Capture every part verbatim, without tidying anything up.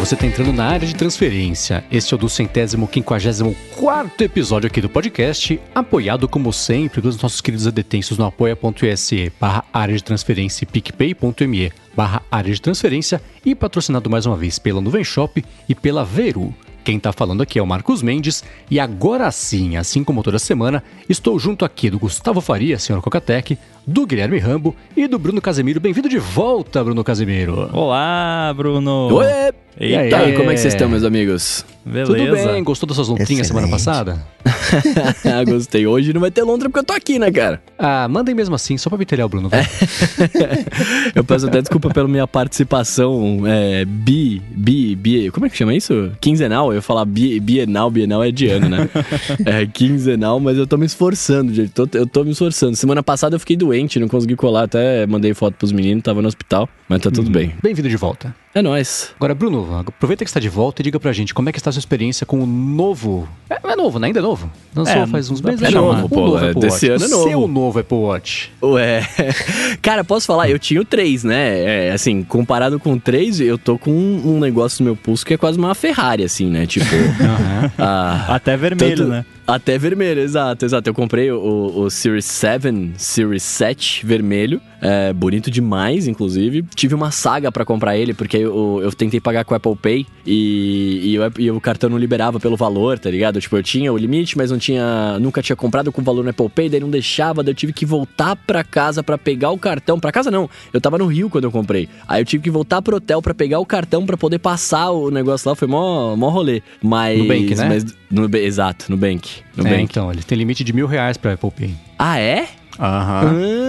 você está entrando na área de transferência. Este é o do centésimo, quinquagésimo quarto episódio aqui do podcast, apoiado, como sempre, pelos nossos queridos adetensos no apoia.se barra área de transferência e picpay.me barra área de transferência e patrocinado mais uma vez pela Nuvem Shop e pela Veru. Quem tá falando aqui é o Marcos Mendes e agora sim, assim como toda semana, estou junto aqui do Gustavo Faria, senhor Cocatec, do Guilherme Rambo e do Bruno Casemiro. Bem-vindo de volta, Bruno Casemiro. Olá, Bruno. Oi! Eita. E aí, como é que vocês estão, meus amigos? Beleza. Tudo bem? Gostou das suas lontrinhas semana passada? Gostei. Hoje não vai ter lontra porque eu tô aqui, né, cara? Ah, mandem mesmo assim, só pra me o Bruno. Vai. Eu peço até desculpa pela minha participação é, bi, bi, bi... Como é que chama isso? Quinzenal? Eu ia falar bi, bienal, bienal é de ano, né? É quinzenal, mas eu tô me esforçando, gente. Tô, eu tô me esforçando. Semana passada eu fiquei doente, não consegui colar. Até mandei foto pros meninos, tava no hospital. Mas tá tudo hum, bem. Bem-vindo de volta. É nóis. Agora, Bruno, aproveita que você está de volta e diga pra gente como é que está a sua experiência com o novo... É, é novo, né? Ainda é novo. Lançou é, faz uns meses. É novo, pô. Novo é, desse ano é novo. O seu novo Apple Watch. Ué. Cara, posso falar? Eu tinha o três, né? É, assim, comparado com o três, eu tô com um, um negócio no meu pulso que é quase uma Ferrari, assim, né? Tipo... Uhum. ah, Até vermelho, tanto... né? Até vermelho, exato, exato. Eu comprei o, o Series sete, Series sete vermelho. É bonito demais, inclusive. Tive uma saga pra comprar ele, porque eu, eu tentei pagar com o Apple Pay e, e, eu, e o cartão não liberava pelo valor, tá ligado? Tipo, eu tinha o limite, mas não tinha, nunca tinha comprado com valor no Apple Pay, daí não deixava, daí eu tive que voltar pra casa pra pegar o cartão. Pra casa não, eu tava no Rio quando eu comprei. Aí eu tive que voltar pro hotel pra pegar o cartão pra poder passar o negócio lá, foi mó, mó rolê. Mas, no Bank, né? Mas, no, exato, no Bank. No é, Bank. Então, ele tem limite de mil reais pra Apple Pay. Ah, é? Aham.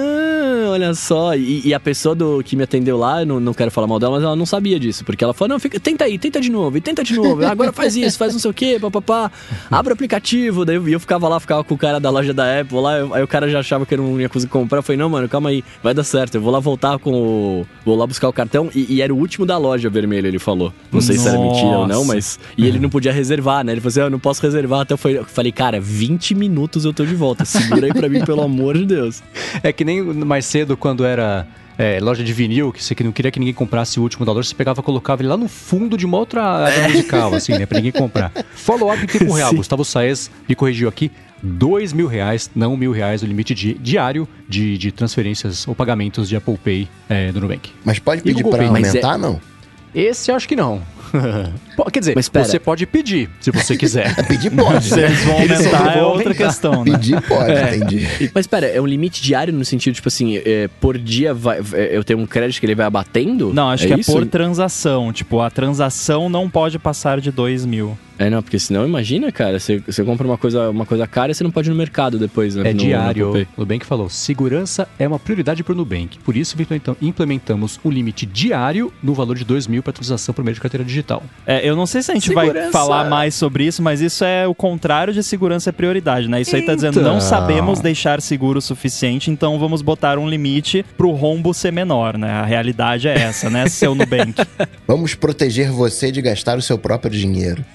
Ah, olha só. E, e a pessoa do, que me atendeu lá, eu não, não quero falar mal dela, mas ela não sabia disso. Porque ela falou, não, fica, tenta aí, tenta de novo, e tenta de novo. Agora faz isso, faz não sei o quê, papapá. Abre o aplicativo. Daí eu, eu ficava lá, ficava com o cara da loja da Apple lá. Eu, aí o cara já achava que eu não ia conseguir comprar. Eu falei, não, mano, calma aí, vai dar certo. Eu vou lá voltar com o... Vou lá buscar o cartão. E, e era o último da loja vermelho, ele falou. Não sei Nossa. se era mentira ou não, mas... E ele não podia reservar, né? Ele falou assim, eu não posso reservar. Até eu falei, cara, vinte minutos eu tô de volta. Segura aí pra mim, pelo amor de Deus. É que nem mais cedo, quando era é, loja de vinil, que você não queria que ninguém comprasse o último da loja, você pegava e colocava ele lá no fundo de uma outra área é. musical, assim, né? Pra ninguém comprar. Follow-up em tempo real. Sim. Gustavo Saez me corrigiu aqui. Dois mil reais, não mil reais, o limite de, diário de, de transferências ou pagamentos de Apple Pay é, do Nubank. Mas pode pedir pra Pay. aumentar, é... não? Esse eu acho que não. Quer dizer, mas você pode pedir, se você quiser. É, pedir pode. Se eles vão aumentar é outra questão, né? Pedir pode, é. entendi. Mas espera, é um limite diário no sentido, tipo assim, é, por dia vai, eu tenho um crédito que ele vai abatendo? Não, acho é que isso? é por transação. Tipo, a transação não pode passar de dois mil. É, não, porque senão, imagina, cara, você, você compra uma coisa, uma coisa cara e você não pode ir no mercado depois, né? É no, diário. No o Nubank falou, segurança é uma prioridade para o Nubank. Por isso, implementamos um limite diário no valor de dois mil para transação por meio de carteira digital. É, eu não sei se a gente segurança... vai falar mais sobre isso, mas isso é o contrário de segurança é prioridade, né? Isso aí tá então... dizendo, não sabemos deixar seguro o suficiente, então vamos botar um limite pro rombo ser menor, né? A realidade é essa, né, seu Nubank? Vamos proteger você de gastar o seu próprio dinheiro.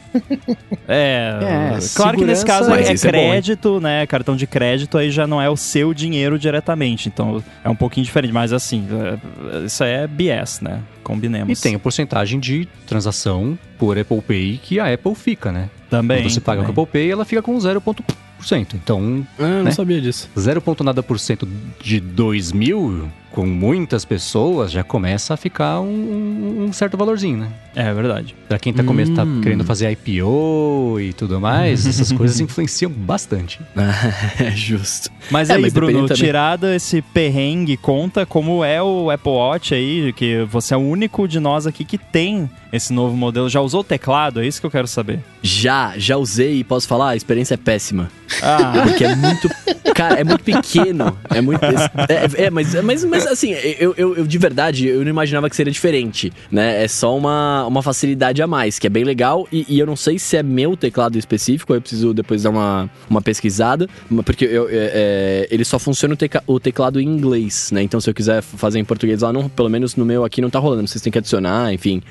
É, é claro que nesse caso é, é crédito, é bom, né? Cartão de crédito aí já não é o seu dinheiro diretamente, então é um pouquinho diferente, mas assim, é, isso aí é B S, né? Combinemos. E tem a porcentagem de transação por Apple Pay que a Apple fica, né? Também. Quando você paga também. com a Apple Pay, ela fica com zero vírgula um por cento. Então, ah, eu né? não sabia disso. zero ponto nada por cento de dois mil, com muitas pessoas, já começa a ficar um, um certo valorzinho, né? É verdade. Pra quem tá, hum. tá querendo fazer I P O e tudo mais, essas coisas influenciam bastante. É justo. Mas é, aí, mas Bruno, também... tirado esse perrengue, conta como é o Apple Watch aí, que você é o único de nós aqui que tem esse novo modelo. Já usou o teclado? É isso que eu quero saber. Já, já usei e posso falar, a experiência é péssima. Ah. Porque é muito... Cara, é muito pequeno. É muito... É, é mas, mas, mas assim, eu, eu, eu de verdade, eu não imaginava que seria diferente, né? É só uma, uma facilidade a mais, que é bem legal. E, e eu não sei se é meu teclado específico, eu preciso depois dar uma, uma pesquisada. Porque eu, é, ele só funciona o, teca, o teclado em inglês, né? Então se eu quiser fazer em português lá, não, pelo menos no meu aqui não tá rolando. Vocês têm que adicionar, enfim. Nossa, é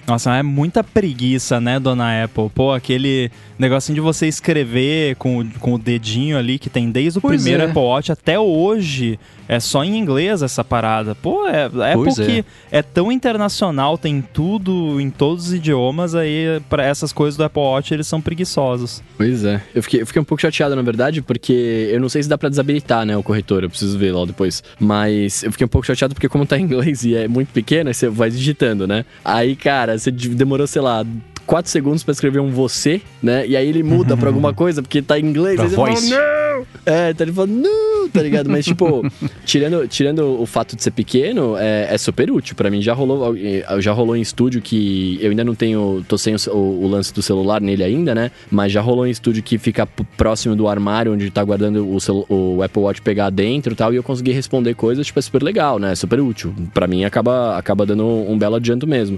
muita preguiça, né, dona Apple? Pô, aquele negocinho de você escrever com, com o dedinho ali, que tem desde o Pois primeiro é. Apple Watch até hoje. É só em inglês essa parada. Pô, é, a Apple Pois é. que é tão internacional, tem tudo em todos os idiomas, aí pra essas coisas do Apple Watch eles são preguiçosos. Pois é. Eu fiquei, eu fiquei um pouco chateado, na verdade, porque eu não sei se dá pra desabilitar, né, o corretor. Eu preciso ver lá depois. Mas eu fiquei um pouco chateado porque como tá em inglês e é muito pequeno, aí você vai digitando, né? Aí, cara, você demorou, sei lá, quatro segundos pra escrever um você, né? E aí ele muda pra alguma coisa, porque tá em inglês. Pra aí você voice. fala, não! É, então ele fala, não, tá ligado? Mas, tipo, tirando, tirando o fato de ser pequeno, é, é super útil. Pra mim, já rolou, já rolou em estúdio que eu ainda não tenho, tô sem o, o, o lance do celular nele ainda, né? Mas já rolou em estúdio que fica p- próximo do armário, onde tá guardando o, celu, o Apple Watch pegar dentro e tal, e eu consegui responder coisas, tipo, é super legal, né? Super útil. Pra mim, acaba, acaba dando um belo adianto mesmo.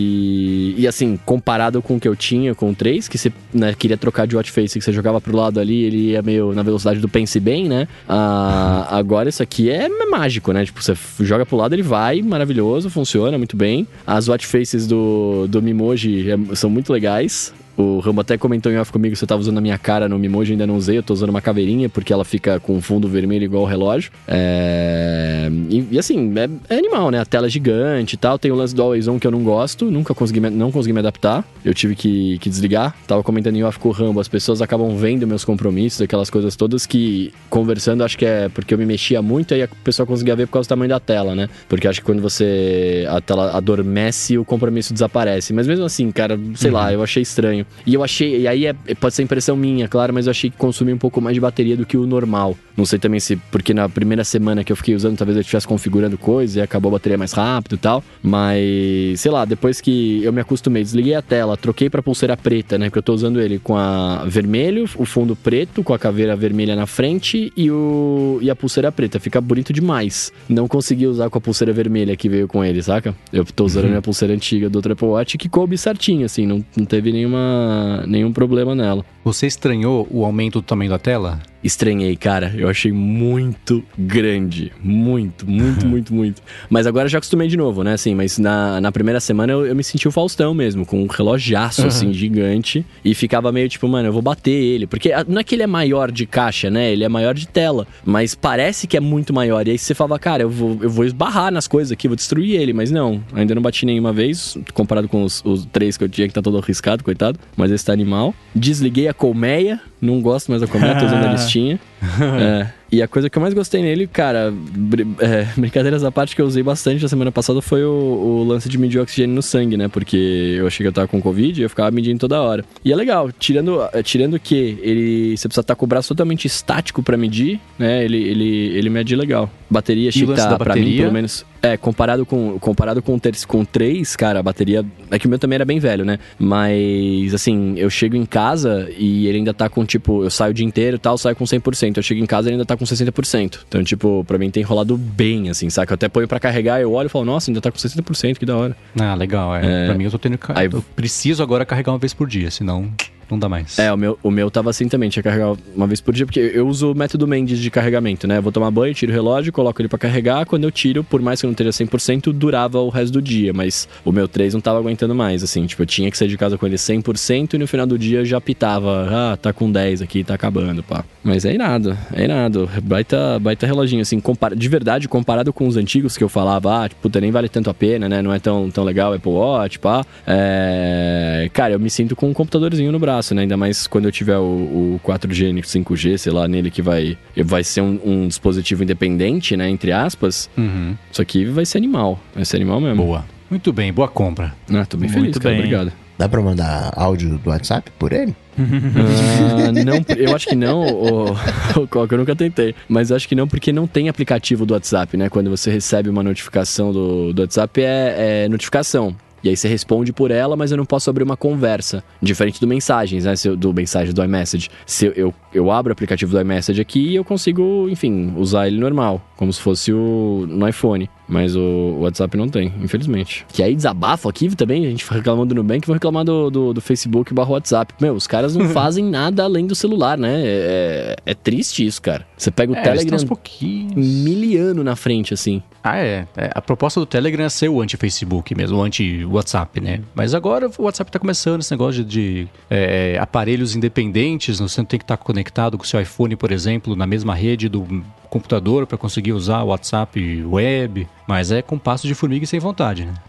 E, e assim, comparado com o que eu tinha com o três, que você, né, queria trocar de watch face, que você jogava pro lado ali, ele ia meio na velocidade do pense bem, né? Ah, agora isso aqui é mágico, né? Tipo, você joga pro lado, ele vai, maravilhoso, funciona muito bem. As watch faces do, do Mimoji é, são muito legais. O Rambo até comentou em off comigo que você tava usando a minha cara no Mimoji, ainda não usei, eu tô usando uma caveirinha porque ela fica com fundo vermelho igual o relógio. É... E, e assim, é, é animal, né? A tela é gigante e tal, tem o lance do Always On que eu não gosto, nunca consegui, me- não consegui me adaptar, eu tive que, que desligar. Tava comentando em off com o Rambo, as pessoas acabam vendo meus compromissos, aquelas coisas todas que, conversando, acho que é porque eu me mexia muito, aí a pessoa conseguia ver por causa do tamanho da tela, né? Porque acho que quando você, a tela adormece, o compromisso desaparece. Mas mesmo assim, cara, sei Uhum. lá, eu achei estranho. E eu achei, e aí é, pode ser impressão minha, claro, mas eu achei que consumia um pouco mais de bateria do que o normal. Não sei também se, porque na primeira semana que eu fiquei usando, talvez eu estivesse configurando coisa e acabou a bateria mais rápido e tal. Mas, sei lá, depois que eu me acostumei, desliguei a tela, troquei pra pulseira preta, né? Porque eu tô usando ele com a vermelho, o fundo preto, com a caveira vermelha na frente e, o, e a pulseira preta. Fica bonito demais. Não consegui usar com a pulseira vermelha que veio com ele, saca? Eu tô usando a minha pulseira antiga do outro Apple Watch que coube certinho, assim, não, não teve nenhuma, nenhum problema nela. Você estranhou o aumento do tamanho da tela? Estranhei, cara. Eu achei muito grande. Muito, muito, muito, muito. Mas agora já acostumei de novo, né? Assim, mas na, na primeira semana eu, eu me senti o Faustão mesmo, com um relojaço, assim, gigante. E ficava meio tipo, mano, eu vou bater ele. Porque não é que ele é maior de caixa, né? Ele é maior de tela. Mas parece que é muito maior. E aí você falava, cara, eu vou, eu vou esbarrar nas coisas aqui, vou destruir ele. Mas não, ainda não bati nenhuma vez, comparado com os, os três que eu tinha, que tá todo arriscado, coitado. Mas esse tá animal. Desliguei a colmeia. Não gosto mais da colmeia, tô usando a listinha. É, e a coisa que eu mais gostei nele, cara, br- é, brincadeiras à parte que eu usei bastante na semana passada foi o, o lance de medir o oxigênio no sangue, né? Porque eu achei que eu tava com Covid e eu ficava medindo toda hora. E é legal, tirando, tirando que ele, você precisa estar com o braço totalmente estático pra medir, né? Ele, ele, ele mede legal. Bateria, E o lance tá, da pra mim, bateria? pelo menos... É, comparado com, comparado com o ter- com três, cara, a bateria... É que o meu também era bem velho, né? Mas, assim, eu chego em casa e ele ainda tá com, tipo... Eu saio o dia inteiro e tal, saio com cem por cento. Eu chego em casa e ele ainda tá com sessenta por cento. Então, tipo, pra mim tem rolado bem, assim, saca? Eu até ponho pra carregar, eu olho e falo... Nossa, ainda tá com sessenta por cento, que da hora. Ah, legal. É. É. Pra mim eu tô tendo... ca- Aí- Eu preciso agora carregar uma vez por dia, senão não dá mais. É, o meu, o meu tava assim também, tinha que carregar uma vez por dia, porque eu uso o método Mendes de carregamento, né? Eu vou tomar banho, tiro o relógio, coloco ele pra carregar, quando eu tiro, por mais que eu não esteja cem por cento, durava o resto do dia, mas o meu três não tava aguentando mais, assim, tipo, eu tinha que sair de casa com ele cem por cento e no final do dia já pitava, ah, tá com dez aqui, tá acabando, pá. Mas é irado, é irado, baita, baita reloginho, assim, compara- de verdade, comparado com os antigos que eu falava, ah, tipo, puta, nem vale tanto a pena, né? Não é tão, tão legal o Apple Watch, pá. É... Cara, eu me sinto com um computadorzinho no braço, né? Ainda mais quando eu tiver o, o quatro G, cinco G, sei lá, nele que vai, vai ser um, um dispositivo independente, né? Entre aspas. Uhum. Isso aqui vai ser animal. Vai ser animal mesmo. Boa. Muito bem, boa compra. Ah, tô bem Muito feliz, cara. bem. Obrigado. Dá pra mandar áudio do WhatsApp por ele? Ah, não, eu acho que não, o, o Coca, eu nunca tentei. Mas eu acho que não, porque não tem aplicativo do WhatsApp, né? Quando você recebe uma notificação do, do WhatsApp, é, é notificação. E aí você responde por ela, mas eu não posso abrir uma conversa. Diferente do Mensagens, né? Se eu- do Mensagem do iMessage. Se eu, eu, eu abro o aplicativo do iMessage aqui e eu consigo, enfim, usar ele normal. Como se fosse o, no iPhone. Mas o, o WhatsApp não tem, infelizmente. Que aí desabafo aqui também, a gente reclamando do Nubank, vou reclamar do, do, do Facebook barra WhatsApp. Meu, os caras não fazem nada além do celular, né? É, é triste isso, cara. Você pega o É, Telegram uns pouquinhos. miliano na frente, assim. Ah, é. é. A proposta do Telegram é ser o anti-Facebook mesmo, o anti-WhatsApp, né? Mas agora o WhatsApp tá começando esse negócio de, de é, aparelhos independentes, você não tem que estar conectado com o seu iPhone, por exemplo, na mesma rede do computador para conseguir usar o WhatsApp web, mas é com passo de formiga e sem vontade, né?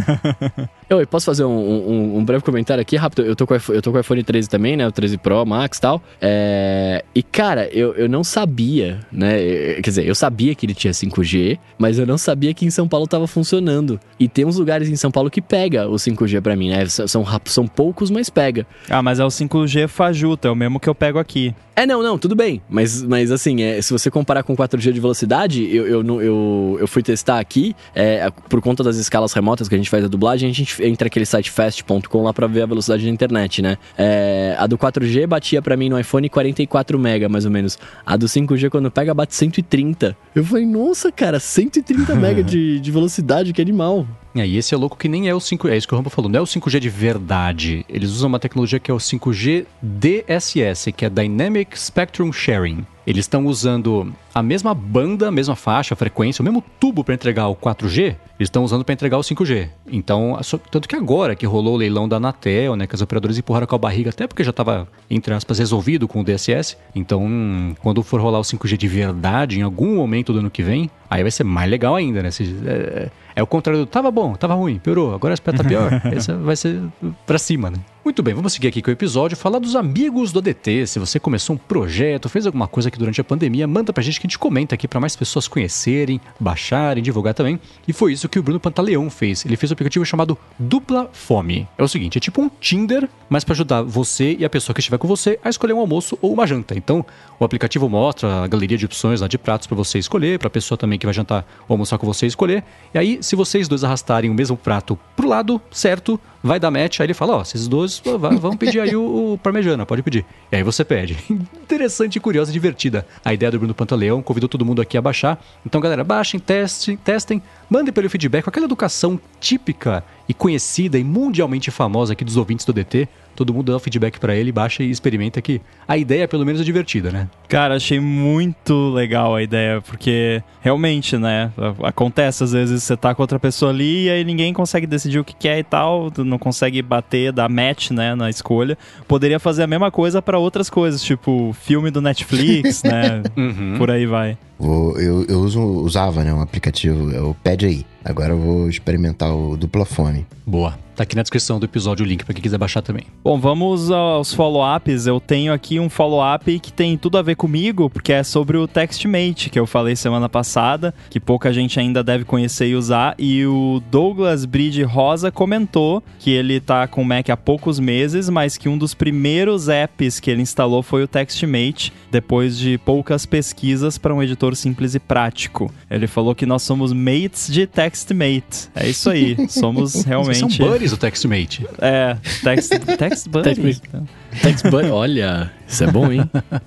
Eu posso fazer um, um, um breve comentário aqui, rápido? Eu tô com o iPhone, eu tô com o iPhone treze também, né? O treze Pro, Max e tal. É... E, cara, eu, eu não sabia, né? Quer dizer, eu sabia que ele tinha cinco G, mas eu não sabia que em São Paulo tava funcionando. E tem uns lugares em São Paulo que pega o cinco G pra mim, né? São, são poucos, mas pega. Ah, mas é o cinco G fajuto, é o mesmo que eu pego aqui. É, não, não, tudo bem. Mas, mas assim, é, se você comparar com quatro G de velocidade, eu, eu, eu, eu fui testar aqui, é, por conta das escalas remotas que a gente faz a dublagem, a gente entra naquele site fast ponto com lá pra ver a velocidade da internet, né? É, a do quatro G batia pra mim no iPhone quarenta e quatro mega, mais ou menos. A do cinco G, quando pega, bate cento e trinta. Eu falei, nossa, cara, cento e trinta mega de, de velocidade, que animal. E aí esse é louco que nem é o cinco G, é isso que o Rambo falou, não é o cinco G de verdade. Eles usam uma tecnologia que é o cinco G D S S, que é Dynamic Spectrum Sharing. Eles estão usando a mesma banda, a mesma faixa, a frequência, o mesmo tubo para entregar o quatro G, eles estão usando para entregar o cinco G. Então, tanto que agora que rolou o leilão da Anatel, né, que as operadoras empurraram com a barriga, até porque já estava, entre aspas, resolvido com o D S S. Então, quando for rolar o cinco G de verdade, em algum momento do ano que vem, aí vai ser mais legal ainda, né? É, é o contrário do tava bom, tava ruim, piorou, agora esse pé tá pior. Esse vai ser pra cima, né? Muito bem, vamos seguir aqui com o episódio, falar dos amigos do A D T. Se você começou um projeto, fez alguma coisa aqui durante a pandemia, manda pra gente que a gente comenta aqui pra mais pessoas conhecerem, baixarem, divulgar também. E foi isso que o Bruno Pantaleão fez. Ele fez um aplicativo chamado Dupla Fome. É o seguinte, é tipo um Tinder, mas pra ajudar você e a pessoa que estiver com você a escolher um almoço ou uma janta. Então, o aplicativo mostra a galeria de opções lá de pratos pra você escolher, pra pessoa também que vai jantar ou almoçar com você escolher. E aí, se vocês dois arrastarem o mesmo prato pro lado certo, vai dar match. Aí ele fala, ó, oh, esses dois vão pedir aí o, o parmegiana, pode pedir. E aí você pede. Interessante, curiosa e divertida. A ideia do Bruno Pantaleão, convidou todo mundo aqui a baixar. Então, galera, baixem, testem, testem, mandem pelo feedback com aquela educação típica e conhecida e mundialmente famosa aqui dos ouvintes do D T. Todo mundo dá o feedback pra ele, baixa e experimenta, que a ideia pelo menos é divertida, né? Cara, achei muito legal a ideia, porque realmente, né, acontece às vezes você tá com outra pessoa ali e aí ninguém consegue decidir o que quer e tal, não consegue bater, dar match, né, na escolha. Poderia fazer a mesma coisa pra outras coisas, tipo filme do Netflix, né, uhum. Por aí vai. Vou, eu eu uso, usava, né, um aplicativo, é o Pede Aí. Agora eu vou experimentar o Dupla Fome. Boa. Tá aqui na descrição do episódio o link pra quem quiser baixar também. Bom, vamos aos follow-ups. Eu tenho aqui um follow-up que tem tudo a ver comigo, porque é sobre o TextMate, que eu falei semana passada, que pouca gente ainda deve conhecer e usar. E o Douglas Bride Rosa comentou que ele tá com o Mac há poucos meses, mas que um dos primeiros apps que ele instalou foi o TextMate, depois de poucas pesquisas para um editor simples e prático. Ele falou que nós somos mates de TextMate. É isso aí. Somos realmente... Vocês são buddies do TextMate. É, text, text Buddy. Text Buddy, olha, isso é bom, hein?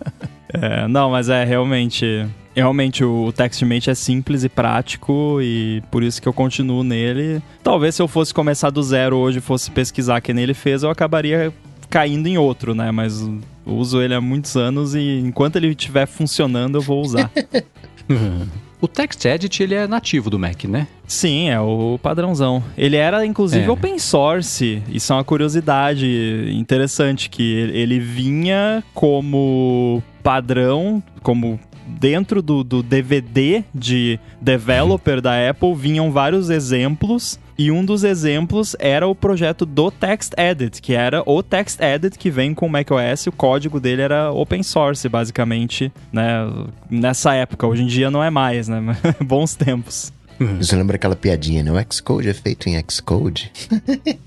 É, não, mas é realmente... Realmente o TextMate é simples e prático e por isso que eu continuo nele. Talvez se eu fosse começar do zero hoje e fosse pesquisar quem ele fez, eu acabaria caindo em outro, né? Mas eu uso ele há muitos anos e enquanto ele estiver funcionando, eu vou usar. O TextEdit, ele é nativo do Mac, né? Sim, é o padrãozão. Ele era, inclusive, é. open source. Isso é uma curiosidade interessante, que ele vinha como padrão, como... Dentro do, do D V D de developer da Apple vinham vários exemplos e um dos exemplos era o projeto do TextEdit, que era o TextEdit que vem com o macOS. O código dele era open source, basicamente, né? Nessa época. Hoje em dia não é mais, né? Bons tempos. Você lembra aquela piadinha, né? O Xcode é feito em Xcode?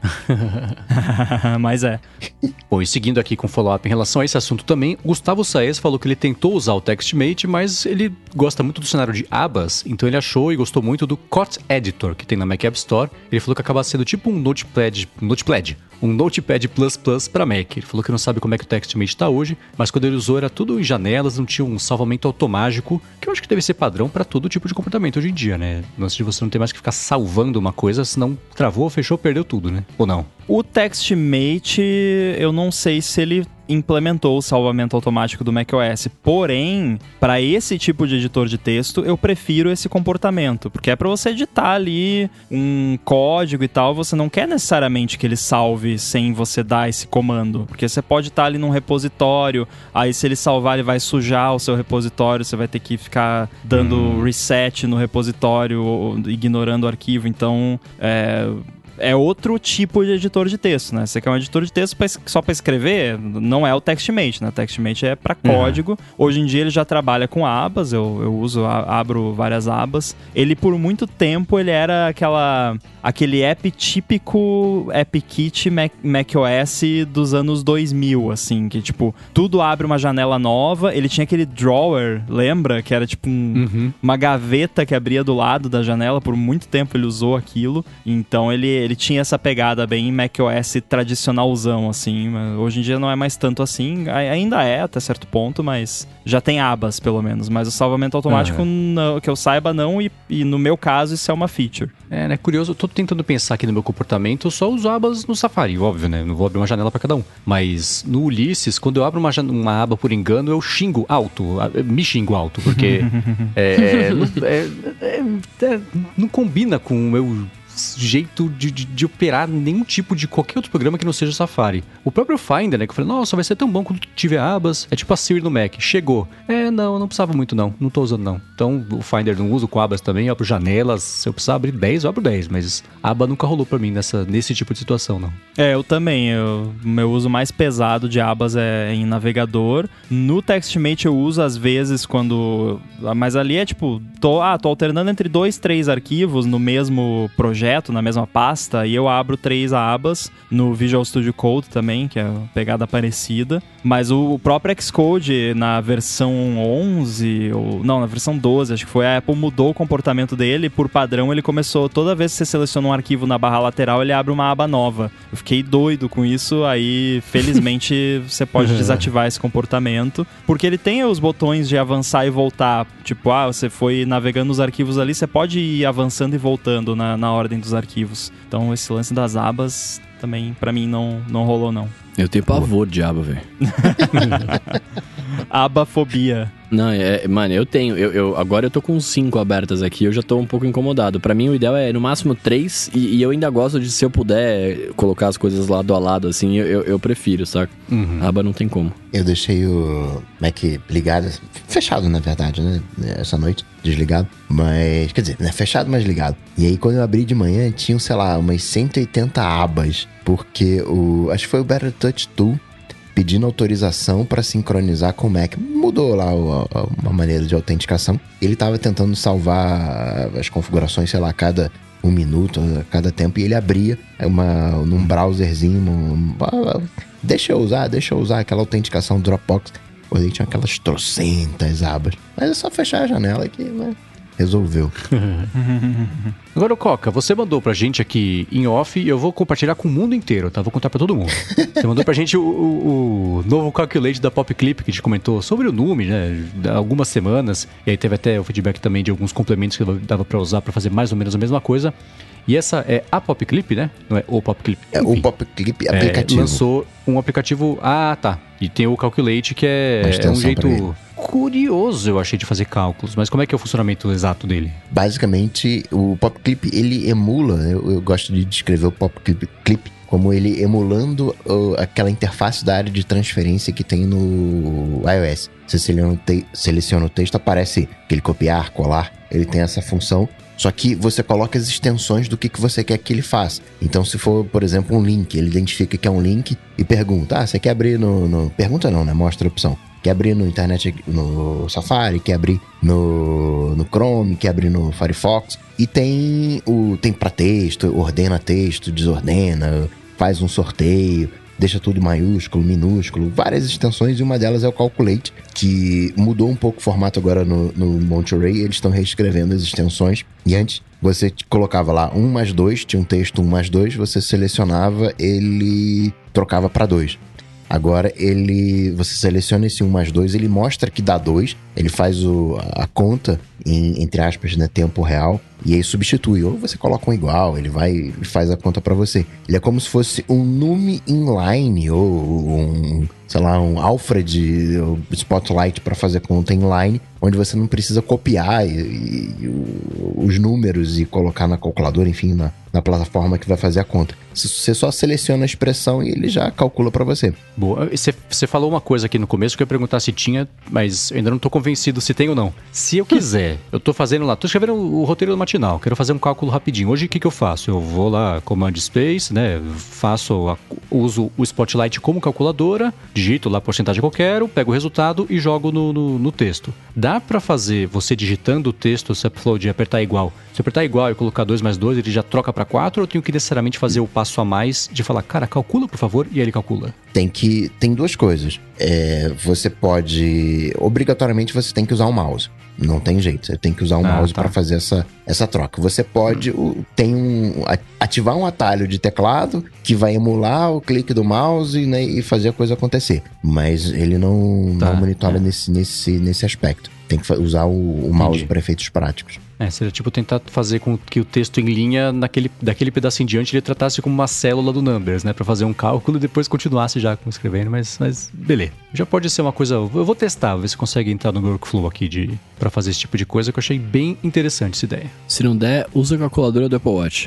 Mas é. Bom, e seguindo aqui com follow-up em relação a esse assunto também, o Gustavo Saez falou que ele tentou usar o TextMate, mas ele gosta muito do cenário de abas, então ele achou e gostou muito do Qt Editor, que tem na Mac App Store. Ele falou que acaba sendo tipo um Notepad, Notepad, um Notepad plus plus para Mac. Ele falou que não sabe como é que o TextMate está hoje, mas quando ele usou era tudo em janelas, não tinha um salvamento automático, que eu acho que deve ser padrão para todo tipo de comportamento hoje em dia, né? Antes de você não ter mais que ficar salvando uma coisa, senão travou, fechou, perdeu tudo, né? Ou não? O TextMate, eu não sei se ele implementou o salvamento automático do macOS. Porém, para esse tipo de editor de texto, eu prefiro esse comportamento, porque é para você editar ali um código e tal, você não quer necessariamente que ele salve sem você dar esse comando, porque você pode estar ali num repositório, aí se ele salvar ele vai sujar o seu repositório, você vai ter que ficar dando hum. reset no repositório, ignorando o arquivo, então é... é outro tipo de editor de texto, né? Você quer um editor de texto pra, só para escrever, não é o TextMate, né? O TextMate é para código. Uhum. Hoje em dia ele já trabalha com abas, eu, eu uso, abro várias abas. Ele, por muito tempo, ele era aquela, aquele app típico AppKit Mac, macOS dos anos dois mil, assim, que tipo, tudo abre uma janela nova. Ele tinha aquele drawer, lembra? Que era tipo um, uhum. uma gaveta que abria do lado da janela. Por muito tempo ele usou aquilo. Então ele Ele tinha essa pegada bem macOS tradicionalzão, assim. Hoje em dia não é mais tanto assim. Ainda é, até certo ponto, mas já tem abas, pelo menos. Mas o salvamento automático, uhum. não, que eu saiba, não. E, e no meu caso, isso é uma feature. É, né? Curioso. Eu tô tentando pensar aqui no meu comportamento. Eu só uso abas no Safari, óbvio, né? Não vou abrir uma janela pra cada um. Mas no Ulisses, quando eu abro uma, uma aba por engano, eu xingo alto. Me xingo alto, porque é, é, é, é, não combina com o meu jeito de, de, de operar nenhum tipo de qualquer outro programa que não seja Safari. O próprio Finder, né, que eu falei, nossa, vai ser tão bom quando tiver abas, é tipo a Siri no Mac, chegou. É, não, não precisava muito não, não tô usando não. Então o Finder não uso com abas também, eu abro janelas, se eu precisar abrir dez, eu abro dez, mas aba nunca rolou pra mim nessa, nesse tipo de situação, não. É, eu também, o meu uso mais pesado de abas é em navegador. No TextMate eu uso às vezes quando, mas ali é tipo, tô, ah, tô alternando entre dois, três arquivos no mesmo projeto, na mesma pasta, e eu abro três abas no Visual Studio Code também, que é uma pegada parecida. Mas o próprio Xcode, na versão onze, ou não, na versão doze, acho que foi, a Apple mudou o comportamento dele. Por padrão, ele começou, toda vez que você seleciona um arquivo na barra lateral, ele abre uma aba nova. Eu fiquei doido com isso, aí felizmente você pode desativar esse comportamento, porque ele tem os botões de avançar e voltar. Tipo, ah, você foi navegando nos arquivos ali, você pode ir avançando e voltando na, na ordem dos arquivos. Então esse lance das abas também, pra mim, não, não rolou, não. Eu tenho pavor de aba, velho. Abafobia. Não, é, mano, eu tenho. Eu, eu, agora eu tô com cinco abertas aqui, eu já tô um pouco incomodado. Pra mim, o ideal é no máximo três, e, e eu ainda gosto de, se eu puder colocar as coisas lado a lado, assim, eu, eu, eu prefiro, saca? Uhum. Aba não tem como. Eu deixei o Mac ligado, fechado, na verdade, né? Essa noite, desligado. Mas, quer dizer, né? Fechado, mas ligado. E aí, quando eu abri de manhã, tinham, sei lá, umas cento e oitenta abas, porque o... acho que foi o Better Touch Tool pedindo autorização para sincronizar com o Mac. Mudou lá uma maneira de autenticação. Ele estava tentando salvar as configurações, sei lá, a cada um minuto, a cada tempo, e ele abria uma, num browserzinho. Um, deixa eu usar, deixa eu usar aquela autenticação do Dropbox. Pô, aí tinha aquelas trocentas abas. Mas é só fechar a janela que, né, resolveu. Agora, Coca, você mandou pra gente aqui em off e eu vou compartilhar com o mundo inteiro, tá? Vou contar pra todo mundo. Você mandou pra gente o, o, o novo Calculate da PopClip, que a gente comentou sobre o Nume, né? Há algumas semanas. E aí teve até o feedback também de alguns complementos que dava pra usar pra fazer mais ou menos a mesma coisa. E essa é a PopClip, né? Não é o PopClip. É o PopClip aplicativo. É, lançou um aplicativo... Ah, tá. E tem o Calculate, que é, é um jeito curioso, eu achei, de fazer cálculos. Mas como é que é o funcionamento exato dele? Basicamente, o PopClip, ele emula... Eu, eu gosto de descrever o PopClip Clip como ele emulando uh, aquela interface da área de transferência que tem no iOS. Você seleciona o, te- seleciona o texto, aparece aquele copiar, colar. Ele tem essa função. Só que você coloca as extensões do que, que você quer que ele faça. Então, se for, por exemplo, um link, ele identifica que é um link e pergunta, ah, você quer abrir no... no... Pergunta não, né? Mostra a opção. quer abrir no internet, no Safari, quer abrir no, no Chrome, quer abrir no Firefox. E tem o tem para texto, ordena texto, desordena, faz um sorteio, deixa tudo maiúsculo, minúsculo, várias extensões, e uma delas é o Calculate, que mudou um pouco o formato agora no, no Monterey. Eles estão reescrevendo as extensões, e antes você colocava lá um mais dois, tinha um texto um mais dois, você selecionava, ele trocava para dois. Agora ele, você seleciona esse um mais dois, ele mostra que dá dois, ele faz o, a conta em, entre aspas, né, tempo real, e aí substitui, ou você coloca um igual, ele vai e faz a conta pra você. Ele é como se fosse um Numi inline, ou um, sei lá, um Alfred ou Spotlight para fazer conta inline, onde você não precisa copiar e, e, e, os números e colocar na calculadora, enfim, na, na plataforma que vai fazer a conta. Você só seleciona a expressão e ele já calcula para você. Boa. Você, você falou uma coisa aqui no começo que eu ia perguntar se tinha, mas eu ainda não tô convencido se tem ou não. Se eu quiser, eu tô fazendo lá, tô escrevendo o roteiro do matinal, quero fazer um cálculo rapidinho. Hoje o que que eu faço? Eu vou lá, Command Space, né, faço, a, uso o Spotlight como calculadora, digito lá a porcentagem que eu quero, pego o resultado e jogo no, no, no texto. Dá pra fazer você digitando o texto, você falou de apertar igual. Se eu apertar igual e colocar dois mais dois, ele já troca pra quatro, ou eu tenho que necessariamente fazer o passo a mais de falar, cara, calcula por favor, e aí ele calcula? Tem que, tem duas coisas. É, você pode, obrigatoriamente você tem que usar o mouse. Não tem jeito, você tem que usar o Ah, mouse tá. para fazer essa, essa troca. Você pode o, tem um, ativar um atalho de teclado que vai emular o clique do mouse, né, e fazer a coisa acontecer. Mas ele não, Tá, não monitora é. nesse, nesse, nesse aspecto. Tem que fa- usar o, o mouse Entendi. para efeitos práticos. É, seria tipo tentar fazer com que o texto em linha, naquele, daquele pedaço em diante, ele tratasse como uma célula do Numbers, né? Pra fazer um cálculo e depois continuasse já com escrevendo, mas, mas beleza. Já pode ser uma coisa... Eu vou testar, ver se consegue entrar no workflow aqui de, pra fazer esse tipo de coisa, que eu achei bem interessante essa ideia. Se não der, usa a calculadora do Apple Watch.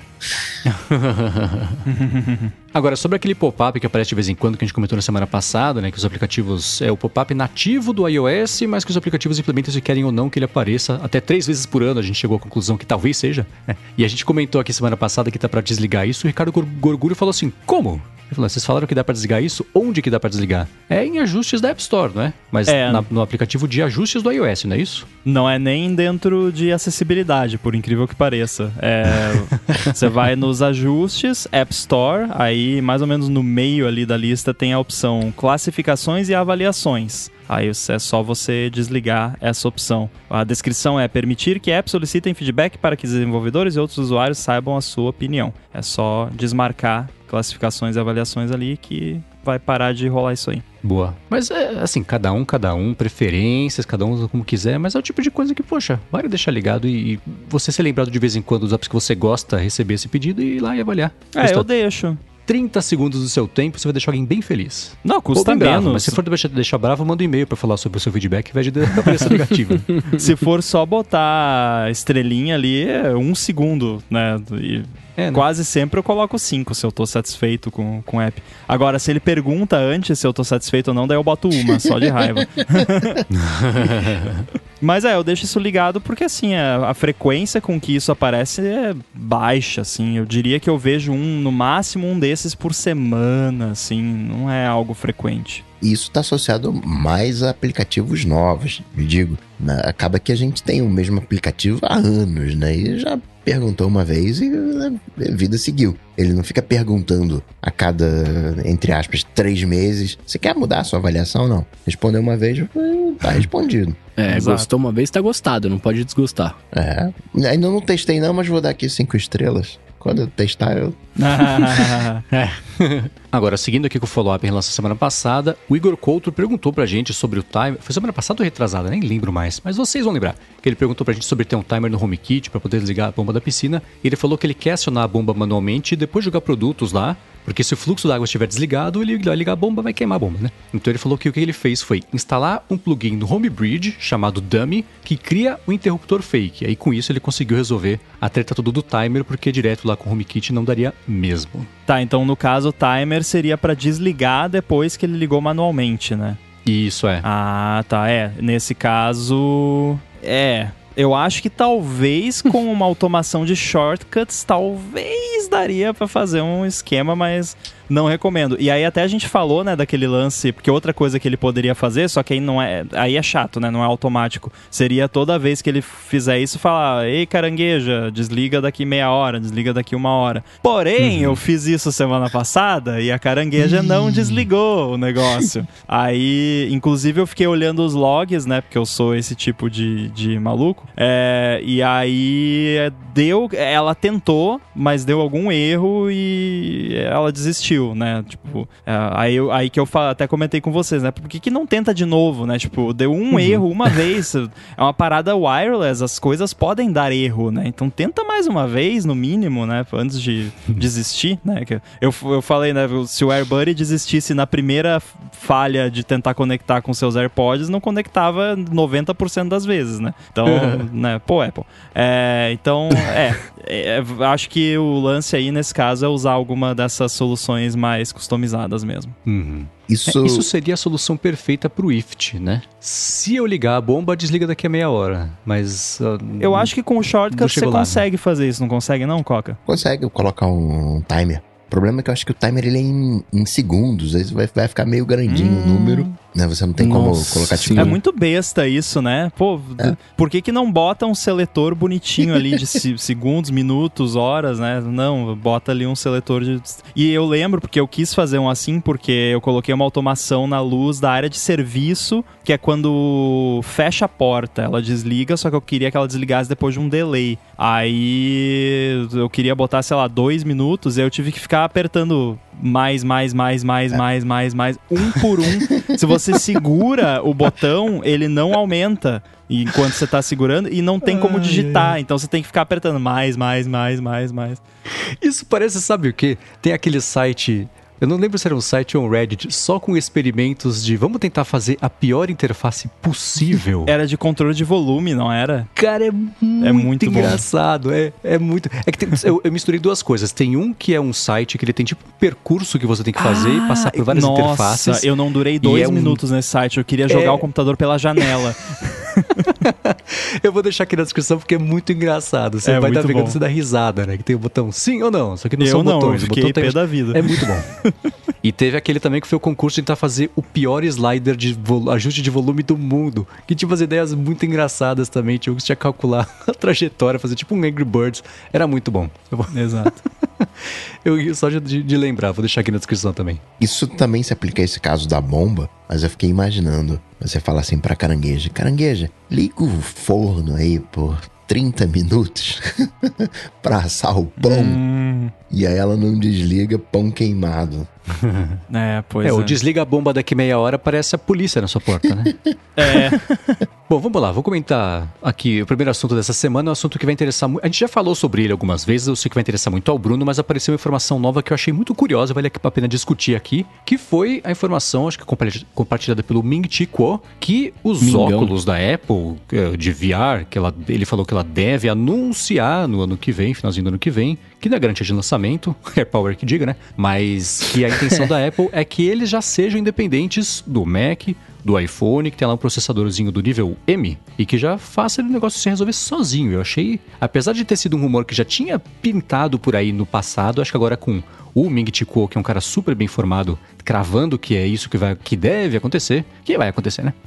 Agora, sobre aquele pop-up que aparece de vez em quando, que a gente comentou na semana passada, né? Que os aplicativos... É o pop-up nativo do iOS, mas que os aplicativos implementam se querem ou não que ele apareça até três vezes por ano. A gente chegou à conclusão que talvez seja. Né? E a gente comentou aqui semana passada que tá pra desligar isso. O Ricardo Gor- Gorgulho falou assim, como? Ele falou, vocês falaram que dá pra desligar isso? Onde que dá pra desligar? É em ajustes da App Store, não é? Mas É. na- no aplicativo de ajustes do iOS, não é isso? Não é nem dentro de acessibilidade, por incrível que pareça. É, você vai nos ajustes, App Store, aí mais ou menos no meio ali da lista tem a opção classificações e avaliações. Aí é só você desligar essa opção. A descrição é permitir que apps solicitem feedback para que desenvolvedores e outros usuários saibam a sua opinião. É só desmarcar classificações e avaliações ali que vai parar de rolar isso aí. Boa. Mas é assim, cada um, cada um, preferências, cada um usa como quiser, mas é o tipo de coisa que, poxa, vale deixar ligado e, e você ser lembrado de vez em quando dos apps que você gosta, receber esse pedido e ir lá e avaliar. É, Custa eu deixo. trinta segundos do seu tempo, você vai deixar alguém bem feliz. Não, Ou custa bem bravo, menos. mas se for deixar, deixar bravo, manda um e-mail pra falar sobre o seu feedback, ao invés de avaliação negativa. Se for só botar estrelinha ali, é um segundo, né? E É, né? quase sempre eu coloco cinco se eu tô satisfeito com, com o app. Agora, se ele pergunta antes se eu tô satisfeito ou não, daí eu boto uma, só de raiva. Mas é, eu deixo isso ligado porque, assim, a, a frequência com que isso aparece é baixa, assim. Eu diria que eu vejo um, no máximo, um desses por semana, assim. Não é algo frequente. E isso está associado mais a aplicativos novos, eu digo. Né? Acaba que a gente tem o mesmo aplicativo há anos, né? E já perguntou uma vez e né, a vida seguiu. Ele não fica perguntando a cada, entre aspas, três meses, você quer mudar a sua avaliação ou não? Respondeu uma vez, tá respondido. É, Exato. gostou uma vez, tá gostado, não pode desgostar. É, ainda não testei não, mas vou dar aqui cinco estrelas. Quando eu testar, eu... Agora, seguindo aqui com o follow-up em relação à semana passada, o Igor Couto perguntou pra gente sobre o timer. Foi semana passada ou retrasada? Nem lembro mais, mas vocês vão lembrar. Que ele perguntou pra gente sobre ter um timer no HomeKit pra poder desligar a bomba da piscina. E ele falou que ele quer acionar a bomba manualmente e depois jogar produtos lá. Porque se o fluxo da água estiver desligado, ele vai ligar a bomba, vai queimar a bomba, né? Então ele falou que o que ele fez foi instalar um plugin no Homebridge, chamado Dummy, que cria um interruptor fake. Aí com isso ele conseguiu resolver a treta toda do timer, porque direto lá com o HomeKit não daria mesmo. Tá, então no caso o timer seria pra desligar depois que ele ligou manualmente, né? Isso é. Ah, tá, é. Nesse caso, é... Eu acho que talvez com uma automação de shortcuts, talvez daria pra fazer um esquema, mas não recomendo. E aí até a gente falou, né, daquele lance, porque outra coisa que ele poderia fazer, só que aí não é, aí é chato, né, não é automático. Seria toda vez que ele fizer isso, falar, ei, carangueja, desliga daqui meia hora, desliga daqui uma hora. Porém, uhum. eu fiz isso semana passada e a carangueja não desligou o negócio. Aí, inclusive, eu fiquei olhando os logs, né, porque eu sou esse tipo de, de maluco, é, e aí deu, ela tentou, mas deu algum erro e ela desistiu, né, tipo, é, aí, eu, aí que eu falo, até comentei com vocês, né, por que que não tenta de novo, né, tipo, deu um uhum. erro uma vez, é uma parada wireless, as coisas podem dar erro, né, então tenta mais uma vez, no mínimo, né, antes de desistir, né, eu, eu falei, né, se o AirBuddy desistisse na primeira falha de tentar conectar com seus AirPods, não conectava noventa por cento das vezes, né, então, né, pô, Apple, é, então, é, é, acho que o lance aí, nesse caso, é usar alguma dessas soluções mais customizadas mesmo. Uhum. Isso... É, isso seria a solução perfeita pro I F T, né? Se eu ligar a bomba, desliga daqui a meia hora. Mas... Uh, eu acho que com o shortcut você lá, consegue né? fazer isso. Não consegue não, Coca? Consegue colocar um timer. O problema é que eu acho que o timer ele é em, em segundos. Aí vai, vai ficar meio grandinho hum. o número. Né? Você não tem Nossa, como colocar tipo... É muito besta isso, né? Pô, é. por que que não bota um seletor bonitinho ali de segundos, minutos, horas, né? Não, bota ali um seletor de... E eu lembro, porque eu quis fazer um assim, porque eu coloquei uma automação na luz da área de serviço, que é quando fecha a porta, ela desliga, só que eu queria que ela desligasse depois de um delay. Aí eu queria botar, sei lá, dois minutos, e aí eu tive que ficar apertando mais, mais, mais, mais, é. mais, mais, mais, um por um. Se você segura o botão, ele não aumenta enquanto você tá segurando e não tem como digitar. Ai, ai. Então você tem que ficar apertando mais, mais, mais, mais, mais. Isso parece, sabe o quê? Tem aquele site... Eu não lembro se era um site ou um Reddit, só com experimentos de vamos tentar fazer a pior interface possível. Era de controle de volume, não era? Cara, é muito, é muito engraçado. É, é muito. É que tem, eu, eu misturei duas coisas. Tem um que é um site que ele tem tipo um percurso que você tem que fazer e ah, passar por várias nossa, interfaces. Eu não durei dois é minutos um... nesse site. Eu queria jogar é... o computador pela janela. Eu vou deixar aqui na descrição porque é muito engraçado. Você é vai navegando, bom. Você dá risada, né? Que tem o botão sim ou não. Só que não eu são não, botões. Eu fiquei o botão pé tem... da vida. É muito bom. E teve aquele também que foi o concurso de tentar fazer o pior slider de vo... ajuste de volume do mundo. Que tinha umas ideias muito engraçadas também. Tinha que tinha que calcular a trajetória, fazer tipo um Angry Birds. Era muito bom. Vou... Exato. Eu só de, de lembrar, vou deixar aqui na descrição também. Isso também se aplica a esse caso da bomba, mas eu fiquei imaginando. Você fala assim pra carangueja, carangueja, liga o forno aí por trinta minutos pra assar o pão. Hum. E aí ela não desliga, pão queimado. É, pois é. É, o desliga a bomba daqui meia hora parece a polícia na sua porta, né? É. Bom, vamos lá, vou comentar aqui o primeiro assunto dessa semana, um assunto que vai interessar muito. A gente já falou sobre ele algumas vezes, eu sei que vai interessar muito ao Bruno, mas apareceu uma informação nova que eu achei muito curiosa, vale a pena discutir aqui, que foi a informação, acho que compartilhada pelo Ming-Chi Kuo, que os Mingão. óculos da Apple de V R, que ela, ele falou que ela deve anunciar no ano que vem, finalzinho do ano que vem, que não é garantia de lançamento, é Power que diga, né? Mas que a intenção da Apple é que eles já sejam independentes do Mac, do iPhone, que tem lá um processadorzinho do nível M e que já faça o negócio se resolver sozinho. Eu achei, apesar de ter sido um rumor que já tinha pintado por aí no passado, acho que agora com o Ming-Chi Kuo, que é um cara super bem informado, cravando que é isso que, vai, que deve acontecer, que vai acontecer, né?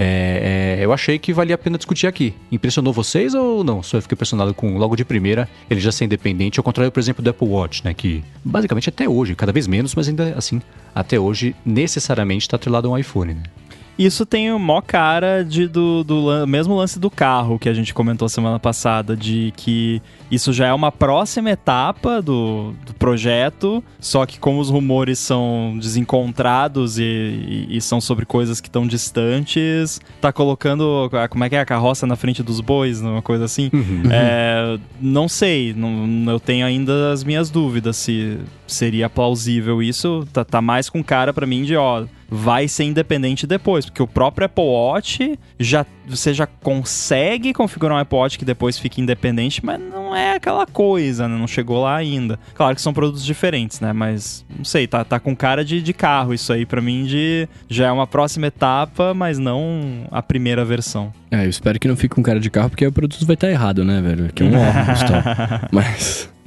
É, é, eu achei que valia a pena discutir aqui. Impressionou vocês ou não? Só eu fiquei impressionado com logo de primeira ele já ser independente, ao contrário, por exemplo, do Apple Watch, né? Que basicamente até hoje, cada vez menos, mas ainda assim, até hoje, necessariamente está atrelado a um iPhone, né? Isso tem o maior cara de, do, do mesmo lance do carro que a gente comentou semana passada, de que isso já é uma próxima etapa do, do projeto, só que como os rumores são desencontrados e, e, e são sobre coisas que estão distantes, tá colocando, como é que é, a carroça na frente dos bois, uma coisa assim. Uhum. É, não sei, não, eu tenho ainda as minhas dúvidas se seria plausível isso, tá, tá mais com cara pra mim de, ó, vai ser independente depois, porque o próprio Apple Watch, já, você já consegue configurar um Apple Watch que depois fique independente, mas não é aquela coisa, né? Não chegou lá ainda. Claro que são produtos diferentes, né? Mas, não sei, tá, tá com cara de, de carro isso aí, pra mim, de já é uma próxima etapa, mas não a primeira versão. É, eu espero que não fique com cara de carro, porque aí o produto vai estar errado, né, velho? Que é um óculos, tal. Mas...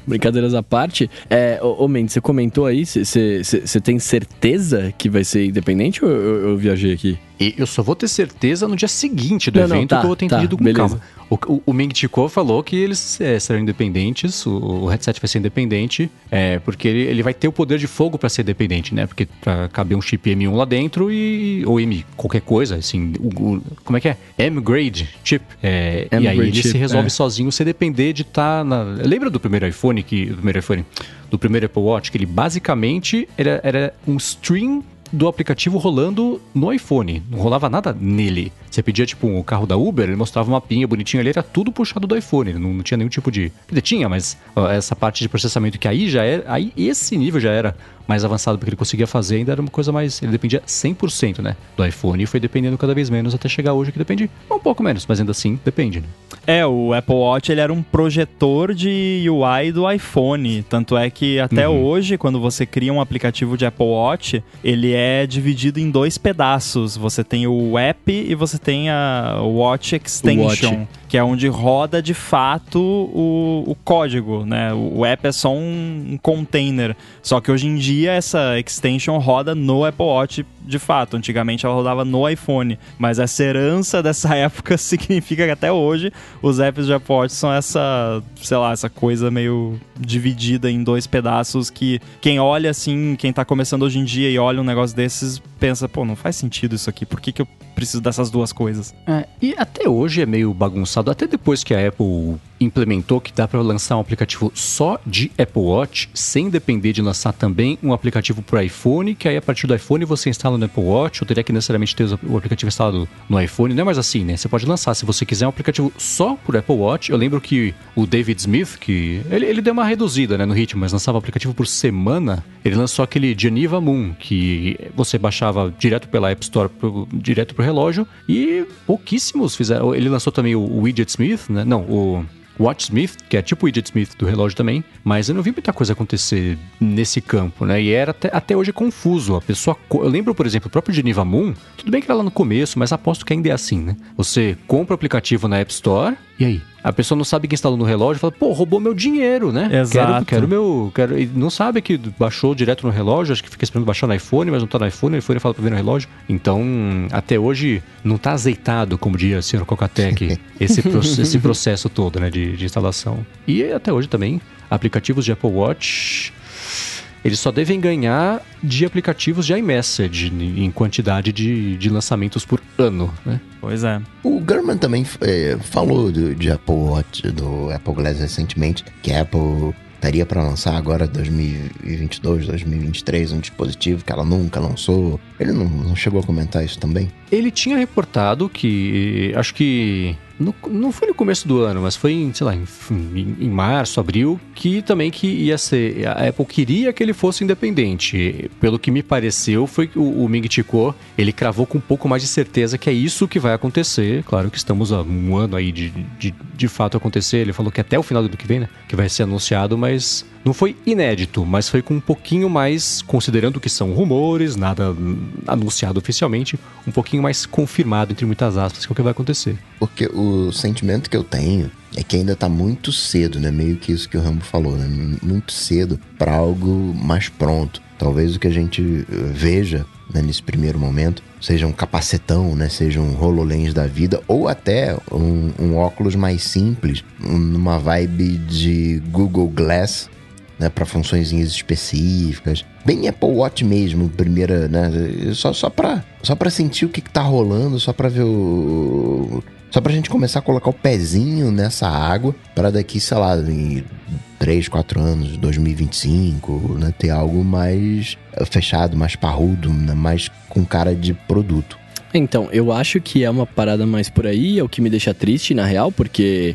brincadeiras à parte, é, ô, ô Mendes, você comentou aí, você tem certeza que vai ser independente ou eu, eu, eu viajei aqui? E eu só vou ter certeza no dia seguinte do não, evento, não, tá, que eu vou ter tá, entendido com beleza. calma. O, o, o Ming Chico falou que eles é, serão independentes, o, o headset vai ser independente, é, porque ele, ele vai ter o poder de fogo para ser independente, né? Porque pra caber um chip M um lá dentro e ou M qualquer coisa, assim, o, o, como é que é? M-grade chip. É, e aí ele chip, se resolve é. sozinho sem depender de estar tá na... Lembra do primeiro iPhone, que, do primeiro iPhone, do primeiro Apple Watch, que ele basicamente era, era um stream do aplicativo rolando no iPhone. Não rolava nada nele. Você pedia, tipo, um carro da Uber, ele mostrava uma mapinha bonitinho ali, era tudo puxado do iPhone. Não, não tinha nenhum tipo de... Tinha, mas ó, essa parte de processamento que aí já era... Aí esse nível já era mais avançado, porque ele conseguia fazer, ainda era uma coisa mais... Ele dependia cem por cento, né? Do iPhone e foi dependendo cada vez menos até chegar hoje, que depende um pouco menos, mas ainda assim depende, né? É, o Apple Watch, ele era um projetor de U I do iPhone. Tanto é que até uhum. hoje, quando você cria um aplicativo de Apple Watch, ele é dividido em dois pedaços. Você tem o app e você tem a Watch Extension, Watch. que é onde roda de fato o, o código, né? O app é só um, um container. Só que hoje em dia essa extension roda no Apple Watch de fato. Antigamente ela rodava no iPhone. Mas essa herança dessa época significa que até hoje os apps de Apple Watch são essa, sei lá, essa coisa meio dividida em dois pedaços que quem olha assim, quem tá começando hoje em dia e olha um negócio desses, pensa, pô, não faz sentido isso aqui. Por que que eu preciso dessas duas coisas? É, e até hoje é meio bagunçado. Até depois que a Apple implementou que dá para lançar um aplicativo só de Apple Watch, sem depender de lançar também um aplicativo para iPhone, que aí a partir do iPhone você instala no Apple Watch, ou teria que necessariamente ter o aplicativo instalado no iPhone. Não é mais assim, né? Você pode lançar, se você quiser, um aplicativo só por Apple Watch. Eu lembro que o David Smith, que ele, ele deu uma reduzida, né, no ritmo, mas lançava aplicativo por semana. Ele lançou aquele Geneva Moon, que você baixava direto pela App Store, pro, direto pro relógio, e pouquíssimos fizeram. Ele lançou também o, o Widget Smith, né? Não, o Watch Smith, que é tipo o Widget Smith do relógio também, mas eu não vi muita coisa acontecer nesse campo, né? E era até, até hoje confuso. A pessoa... Eu lembro, por exemplo, o próprio Geneva Moon, tudo bem que era lá no começo, mas aposto que ainda é assim, né? Você compra o aplicativo na App Store, e aí? A pessoa não sabe que instalou no relógio e fala, pô, roubou meu dinheiro, né? Exato. Quero, quero meu... Quero... E não sabe que baixou direto no relógio, acho que fica esperando baixar no iPhone, mas não tá no iPhone, o iPhone fala pra ver no relógio. Então, até hoje, não tá azeitado, como diria o senhor Cocatec, esse, pro... esse processo todo, né, de, de instalação. E até hoje também, aplicativos de Apple Watch... Eles só devem ganhar de aplicativos de iMessage em quantidade de, de lançamentos por ano, né? Pois é. O Gurman também é, falou do, de Apple Watch, do Apple Glass recentemente, que a Apple estaria para lançar agora dois mil e vinte e dois, dois mil e vinte e três um dispositivo que ela nunca lançou. Ele não, não chegou a comentar isso também? Ele tinha reportado que, acho que... No, não foi no começo do ano, mas foi em, sei lá, em, em, em março, abril, que também que ia ser... A Apple queria que ele fosse independente. Pelo que me pareceu, foi que o, o Ming Chico, ele cravou com um pouco mais de certeza que é isso que vai acontecer. Claro que estamos há um ano aí de, de, de fato acontecer. Ele falou que até o final do ano que vem, né? Que vai ser anunciado, mas... Não foi inédito, mas foi com um pouquinho mais, considerando que são rumores, nada anunciado oficialmente, um pouquinho mais confirmado, entre muitas aspas, que é o que vai acontecer. Porque o sentimento que eu tenho é que ainda tá muito cedo, né? Meio que isso que o Rambo falou, né? Muito cedo para algo mais pronto. Talvez o que a gente veja, né, nesse primeiro momento seja um capacetão, né? Seja um HoloLens da vida, ou até um, um óculos mais simples, numa vibe de Google Glass, né, para funções específicas, bem Apple Watch mesmo, primeira, né, só, só para só pra sentir o que, que tá rolando, só para ver o... Só pra gente começar a colocar o pezinho nessa água, para daqui, sei lá, em três, quatro anos, dois mil e vinte e cinco, né, ter algo mais fechado, mais parrudo, né, mais com cara de produto. Então, eu acho que é uma parada mais por aí, é o que me deixa triste, na real, porque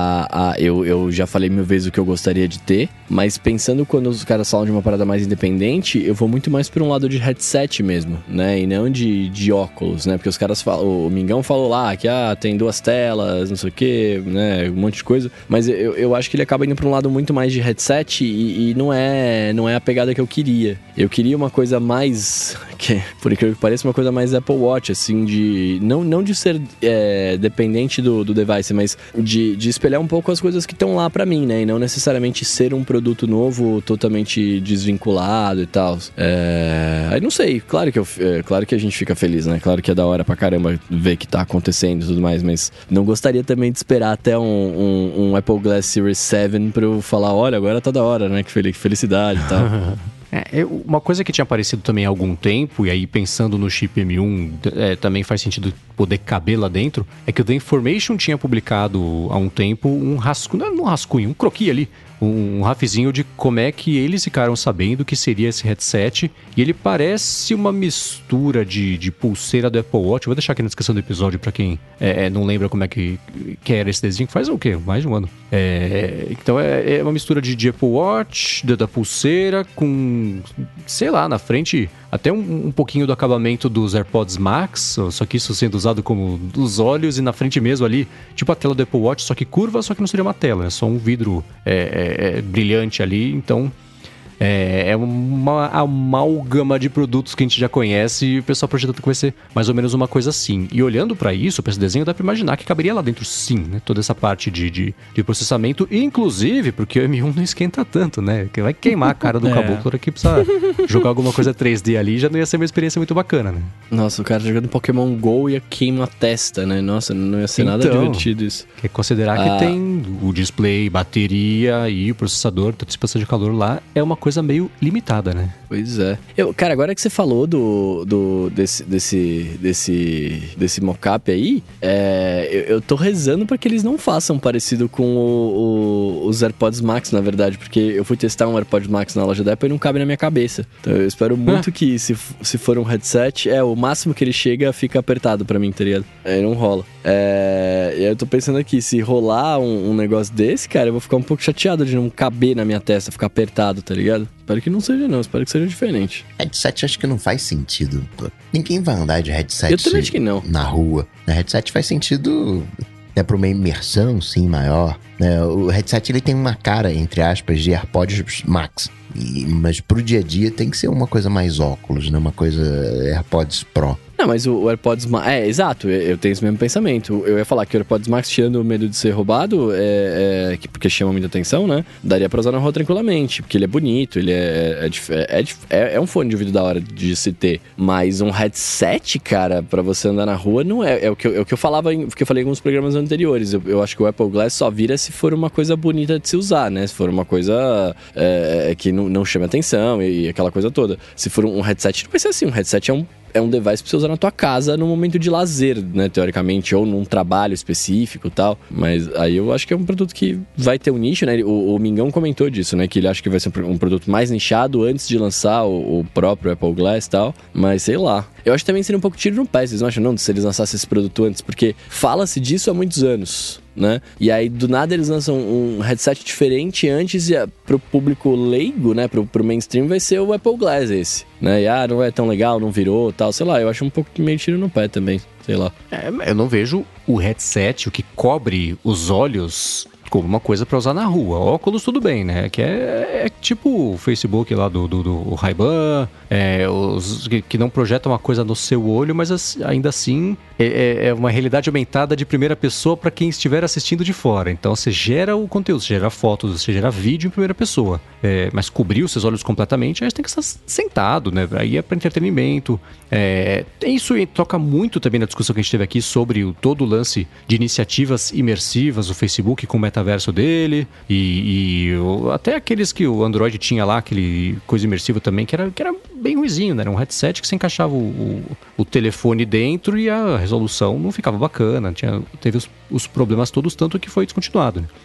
a, a, eu, eu já falei mil vezes o que eu gostaria de ter, mas pensando quando os caras falam de uma parada mais independente, eu vou muito mais por um lado de headset mesmo, né, e não de, de óculos, né, porque os caras falam, o Mingão falou lá que ah, tem duas telas, não sei o que, né, um monte de coisa, mas eu, eu acho que ele acaba indo pra um lado muito mais de headset e, e não, é, não é a pegada que eu queria. Eu queria uma coisa mais Que, por incrível que pareça, uma coisa mais Apple Watch, assim, de... Não, não de ser é, dependente do, do device, mas de, de espelhar um pouco as coisas que estão lá pra mim, né? E não necessariamente ser um produto novo, totalmente desvinculado e tal. É... Aí não sei, claro que, eu, é, claro que a gente fica feliz, né? Claro que é da hora pra caramba ver que tá acontecendo e tudo mais, mas não gostaria também de esperar até um, um, um Apple Glass Series sete pra eu falar, olha, agora tá da hora, né? Que felicidade e tal. É, eu, uma coisa que tinha aparecido também há algum tempo, e aí pensando no chip M um, é, também faz sentido poder caber lá dentro, é que o The Information tinha publicado há um tempo um rascunho, não um rascunho, um croquis ali, um rafezinho de como é que eles ficaram sabendo que seria esse headset, e ele parece uma mistura de, de pulseira do Apple Watch. Vou deixar aqui na descrição do episódio pra quem é, não lembra como é que, que era esse desenho, que faz o quê? Mais de um ano. É, então é, é uma mistura de, de Apple Watch, da, da pulseira, com, sei lá, na frente até um, um pouquinho do acabamento dos AirPods Max, só que isso sendo usado como dos olhos, e na frente mesmo ali, tipo a tela do Apple Watch, só que curva, só que não seria uma tela, é só um vidro é, é, é, brilhante ali, então é, é uma amálgama de produtos que a gente já conhece, e o pessoal projetando que vai ser mais ou menos uma coisa assim. E olhando pra isso, pra esse desenho, dá pra imaginar que caberia lá dentro sim, né? Toda essa parte de, de, de processamento, inclusive porque o M um não esquenta tanto, né? Que vai queimar a cara do é. caboclo aqui, precisa jogar alguma coisa três D ali, já não ia ser uma experiência muito bacana, né? Nossa, o cara jogando Pokémon GO ia queimar a testa, né? Nossa, não ia ser então, nada divertido isso. Quer considerar ah. que tem o display, bateria e o processador, a dissipação de calor lá, é uma coisa meio limitada, né? Pois é. Eu, cara, agora que você falou do, do, desse, desse, desse, desse mockup aí, é, eu, eu tô rezando pra que eles não façam parecido com o, o, os AirPods Max, na verdade, porque eu fui testar um AirPods Max na loja da Apple e não cabe na minha cabeça. Então eu espero muito ah. que se, se for um headset, é, o máximo que ele chega fica apertado pra mim, tá ligado? Aí não rola. É, e aí eu tô pensando aqui, se rolar um, um negócio desse, cara, eu vou ficar um pouco chateado de não caber na minha testa, ficar apertado, tá ligado? Espero que não seja não, espero que seja diferente. Headset acho que não faz sentido. Ninguém vai andar de headset eu também acho que não. Na rua. Na headset faz sentido, né, pra uma imersão, sim, maior. Né? O headset ele tem uma cara, entre aspas, de AirPods Max. E, mas pro dia a dia tem que ser uma coisa mais óculos, né? Uma coisa AirPods Pro. Não, mas o, o AirPods Max... É, exato, eu, eu tenho esse mesmo pensamento. Eu ia falar que o AirPods Max, tirando o medo de ser roubado, é, é, porque chama muita atenção, né? Daria pra usar na rua tranquilamente, porque ele é bonito, ele é, é, é, é, é um fone de ouvido da hora de se ter. Mas um headset, cara, pra você andar na rua, não é. É o que eu, é o que eu falava, em, que eu falei em alguns programas anteriores. Eu, eu acho que o Apple Glass só vira se for uma coisa bonita de se usar, né? Se for uma coisa é, que não, não chame atenção e, e aquela coisa toda. Se for um headset, não vai ser assim. Um headset é um é um device pra você usar na tua casa no momento de lazer, né, teoricamente, ou num trabalho específico e tal. Mas aí eu acho que é um produto que vai ter um nicho, né? O, o Mingão comentou disso, né? Que ele acha que vai ser um produto mais nichado antes de lançar o, o próprio Apple Glass e tal. Mas sei lá. Eu acho que também seria um pouco tiro no pé, vocês não acham, não? Se eles lançassem esse produto antes, porque fala-se disso há muitos anos, né? E aí, do nada, eles lançam um headset diferente antes, e pro público leigo, né? Pro, pro mainstream, vai ser o Apple Glass esse, né? E ah, não é tão legal, não virou, tal, sei lá. Eu acho um pouco meio tiro no pé também, sei lá. É, eu não vejo o headset, o que cobre os olhos, como uma coisa pra usar na rua. Óculos, tudo bem, né? Que é, é tipo o Facebook lá do, do, do Ray-Ban, é, os, que, que não projetam uma coisa no seu olho, mas ainda assim é, é uma realidade aumentada de primeira pessoa para quem estiver assistindo de fora. Então você gera o conteúdo, você gera fotos, você gera vídeo em primeira pessoa. É, mas cobrir os seus olhos completamente, aí você tem que estar sentado, né? Aí é para entretenimento. É, isso toca muito também na discussão que a gente teve aqui sobre o, todo o lance de iniciativas imersivas, o Facebook com o metaverso dele, e, e o, até aqueles que o Android tinha lá, aquele coisa imersiva também, que era, que era bem ruizinho, né? Era um headset que você encaixava o, o, o telefone dentro e a resolução não ficava bacana, tinha, teve os, os problemas todos, tanto que foi descontinuado, né?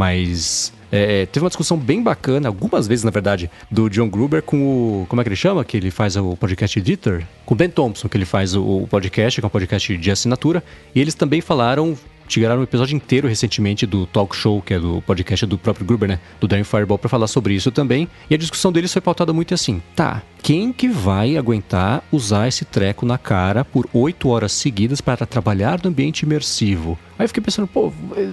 Mas é, teve uma discussão bem bacana, algumas vezes na verdade, do John Gruber com o... Como é que ele chama? Que ele faz o podcast editor? Com o Ben Thompson, que ele faz o, o podcast, que é um podcast de assinatura. E eles também falaram... Tiraram um episódio inteiro recentemente do Talk Show, que é do podcast do próprio Gruber, né? Do Darren Fireball, pra falar sobre isso também. E a discussão deles foi pautada muito assim. Tá, quem que vai aguentar usar esse treco na cara por oito horas seguidas para trabalhar no ambiente imersivo? Aí eu fiquei pensando, pô,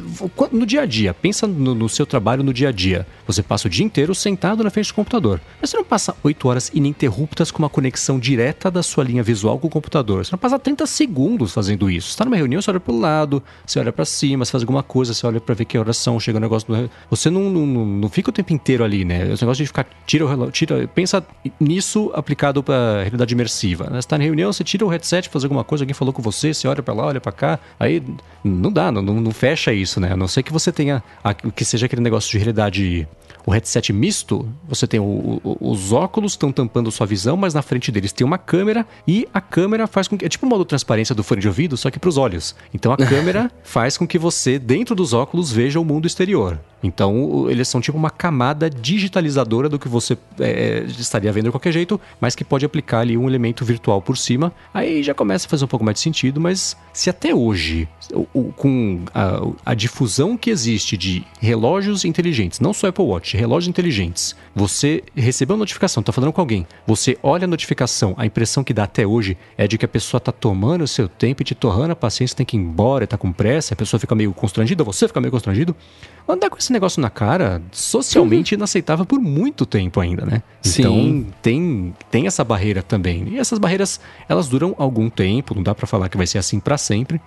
no dia a dia, pensa no, no seu trabalho no dia a dia. Você passa o dia inteiro sentado na frente do computador. Mas você não passa oito horas ininterruptas com uma conexão direta da sua linha visual com o computador. Você não passa trinta segundos fazendo isso. Você tá numa reunião, você olha pro lado, você olha pra cima, você faz alguma coisa, você olha pra ver que horas são, chega o negócio... Do... Você não, não, não fica o tempo inteiro ali, né? Esse negócio de ficar... Tira o relógio, tira... Pensa nisso aplicado pra realidade imersiva, né? Você tá na reunião, você tira o headset, faz alguma coisa, alguém falou com você, você olha pra lá, olha pra cá, aí não dá, não, não fecha isso, né? A não ser que você tenha, que seja aquele negócio de realidade, o headset misto, você tem o, o, os óculos estão tampando sua visão, mas na frente deles tem uma câmera e a câmera faz com que, é tipo o modo transparência do fone de ouvido, só que para os olhos. Então a câmera faz com que você, dentro dos óculos, veja o mundo exterior. Então eles são tipo uma camada digitalizadora do que você é, estaria vendo de qualquer jeito, mas que pode aplicar ali um elemento virtual por cima. Aí já começa a fazer um pouco mais de sentido, mas se até hoje, o, o, com a, a difusão que existe de relógios inteligentes, não só Apple Watch, relógios inteligentes, você recebeu uma notificação, tá falando com alguém, você olha a notificação, a impressão que dá até hoje é de que a pessoa tá tomando o seu tempo e te torrando a paciência, tem que ir embora, tá com pressa, a pessoa fica meio constrangida, você fica meio constrangido. Andar com esse negócio na cara, socialmente inaceitável por muito tempo ainda, né? Sim. Então, tem, tem essa barreira também. E essas barreiras, elas duram algum tempo, não dá pra falar que vai ser assim pra sempre,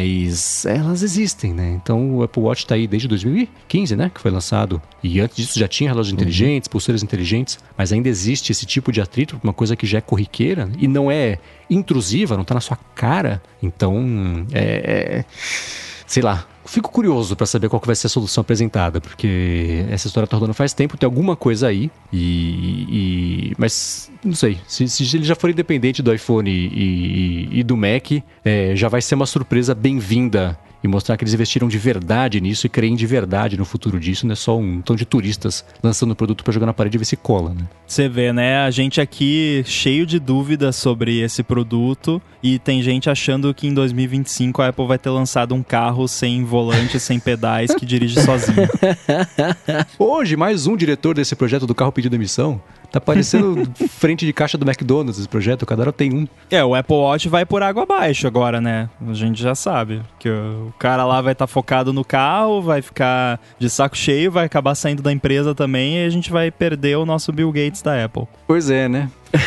mas elas existem, né? Então, o Apple Watch tá aí desde dois mil e quinze, né? Que foi lançado. E antes disso já tinha relógios inteligentes, pulseiras inteligentes, mas ainda existe esse tipo de atrito, uma coisa que já é corriqueira e não é intrusiva, não tá na sua cara. Então, é... é sei lá, fico curioso pra saber qual que vai ser a solução apresentada, porque essa história tá rodando faz tempo, tem alguma coisa aí, e, e mas não sei, se, se ele já for independente do iPhone e, e, e do Mac, é, já vai ser uma surpresa bem-vinda e mostrar que eles investiram de verdade nisso e creem de verdade no futuro disso, não é só um tom de turistas lançando o produto pra jogar na parede e ver se cola, né? Você vê, né? A gente aqui cheio de dúvidas sobre esse produto e tem gente achando que em dois mil e vinte e cinco a Apple vai ter lançado um carro sem volante, sem pedais, que dirige sozinho. Hoje, mais um diretor desse projeto do carro pedindo demissão. Tá parecendo frente de caixa do McDonald's esse projeto, cada hora tem um. É, o Apple Watch vai por água abaixo agora, né? A gente já sabe que o cara lá vai estar tá focado no carro, vai ficar de saco cheio, vai acabar saindo da empresa também e a gente vai perder o nosso Bill Gates da Apple. Pois é, né?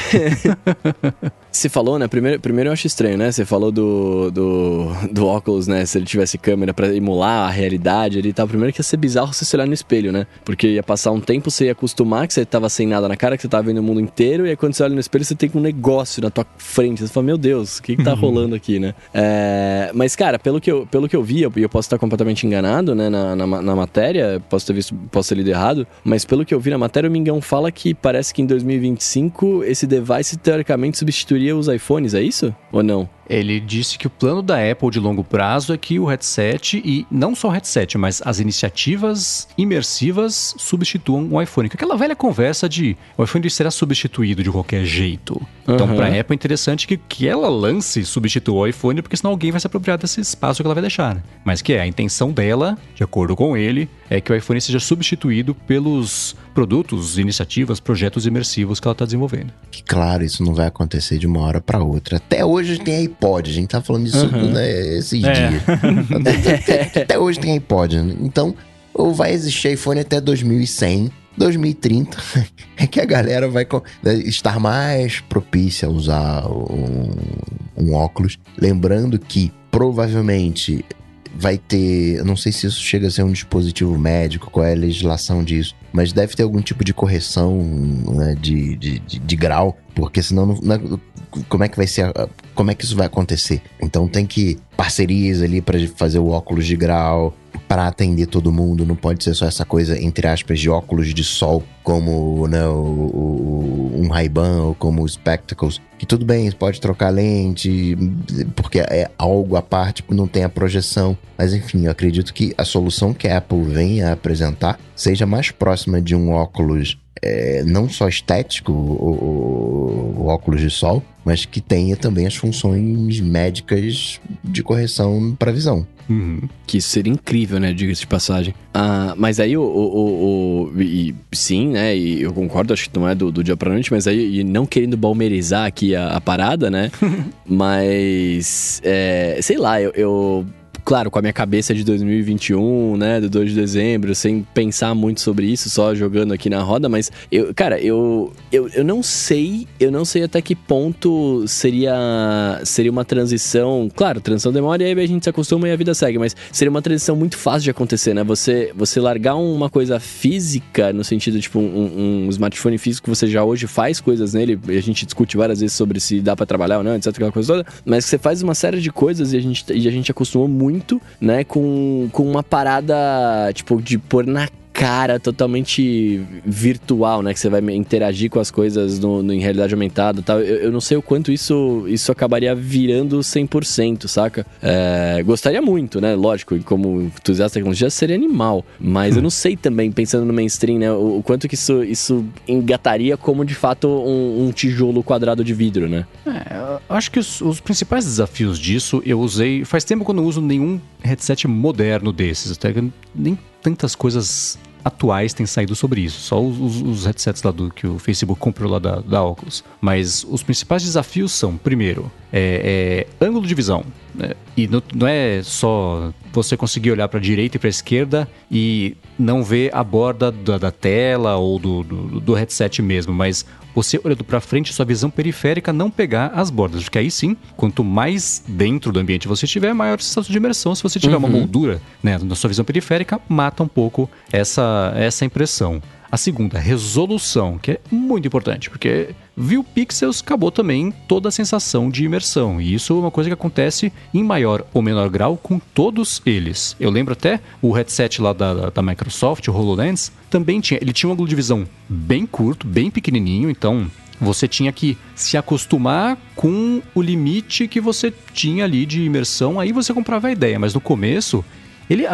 Você falou, né? Primeiro, primeiro eu acho estranho, né? Você falou do, do, do óculos, né? Se ele tivesse câmera pra emular a realidade ali e tal. Primeiro que ia ser bizarro você se olhar no espelho, né? Porque ia passar um tempo, você ia acostumar que você tava sem nada na cara, que você tava vendo o mundo inteiro. E aí quando você olha no espelho, você tem um negócio na tua frente. Você fala, meu Deus, o que que tá rolando aqui, né? É, mas, cara, pelo que eu, pelo que eu vi, e eu, eu posso estar completamente enganado, né? Na, na, na matéria, posso ter visto, posso ter lido errado. Mas pelo que eu vi na matéria, o Mingão fala que parece que em dois mil e vinte e cinco esse device teoricamente substituiria os iPhones, é isso? Ou não? Ele disse que o plano da Apple de longo prazo é que o headset, e não só o headset, mas as iniciativas imersivas substituam o iPhone. Que é aquela velha conversa de o iPhone será substituído de qualquer jeito. Então, uhum. Para a Apple é interessante que, que ela lance substitua o iPhone, porque senão alguém vai se apropriar desse espaço que ela vai deixar, né? Mas que é, a intenção dela, de acordo com ele, é que o iPhone seja substituído pelos produtos, iniciativas, projetos imersivos que ela está desenvolvendo. Claro, isso não vai acontecer de uma hora para outra. Até hoje tem iPod, a gente tá falando disso uhum. né, esses é. dias. até, até hoje tem iPod. Então, ou vai existir iPhone até dois mil e cem, dois mil e trinta, é que a galera vai estar mais propícia a usar um, um óculos. Lembrando que, provavelmente, vai ter... Eu não sei se isso chega a ser um dispositivo médico, qual é a legislação disso, mas deve ter algum tipo de correção, né, de, de, de, de grau, porque senão não, não, como é que vai ser, como é que isso vai acontecer? Então tem que parcerias ali para fazer o óculos de grau, para atender todo mundo, não pode ser só essa coisa, entre aspas, de óculos de sol, como, né, o, o, um Ray-Ban ou como os Spectacles, que tudo bem, pode trocar lente, porque é algo à parte, não tem a projeção, mas enfim, eu acredito que a solução que a Apple vem a apresentar seja mais próxima de um óculos é, não só estético, o, o, o óculos de sol, mas que tenha também as funções médicas de correção para visão. Uhum. Que isso seria incrível, né? Diga-se de passagem. Ah, mas aí o... o, o, o e, sim, né? E eu concordo, acho que não é do, do dia pra noite, mas aí, e não querendo balmerizar aqui a, a parada, né? Mas... É, sei lá, eu... eu claro, com a minha cabeça de dois mil e vinte e um, né, do dois de dezembro, sem pensar muito sobre isso, só jogando aqui na roda, mas, eu, cara, eu, eu, eu não sei, eu não sei até que ponto seria, seria uma transição, claro, transição demora e aí a gente se acostuma e a vida segue, mas seria uma transição muito fácil de acontecer, né, você, você largar uma coisa física, no sentido, tipo, um, um smartphone físico que você já hoje faz coisas nele, e a gente discute várias vezes sobre se dá pra trabalhar ou não, etc, aquela coisa toda, mas que você faz uma série de coisas e a gente, e a gente acostumou muito muito, né, com, com uma parada, tipo, de pôr na cara totalmente virtual, né, que você vai interagir com as coisas no, no, em realidade aumentada e tal. Eu, eu não sei o quanto isso, isso acabaria virando cem por cento, saca? É, gostaria muito, né, lógico, como entusiasta da tecnologia seria animal, mas eu não sei também, pensando no mainstream, né, o, o quanto que isso, isso engataria como, de fato, um, um tijolo quadrado de vidro, né? É, eu acho que os, os principais desafios disso eu usei... Faz tempo que eu não uso nenhum headset moderno desses, até que nem tantas coisas atuais têm saído sobre isso. Só os, os headsets lá do, que o Facebook comprou lá da, da Oculus. Mas os principais desafios são, primeiro, é, é ângulo de visão. Né? E não, não é só você conseguir olhar para a direita e para a esquerda e não ver a borda da, da tela ou do, do, do headset mesmo, mas você olhando para frente, sua visão periférica não pegar as bordas, porque aí sim, quanto mais dentro do ambiente você estiver, maior sensação de imersão. Se você tiver uhum. uma moldura, né, na sua visão periférica, mata um pouco essa, essa impressão. A segunda, resolução, que é muito importante, porque viu pixels, acabou também toda a sensação de imersão. E isso é uma coisa que acontece em maior ou menor grau com todos eles. Eu lembro até o headset lá da, da Microsoft, o HoloLens, também tinha, ele tinha um ângulo de visão bem curto, bem pequenininho, então você tinha que se acostumar com o limite que você tinha ali de imersão, aí você comprava a ideia, mas no começo... Ele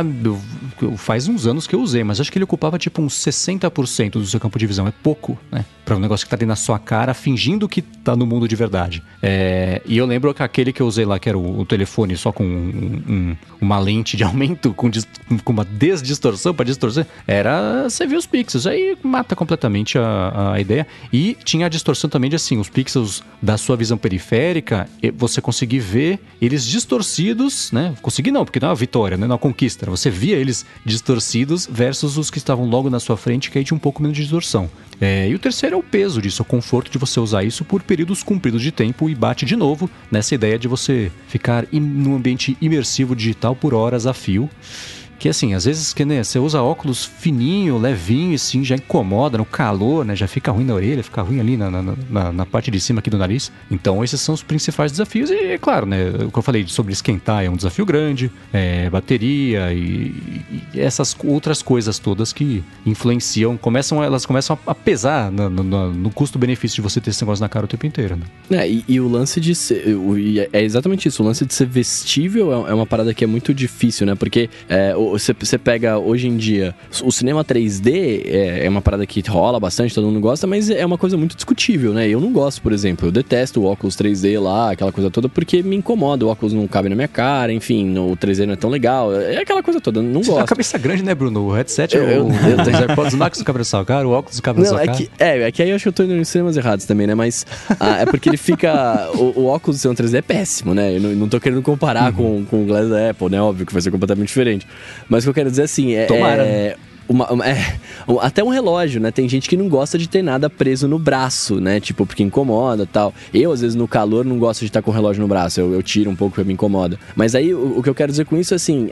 faz uns anos que eu usei, mas acho que ele ocupava tipo uns sessenta por cento do seu campo de visão. É pouco, né? Para um negócio que tá dentro da sua cara, fingindo que tá no mundo de verdade. É, e eu lembro que aquele que eu usei lá, que era o, o telefone só com um, um, uma lente de aumento, com, dis, com uma desdistorção para distorcer, era você vê os pixels. Aí mata completamente a, a ideia. E tinha a distorção também de assim, os pixels da sua visão periférica, você conseguir ver eles distorcidos, né? Conseguir não, porque não é uma vitória, né? Não é uma conquista. Você via eles distorcidos versus os que estavam logo na sua frente, que aí tinha um pouco menos de distorção. É, e o terceiro é o peso disso, o conforto de você usar isso por períodos compridos de tempo e bate de novo nessa ideia de você ficar im- num ambiente imersivo digital por horas a fio. Que assim, às vezes que, né, você usa óculos fininho, levinho, assim, já incomoda no calor, né? Já fica ruim na orelha, fica ruim ali na, na, na, na parte de cima aqui do nariz. Então esses são os principais desafios. E é claro, né? O que eu falei sobre esquentar é um desafio grande, é, bateria e, e essas outras coisas todas que influenciam, começam, elas começam a pesar no, no, no custo-benefício de você ter esse negócio na cara o tempo inteiro, né? É, e, e o lance de ser... É exatamente isso, o lance de ser vestível é uma parada que é muito difícil, né? Porque é, o Você, você pega, hoje em dia, o cinema três D é, é uma parada que rola bastante, todo mundo gosta, mas é uma coisa muito discutível, né? Eu não gosto, por exemplo, eu detesto o óculos três D lá, aquela coisa toda, porque me incomoda, o óculos não cabe na minha cara, enfim, o três D não é tão legal, é aquela coisa toda, não Você gosto. tem a cabeça grande, né, Bruno? O headset, eu, eu, o, eu, os AirPods Max não cabe na sua cara, o óculos não cabe na não, sua é cara. Que, é, é que aí eu acho que eu tô indo em cinemas errados também, né? Mas ah, é porque ele fica... o, o óculos do cinema três D é péssimo, né? Eu não, não tô querendo comparar uhum. com, com o Glass da Apple, né? Óbvio que vai ser completamente diferente. Mas o que eu quero dizer assim, é, Tomara. É, uma, uma, é, até um relógio, né? Tem gente que não gosta de ter nada preso no braço, né? Tipo, porque incomoda e tal. Eu, às vezes, no calor, não gosto de estar com o relógio no braço. Eu, eu tiro um pouco porque me incomoda. Mas aí, o, o que eu quero dizer com isso, assim,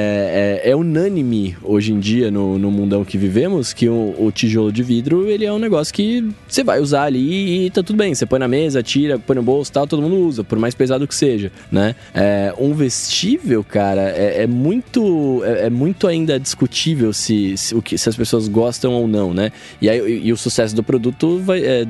é, é, é unânime hoje em dia, no, no mundão que vivemos, que o, o tijolo de vidro, ele é um negócio que você vai usar ali e tá tudo bem. Você põe na mesa, tira, põe no bolso e tal, todo mundo usa, por mais pesado que seja, né? É, um vestível, cara, é, é muito é, é muito ainda discutível se, se se, o que, se as pessoas gostam ou não, né? E, aí, e, e o sucesso do produto, vai, é, é,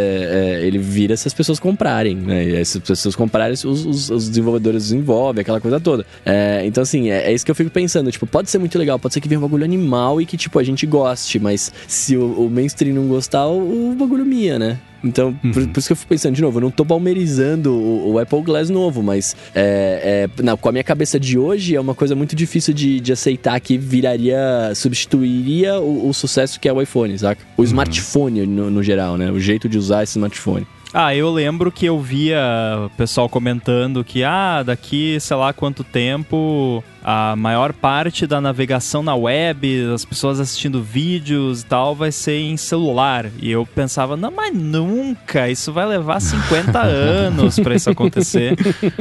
é, ele vira se as pessoas comprarem, né? E se as pessoas comprarem, os, os, os desenvolvedores desenvolvem, aquela coisa toda. É, então, assim, é, é isso que eu fico pensando. Tipo, pode ser muito legal, pode ser que venha um bagulho animal e que, tipo, a gente goste, mas se o, o mainstream não gostar, o, o bagulho mia, né? Então, uhum. por, por isso que eu fico pensando de novo, eu não tô palmeirizando o, o Apple Glass novo, mas é, é, não, com a minha cabeça de hoje, é uma coisa muito difícil de, de aceitar que viraria, substituiria o, o sucesso que é o iPhone, saca? O uhum. smartphone no, no geral, né? O jeito de usar esse smartphone. Ah, eu lembro que eu via o pessoal comentando que, ah, daqui sei lá quanto tempo, a maior parte da navegação na web, as pessoas assistindo vídeos e tal, vai ser em celular. E eu pensava, não, mas nunca, isso vai levar cinquenta anos pra isso acontecer.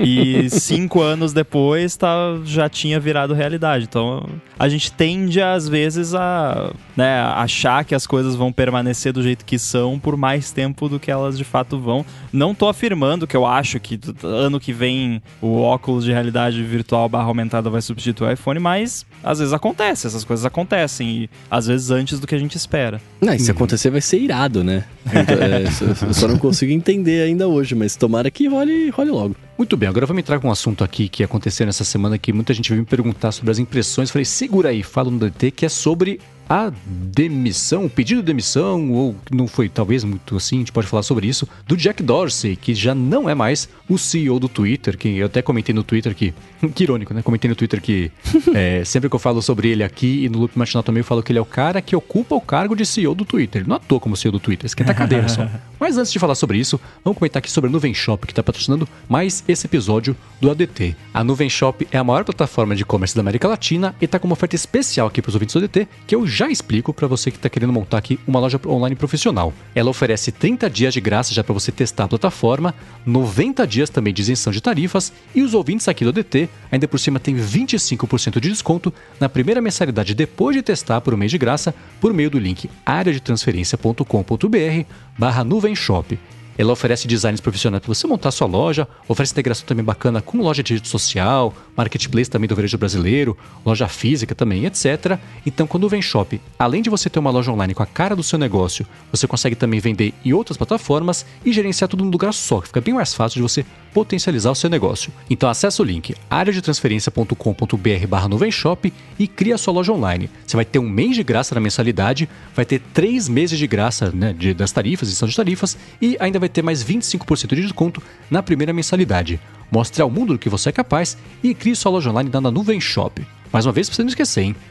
E cinco anos depois tá, já tinha virado realidade. Então, a gente tende, às vezes, a né, achar que as coisas vão permanecer do jeito que são por mais tempo do que elas de fato vão. Não tô afirmando que eu acho que ano que vem o óculos de realidade virtual barra aumentada vai substituir o iPhone, mas às vezes acontece, essas coisas acontecem e às vezes antes do que a gente espera. Não, e se uhum. acontecer vai ser irado, né? Então, é, eu só não consigo entender ainda hoje, mas tomara que role, role logo. Muito bem, agora vamos entrar com um assunto aqui que aconteceu nessa semana que muita gente veio me perguntar sobre as impressões. Falei, segura aí, fala no D T, que é sobre a demissão, o pedido de demissão, ou não foi talvez muito assim, a gente pode falar sobre isso, do Jack Dorsey, que já não é mais o C E O do Twitter, que eu até comentei no Twitter que, que irônico, né? Comentei no Twitter que é, sempre que eu falo sobre ele aqui e no Loop Matinal também eu falo que ele é o cara que ocupa o cargo de C E O do Twitter. Ele não atua como C E O do Twitter, esquenta a cadeira só. Mas antes de falar sobre isso, vamos comentar aqui sobre a Nuvem Shop, que está patrocinando mais esse episódio do A D T. A Nuvem Shop é a maior plataforma de e-commerce da América Latina e está com uma oferta especial aqui para os ouvintes do A D T, que eu já explico para você que está querendo montar aqui uma loja online profissional. Ela oferece trinta dias de graça já para você testar a plataforma, noventa dias também de isenção de tarifas e os ouvintes aqui do A D T ainda por cima tem vinte e cinco por cento de desconto na primeira mensalidade depois de testar por um mês de graça por meio do link areadetransferencia.com.br barra Nuvem Shop. Ela oferece designs profissionais para você montar sua loja, oferece integração também bacana com loja de rede social, marketplace também do varejo brasileiro, loja física também, etcétera. Então, com o Nuvem Shop, além de você ter uma loja online com a cara do seu negócio, você consegue também vender em outras plataformas e gerenciar tudo num lugar só, que fica bem mais fácil de você potencializar o seu negócio. Então, acessa o link areadetransferencia.com.br barra Nuvem Shop e cria a sua loja online. Você vai ter um mês de graça na mensalidade, vai ter três meses de graça, né, de, das tarifas, isenção de tarifas, e ainda vai ter mais vinte e cinco por cento de desconto na primeira mensalidade. Mostre ao mundo do que você é capaz e crie sua loja online na Nuvem Shop. Mais uma vez, para você não esquecer, hein?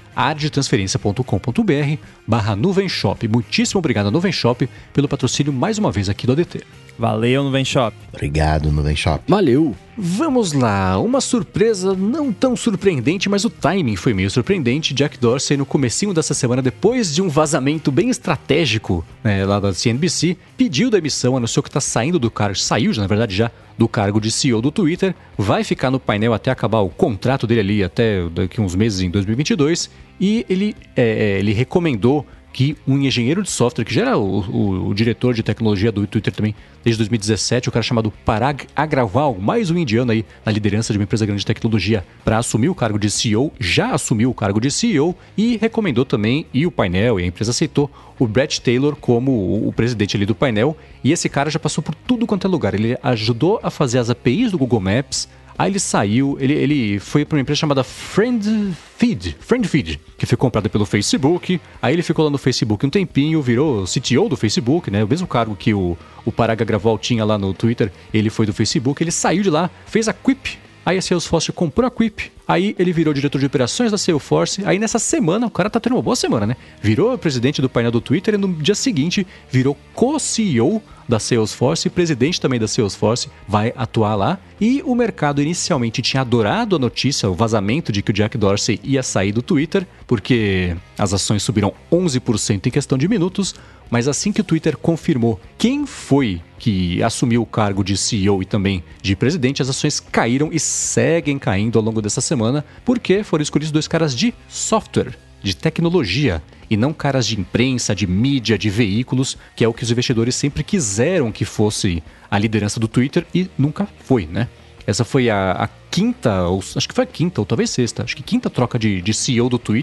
areadetransferencia.com.br barra Nuvem Shop. Muitíssimo obrigado, Nuvem Shop, pelo patrocínio mais uma vez aqui do A D T. Valeu, Nuvem Shop. Obrigado, Nuvem Shop. Valeu. Vamos lá, uma surpresa não tão surpreendente, mas o timing foi meio surpreendente. Jack Dorsey, no comecinho dessa semana, depois de um vazamento bem estratégico, né, lá da C N B C, pediu demissão, anunciou que está saindo do cargo, saiu na verdade já, do cargo de C E O do Twitter, vai ficar no painel até acabar o contrato dele ali, até daqui uns meses em dois mil e vinte e dois, e ele, é, ele recomendou que um engenheiro de software, que já era o, o, o diretor de tecnologia do Twitter também desde dois mil e dezessete, o cara chamado Parag Agrawal, mais um indiano aí na liderança de uma empresa grande de tecnologia para assumir o cargo de C E O, já assumiu o cargo de C E O e recomendou também, e o painel e a empresa aceitou, o Bret Taylor como o, o presidente ali do painel, e esse cara já passou por tudo quanto é lugar, ele ajudou a fazer as A P Is do Google Maps. Aí ele saiu, ele, ele foi para uma empresa chamada FriendFeed, FriendFeed, que foi comprada pelo Facebook. Aí ele ficou lá no Facebook um tempinho, virou C T O do Facebook, né? O mesmo cargo que o, o Parag Agrawal tinha lá no Twitter, ele foi do Facebook. Ele saiu de lá, fez a Quip. Aí a Salesforce comprou a Quip. Aí ele virou diretor de operações da Salesforce. Aí nessa semana, o cara tá tendo uma boa semana, né? Virou presidente do painel do Twitter e no dia seguinte virou co-C E O da Salesforce, presidente também da Salesforce, vai atuar lá. E o mercado inicialmente tinha adorado a notícia, o vazamento de que o Jack Dorsey ia sair do Twitter, porque as ações subiram onze por cento em questão de minutos, mas assim que o Twitter confirmou quem foi que assumiu o cargo de C E O e também de presidente, as ações caíram e seguem caindo ao longo dessa semana, porque foram escolhidos dois caras de software, de tecnologia, e não caras de imprensa, de mídia, de veículos, que é o que os investidores sempre quiseram que fosse a liderança do Twitter e nunca foi, né? Essa foi a, a quinta, ou, acho que foi a quinta, ou talvez sexta, acho que quinta troca de, de C E O do Twitter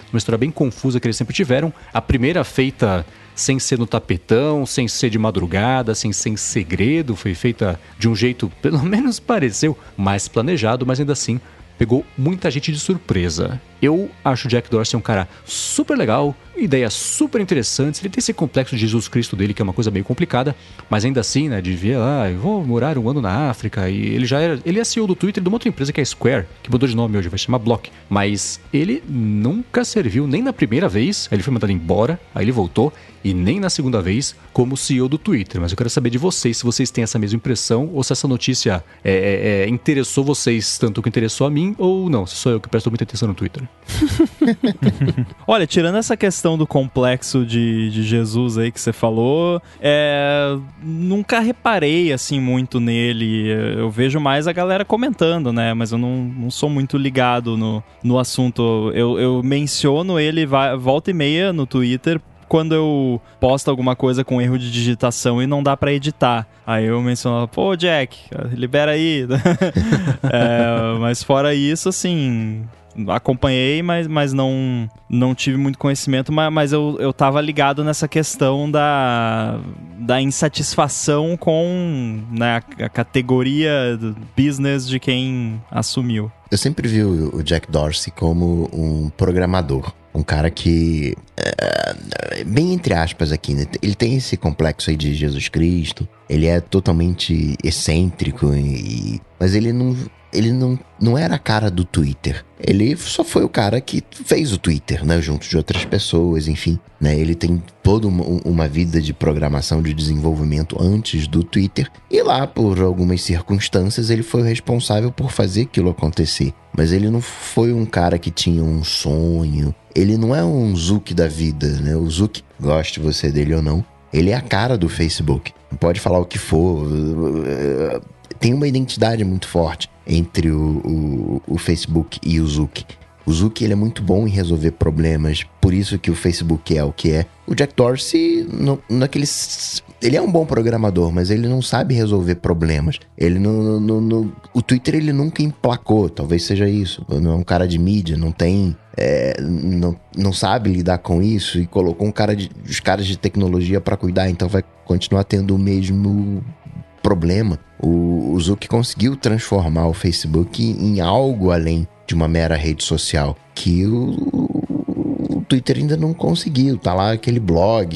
uma história bem confusa que eles sempre tiveram. A primeira feita sem ser no tapetão, sem ser de madrugada, sem ser em segredo, foi feita de um jeito, pelo menos pareceu, mais planejado, mas ainda assim pegou muita gente de surpresa. Eu acho o Jack Dorsey um cara super legal, ideias super interessantes. Ele tem esse complexo de Jesus Cristo dele, que é uma coisa meio complicada, mas ainda assim, né, de ver, ah, eu vou morar um ano na África, e ele já era, ele é C E O do Twitter de uma outra empresa que é a Square, que mudou de nome hoje, vai se chamar Block, mas ele nunca serviu nem na primeira vez, aí ele foi mandado embora, aí ele voltou, e nem na segunda vez como C E O do Twitter. Mas eu quero saber de vocês, se vocês têm essa mesma impressão, ou se essa notícia é, é, é, interessou vocês tanto que interessou a mim, ou não, se sou eu que presto muita atenção no Twitter. Olha, tirando essa questão do complexo de, de Jesus aí que você falou, é, nunca reparei assim muito nele. Eu vejo mais a galera comentando, né? Mas eu não, não sou muito ligado no, no assunto. Eu, eu menciono ele volta e meia no Twitter quando eu posto alguma coisa com erro de digitação e não dá pra editar. Aí eu menciono, pô, Jack, libera aí. É, mas fora isso, assim, acompanhei, mas, mas não, não tive muito conhecimento, mas, mas eu, eu tava ligado nessa questão da, da insatisfação com, né, a, a categoria do business de quem assumiu. Eu sempre vi o, o Jack Dorsey como um programador. Um cara que, é, bem entre aspas aqui, né? Ele tem esse complexo aí de Jesus Cristo. Ele é totalmente excêntrico, e, mas ele não... Ele não, não era a cara do Twitter. Ele só foi o cara que fez o Twitter, né? Junto de outras pessoas, enfim. Né? Ele tem toda uma, uma vida de programação, de desenvolvimento antes do Twitter. E lá, por algumas circunstâncias, ele foi o responsável por fazer aquilo acontecer. Mas ele não foi um cara que tinha um sonho. Ele não é um Zuck da vida, né? O Zuck, goste você dele ou não, ele é a cara do Facebook. Pode falar o que for. Tem uma identidade muito forte entre o, o, o Facebook e o Zuck. O Zuck, ele é muito bom em resolver problemas, por isso que o Facebook é o que é. O Jack Dorsey, no, naqueles, ele é um bom programador, mas ele não sabe resolver problemas. Ele no, no, no, o Twitter ele nunca emplacou, talvez seja isso. Não é um cara de mídia, não tem... É, não, não sabe lidar com isso e colocou um cara de, os caras de tecnologia para cuidar, então vai continuar tendo o mesmo problema. O, o Zuck conseguiu transformar o Facebook em algo além de uma mera rede social, que o, o Twitter ainda não conseguiu. Tá lá aquele blog,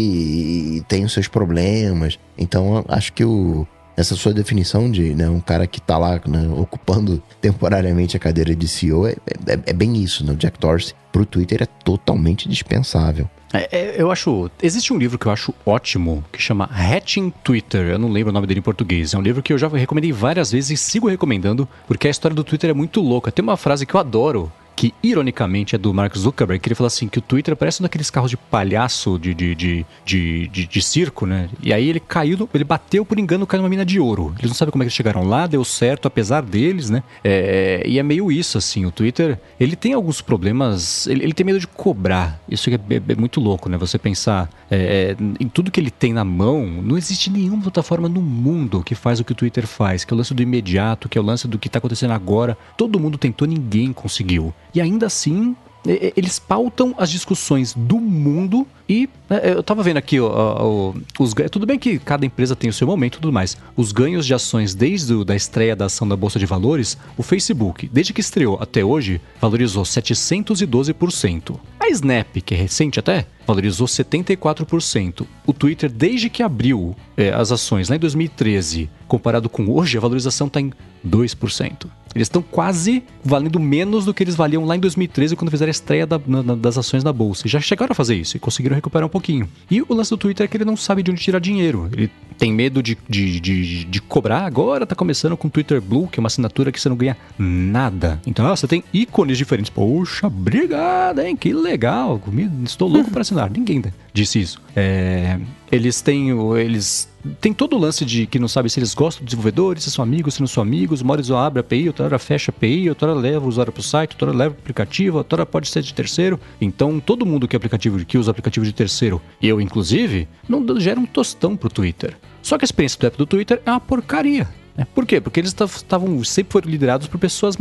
ele tem os seus problemas. Então acho que o, essa sua definição de, né, um cara que tá lá, né, ocupando temporariamente a cadeira de C E O é, é, é bem isso, né? O Jack Dorsey pro Twitter é totalmente dispensável. É, é, eu acho... Existe um livro que eu acho ótimo, que chama Hatching Twitter. Eu não lembro o nome dele em português. É um livro que eu já recomendei várias vezes e sigo recomendando, porque a história do Twitter é muito louca. Tem uma frase que eu adoro, que ironicamente é do Mark Zuckerberg, que ele fala assim, que o Twitter parece um daqueles carros de palhaço de, de, de, de, de, de circo, né? E aí ele caiu, no, ele bateu por engano, caiu numa mina de ouro. Eles não sabem como é que eles chegaram lá, deu certo, apesar deles, né? É, e é meio isso, assim, o Twitter, ele tem alguns problemas, ele, ele tem medo de cobrar. Isso é, é, é muito louco, né? Você pensar é, em tudo que ele tem na mão, não existe nenhuma plataforma no mundo que faz o que o Twitter faz, que é o lance do imediato, que é o lance do que tá acontecendo agora. Todo mundo tentou, ninguém conseguiu. E ainda assim, eles pautam as discussões do mundo e eu tava vendo aqui ó, ó, os ganhos. Tudo bem que cada empresa tem o seu momento e tudo mais. Os ganhos de ações desde a da estreia da ação da Bolsa de Valores, o Facebook, desde que estreou até hoje, valorizou setecentos e doze por cento. A Snap, que é recente até, valorizou setenta e quatro por cento. O Twitter, desde que abriu é, as ações lá em dois mil e treze, comparado com hoje, a valorização está em dois por cento. Eles estão quase valendo menos do que eles valiam lá em dois mil e treze, quando fizeram a estreia da, na, das ações da Bolsa. E já chegaram a fazer isso e conseguiram recuperar um pouquinho. E o lance do Twitter é que ele não sabe de onde tirar dinheiro. Ele tem medo de, de, de, de cobrar. Agora tá começando com o Twitter Blue, que é uma assinatura que você não ganha nada. Então, ah, você tem ícones diferentes. Poxa, obrigado, hein? Que legal. Estou louco para assinar. Ninguém disse isso. É, eles têm... Eles... Tem todo o lance de que não sabe se eles gostam de desenvolvedores, se são amigos, se não são amigos. Uma hora eles abrem a A P I, outra hora fecha a A P I, outra hora leva o usuário para o site, outra hora leva o aplicativo, outra hora pode ser de terceiro. Então, todo mundo que, é aplicativo, que usa aplicativo de terceiro, eu inclusive, não gera um tostão pro Twitter. Só que a experiência do app do Twitter é uma porcaria. Por quê? Porque eles estavam sempre foram liderados por pessoas meio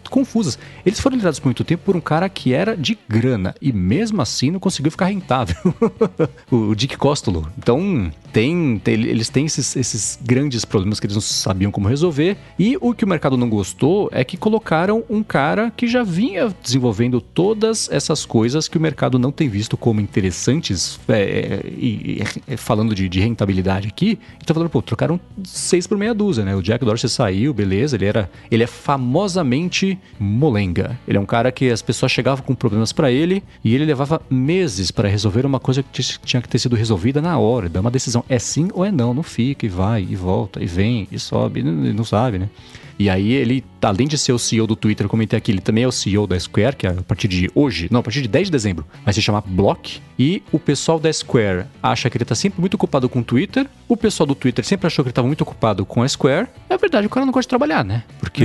confusas. Eles foram liderados por muito tempo por um cara que era de grana e mesmo assim não conseguiu ficar rentável. O Dick Costolo. Então, tem, tem, eles têm esses, esses grandes problemas que eles não sabiam como resolver. E o que o mercado não gostou é que colocaram um cara que já vinha desenvolvendo todas essas coisas que o mercado não tem visto como interessantes. É, e, e, falando de, de rentabilidade aqui, então falando, pô, trocaram seis por meia dúzia, né? O Jack Dorsey saiu, beleza, ele era, ele é famosamente molenga. Ele é um cara que as pessoas chegavam com problemas pra ele e ele levava meses para resolver uma coisa que tinha que ter sido resolvida na hora, dar uma decisão, é sim ou é não, não fica, e vai, e volta, e vem, e sobe, e não sabe, né? E aí ele, além de ser o C E O do Twitter, eu comentei aqui, ele também é o C E O da Square, que a partir de hoje, não, a partir de dez de dezembro, vai se chamar Block. E o pessoal da Square acha que ele tá sempre muito ocupado com o Twitter. O pessoal do Twitter sempre achou que ele tava muito ocupado com a Square. É verdade, o cara não gosta de trabalhar, né? Porque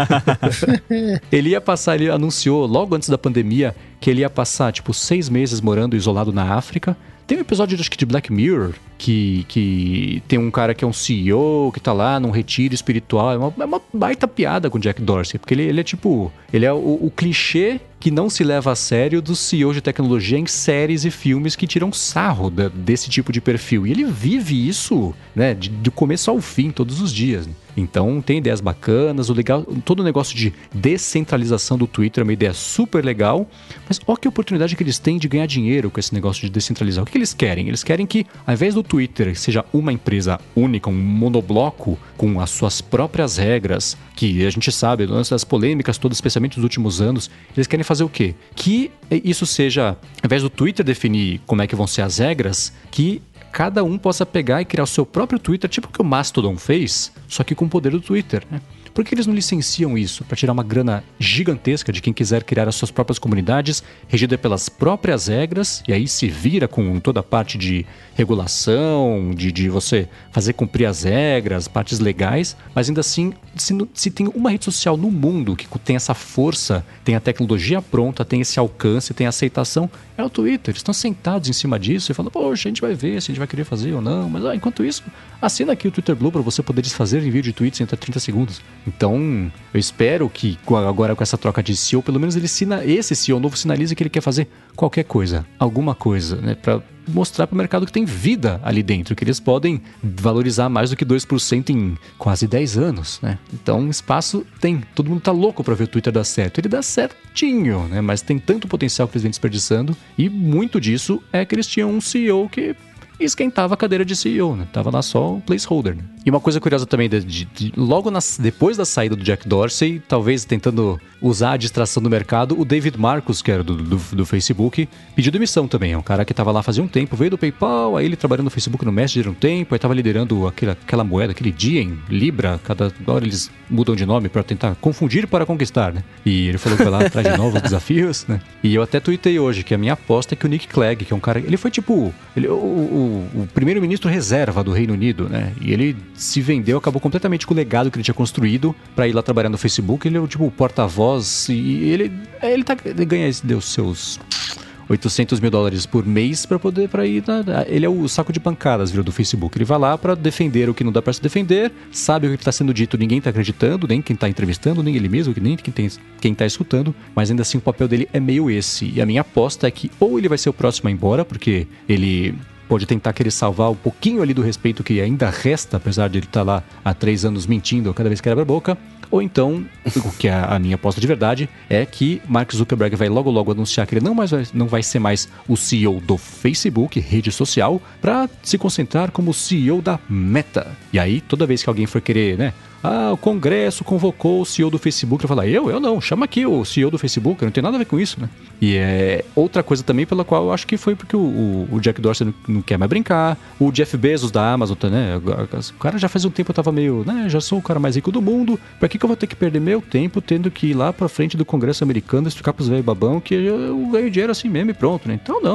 ele ia passar, ele anunciou logo antes da pandemia que ele ia passar, tipo, seis meses morando isolado na África. Tem um episódio, acho que de Black Mirror, que, que tem um cara que é um C E O, que tá lá num retiro espiritual. É uma, é uma baita piada com o Jack Dorsey, porque ele, ele é tipo... Ele é o, o clichê que não se leva a sério dos C E Os de tecnologia em séries e filmes que tiram sarro da, desse tipo de perfil. E ele vive isso, né, de, de começo ao fim, todos os dias. Né? Então, tem ideias bacanas, o legal, todo o negócio de descentralização do Twitter é uma ideia super legal, mas olha que oportunidade que eles têm de ganhar dinheiro com esse negócio de descentralizar. O que eles querem? Eles querem que, ao invés do Twitter seja uma empresa única, um monobloco, com as suas próprias regras, que a gente sabe, das polêmicas todas, especialmente nos últimos anos, eles querem fazer o quê? Que isso seja, ao invés do Twitter definir como é que vão ser as regras, que cada um possa pegar e criar o seu próprio Twitter, tipo o que o Mastodon fez, só que com o poder do Twitter, né? Por que eles não licenciam isso para tirar uma grana gigantesca de quem quiser criar as suas próprias comunidades, regida pelas próprias regras, e aí se vira com toda a parte de regulação, de, de você fazer cumprir as regras, partes legais, mas ainda assim, se, se tem uma rede social no mundo que tem essa força, tem a tecnologia pronta, tem esse alcance, tem aceitação, é o Twitter. Eles estão sentados em cima disso e falam, poxa, a gente vai ver se a gente vai querer fazer ou não, mas ah, enquanto isso, assina aqui o Twitter Blue para você poder desfazer envio de tweets em até trinta segundos. Então, eu espero que agora com essa troca de C E O, pelo menos ele sina, esse C E O novo sinalize que ele quer fazer qualquer coisa, alguma coisa, né, para mostrar para o mercado que tem vida ali dentro, que eles podem valorizar mais do que dois por cento em quase dez anos, né? Então, espaço tem. Todo mundo tá louco para ver o Twitter dar certo. Ele dá certinho, né? Mas tem tanto potencial que eles vêm desperdiçando e muito disso é que eles tinham um C E O que esquentava a cadeira de C E O, né? Tava lá só um placeholder, né? E uma coisa curiosa também, de, de, de, logo nas, depois da saída do Jack Dorsey, talvez tentando usar a distração do mercado, o David Marcus, que era do, do, do Facebook, pediu demissão também. É um cara que tava lá fazia um tempo, veio do PayPal, aí ele trabalhando no Facebook no Messenger um tempo, aí tava liderando aquela, aquela moeda, aquele Diem, Libra, cada hora eles mudam de nome para tentar confundir para conquistar, né? E ele falou que vai lá atrás de novos desafios, né? E eu até tuitei hoje que a minha aposta é que o Nick Clegg, que é um cara... Ele foi tipo... Ele, o, o, o primeiro-ministro reserva do Reino Unido, né? E ele se vendeu, acabou completamente com o legado que ele tinha construído para ir lá trabalhar no Facebook. Ele é o tipo porta-voz e ele, ele, tá, ele ganha, deu seus oitocentos mil dólares por mês para poder para ir na, ele é o saco de pancadas, virou, do Facebook. Ele vai lá para defender o que não dá para se defender, sabe o que está sendo dito, ninguém está acreditando, nem quem está entrevistando, nem ele mesmo, nem quem tem, quem está escutando, mas ainda assim o papel dele é meio esse. E a minha aposta é que ou ele vai ser o próximo a ir embora, porque ele pode tentar querer salvar um pouquinho ali do respeito que ainda resta, apesar de ele estar lá há três anos mentindo cada vez que abre a boca. Ou então, o que é a minha aposta de verdade, é que Mark Zuckerberg vai logo logo anunciar que ele não, mais vai, não vai ser mais o C E O do Facebook, rede social, para se concentrar como C E O da Meta. E aí, toda vez que alguém for querer, né? Ah, o Congresso convocou o C E O do Facebook. Ele fala, eu? Eu não, chama aqui o C E O do Facebook, não tem nada a ver com isso, né? E é outra coisa também pela qual eu acho que foi porque o, o, o Jack Dorsey não, não quer mais brincar, o Jeff Bezos da Amazon, né? O cara já faz um tempo eu tava meio, né? Já sou o cara mais rico do mundo, pra que que eu vou ter que perder meu tempo tendo que ir lá pra frente do Congresso americano explicar pros velhos babão que eu ganho dinheiro assim mesmo e pronto, né? Então não. O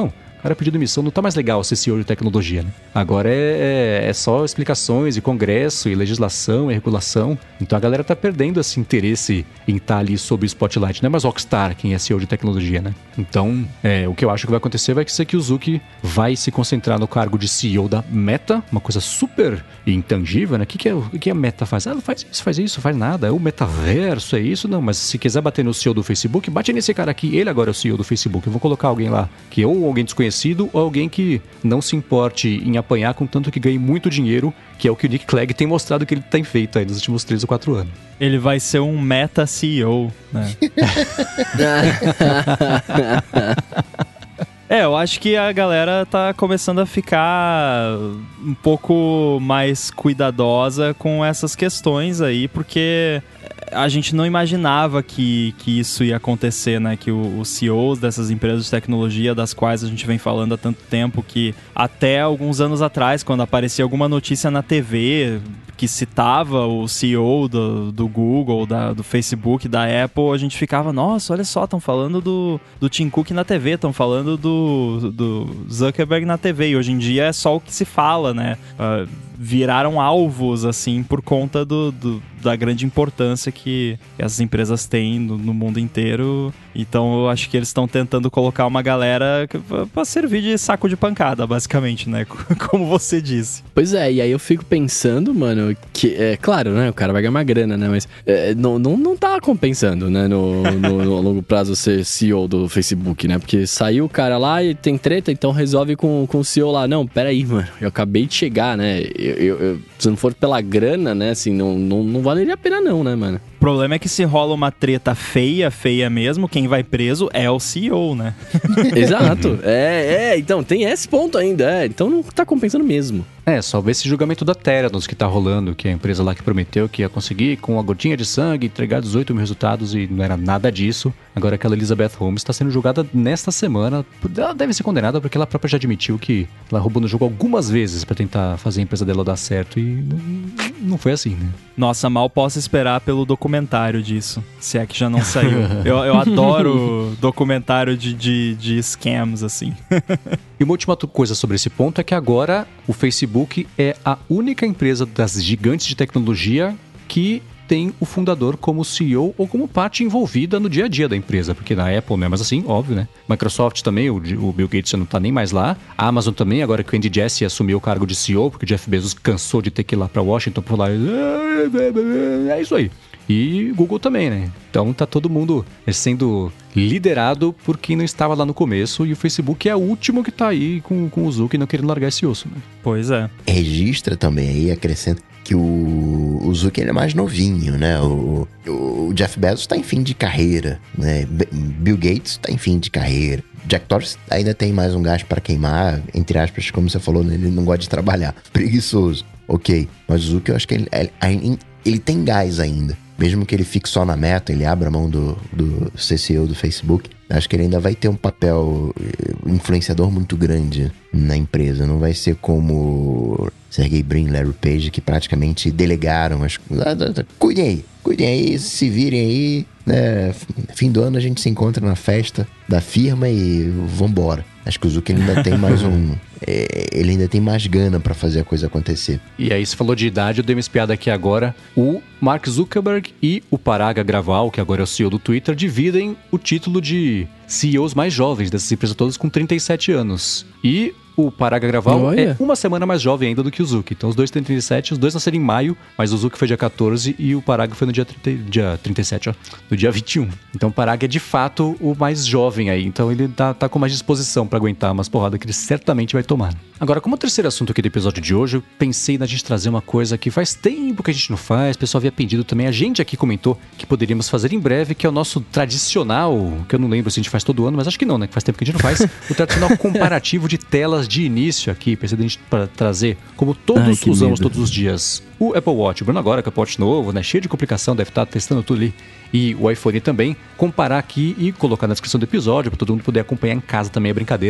cara pediu demissão, não tá mais legal ser C E O de tecnologia, né? Agora é, é, é só explicações e congresso e legislação e regulação. Então a galera tá perdendo esse interesse em estar tá ali sob o spotlight. Não é mais rockstar quem é C E O de tecnologia, né? Então, é, o que eu acho que vai acontecer vai ser que o Zuck vai se concentrar no cargo de C E O da Meta, uma coisa super intangível, né? O que, que, é, o que a Meta faz? Ah, não faz isso, faz isso, faz nada. É o metaverso, é isso? Não, mas se quiser bater no C E O do Facebook, bate nesse cara aqui. Ele agora é o C E O do Facebook. Eu vou colocar alguém lá que ou alguém desconhecido ou alguém que não se importe em apanhar, contanto que ganhe muito dinheiro, que é o que o Nick Clegg tem mostrado que ele tem feito aí nos últimos três ou quatro anos. Ele vai ser um meta-C E O, né? É, eu acho que a galera tá começando a ficar um pouco mais cuidadosa com essas questões aí, porque a gente não imaginava que, que isso ia acontecer, né? Que os C E Os dessas empresas de tecnologia, das quais a gente vem falando há tanto tempo, que até alguns anos atrás, quando aparecia alguma notícia na T V que citava o C E O do, do Google, da, do Facebook, da Apple, a gente ficava, nossa, olha só, estão falando do, do Tim Cook na T V, estão falando do, do Zuckerberg na T V, e hoje em dia é só o que se fala, né? Uh, viraram alvos, assim, por conta do, do, da grande importância que essas empresas têm no, no mundo inteiro. Então eu acho que eles estão tentando colocar uma galera pra servir de saco de pancada, basicamente, né? Como você disse. Pois é, e aí eu fico pensando, mano, que, é claro, né? O cara vai ganhar uma grana, né? Mas é, não, não, não tá compensando, né? No, no, no longo prazo ser C E O do Facebook, né? Porque saiu o cara lá e tem treta, então resolve com, com o C E O lá. Não, peraí, mano, eu acabei de chegar, né? Eu, eu, eu, se não for pela grana, né? Assim, não, não, não valeria a pena não, né, mano? O problema é que se rola uma treta feia, feia mesmo, quem vai preso é o C E O, né? Exato. É, é, então tem esse ponto ainda. É, então não tá compensando mesmo. É, só ver esse julgamento da Theranos que tá rolando, que é a empresa lá que prometeu que ia conseguir com uma gotinha de sangue entregar dezoito mil resultados e não era nada disso. Agora aquela Elizabeth Holmes está sendo julgada nesta semana. Ela deve ser condenada porque ela própria já admitiu que ela roubou no jogo algumas vezes para tentar fazer a empresa dela dar certo e não foi assim, né? Nossa, mal posso esperar pelo documentário disso, se é que já não saiu. eu, eu adoro documentário de, de, de scams, assim. E uma última coisa sobre esse ponto é que agora o Facebook é a única empresa das gigantes de tecnologia que tem o fundador como C E O ou como parte envolvida no dia a dia da empresa, porque na Apple não é mais assim, óbvio, né? Microsoft também, o, o Bill Gates já não tá nem mais lá. A Amazon também, agora que o Andy Jassy assumiu o cargo de C E O, porque o Jeff Bezos cansou de ter que ir lá pra Washington pra falar, é isso aí. E Google também, né? Então tá todo mundo sendo liderado por quem não estava lá no começo, e o Facebook é o último que tá aí com, com o Zuck não querendo largar esse osso, né? Pois é. Registra também aí, acrescenta que o, o Zuck ele é mais novinho, né? O, o Jeff Bezos tá em fim de carreira, né? Bill Gates tá em fim de carreira. Jack Dorsey ainda tem mais um gás para queimar, entre aspas, como você falou, né? Ele não gosta de trabalhar. Preguiçoso. Ok. Mas o Zuck, eu acho que ele, ele, ele tem gás ainda. Mesmo que ele fique só na Meta, ele abra a mão do, do C C O do Facebook, acho que ele ainda vai ter um papel influenciador muito grande na empresa. Não vai ser como Sergey Brin e Larry Page, que praticamente delegaram as coisas. Cuidem aí, cuidem aí, se virem aí, né? Fim do ano a gente se encontra na festa da firma e vambora. Acho que o Zuck ainda tem mais um... É, ele ainda tem mais gana pra fazer a coisa acontecer. E aí, você falou de idade, eu dei uma espiada aqui agora. O Mark Zuckerberg e o Parag Agrawal, que agora é o C E O do Twitter, dividem o título de C E Os mais jovens dessas empresas todas com trinta e sete anos. E o Parag Agrawal Olha. é uma semana mais jovem ainda do que o Zuck. Então os dois têm trinta e sete, os dois nasceram em maio, mas o Zuck foi dia quatorze e o Parag foi no dia, trinta, dia trinta e sete, ó, no dia vinte e um. Então o Parag é de fato o mais jovem aí, então ele tá, tá com mais disposição pra aguentar umas porradas que ele certamente vai tomar. Agora, como terceiro assunto aqui do episódio de hoje, eu pensei na gente trazer uma coisa que faz tempo que a gente não faz, o pessoal havia pedido também, a gente aqui comentou que poderíamos fazer em breve, que é o nosso tradicional, que eu não lembro se a gente faz todo ano, mas acho que não, né, que faz tempo que a gente não faz, o tradicional comparativo de telas de início aqui, pensei a gente para trazer, como todos Ai, usamos medo. todos os dias, o Apple Watch, o Bruno agora com o Apple Watch novo, né, cheio de complicação, deve estar testando tudo ali, e o iPhone também, comparar aqui e colocar na descrição do episódio, para todo mundo poder acompanhar em casa também a brincadeira,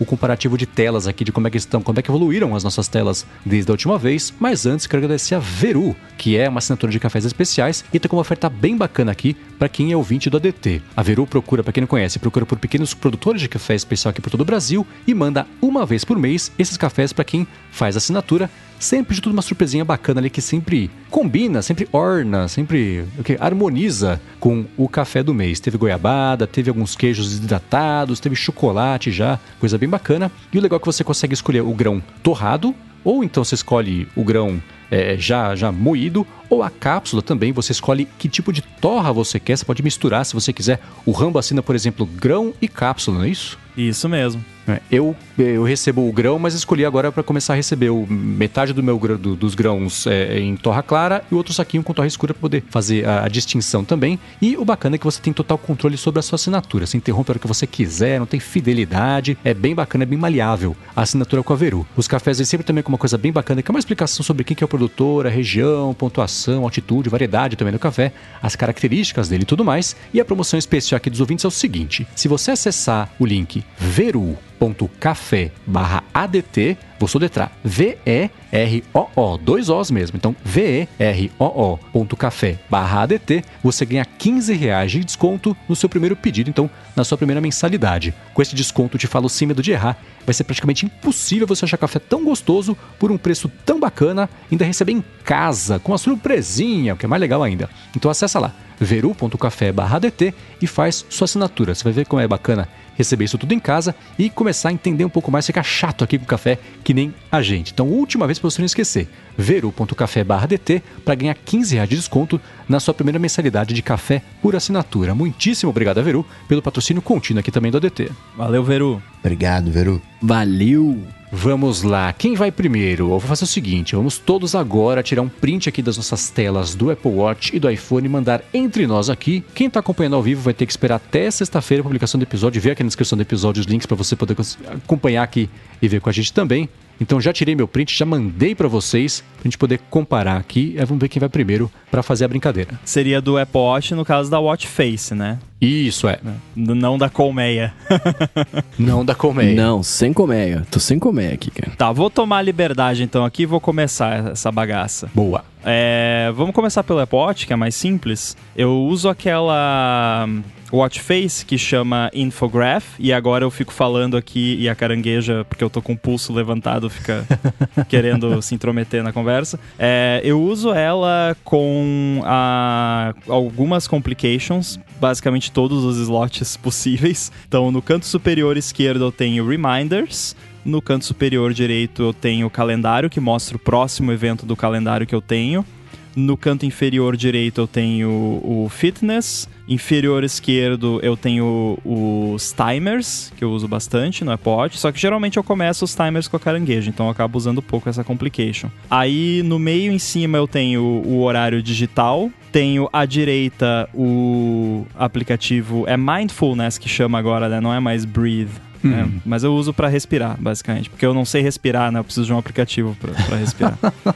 o comparativo de telas aqui, de como é que estão, como é que evoluíram as nossas telas desde a última vez. Mas antes, quero agradecer a Veru, que é uma assinatura de cafés especiais e tem uma oferta bem bacana aqui para quem é ouvinte do A D T. A Veru procura, para quem não conhece, procura por pequenos produtores de café especial aqui por todo o Brasil e manda uma vez por mês esses cafés para quem faz assinatura. Sempre de tudo uma surpresinha bacana ali que sempre combina, sempre orna, sempre okay, harmoniza com o café do mês. Teve goiabada, teve alguns queijos desidratados, teve chocolate já, coisa bem bacana. E o legal é que você consegue escolher o grão torrado, ou então você escolhe o grão é, já, já moído, ou a cápsula também, você escolhe que tipo de torra você quer, você pode misturar se você quiser. O Rambo assina, por exemplo, grão e cápsula, não é isso? Isso mesmo. Eu, eu recebo o grão, mas escolhi agora para começar a receber o, metade do meu, do, dos grãos é, em torra clara e o outro saquinho com torra escura para poder fazer a, a distinção também. E o bacana é que você tem total controle sobre a sua assinatura. Você interrompe a hora que você quiser, não tem fidelidade. É bem bacana, é bem maleável a assinatura com a Veru. Os cafés vêm sempre também com uma coisa bem bacana, que é uma explicação sobre quem que é o produtor, a região, pontuação, altitude, variedade também do café, as características dele e tudo mais. E a promoção especial aqui dos ouvintes é o seguinte: se você acessar o link veru ponto café barra A D T, vou soletrar V E R O O, dois Os mesmo, então V E R O O ponto café barra A D T, você ganha quinze reais de desconto no seu primeiro pedido, então na sua primeira mensalidade. Com esse desconto, te falo sem medo de errar, vai ser praticamente impossível você achar café tão gostoso por um preço tão bacana, ainda receber em casa, com uma surpresinha, o que é mais legal ainda. Então acessa lá, veru ponto café barra A D T e faz sua assinatura, você vai ver como é bacana receber isso tudo em casa e começar a entender um pouco mais, ficar chato aqui com o café, que nem a gente. Então, última vez para você não esquecer, veru ponto café barra A D T para ganhar quinze reais de desconto na sua primeira mensalidade de café por assinatura. Muitíssimo obrigado a Veru pelo patrocínio contínuo aqui também do A D T. Valeu, Veru. Obrigado, Veru. Valeu! Vamos lá, quem vai primeiro? Eu vou fazer o seguinte, vamos todos agora tirar um print aqui das nossas telas do Apple Watch e do iPhone e mandar entre nós aqui. Quem está acompanhando ao vivo vai ter que esperar até sexta-feira a publicação do episódio, ver aqui na descrição do episódio os links para você poder acompanhar aqui e ver com a gente também. Então já tirei meu print, já mandei para vocês, pra gente poder comparar aqui. E vamos ver quem vai primeiro para fazer a brincadeira. Seria do Apple Watch no caso da Watch Face, né? Isso, é. Não da colmeia. Não da colmeia. Não, sem colmeia. Tô sem colmeia aqui, cara. Tá, vou tomar a liberdade então aqui e vou começar essa bagaça. Boa. É, vamos começar pelo Apple Watch, que é mais simples. Eu uso aquela Watch Face que chama Infograph, e agora eu fico falando aqui e a carangueja, porque eu tô com o pulso levantado, fica querendo se intrometer na conversa. É, eu uso ela com a, algumas complications, basicamente todos os slots possíveis. Então, no canto superior esquerdo eu tenho Reminders. No canto superior direito eu tenho o calendário, que mostra o próximo evento do calendário que eu tenho. No canto inferior direito eu tenho o Fitness. Inferior esquerdo eu tenho os timers, que eu uso bastante no Apple Watch. Só que geralmente eu começo os timers com a carangueja, então eu acabo usando pouco essa complication. Aí no meio em cima eu tenho o horário digital. Tenho à direita o aplicativo, é Mindfulness que chama agora, né? Não é mais Breathe. Hum. É, mas eu uso pra respirar, basicamente. Porque eu não sei respirar, né? Eu preciso de um aplicativo pra, pra respirar.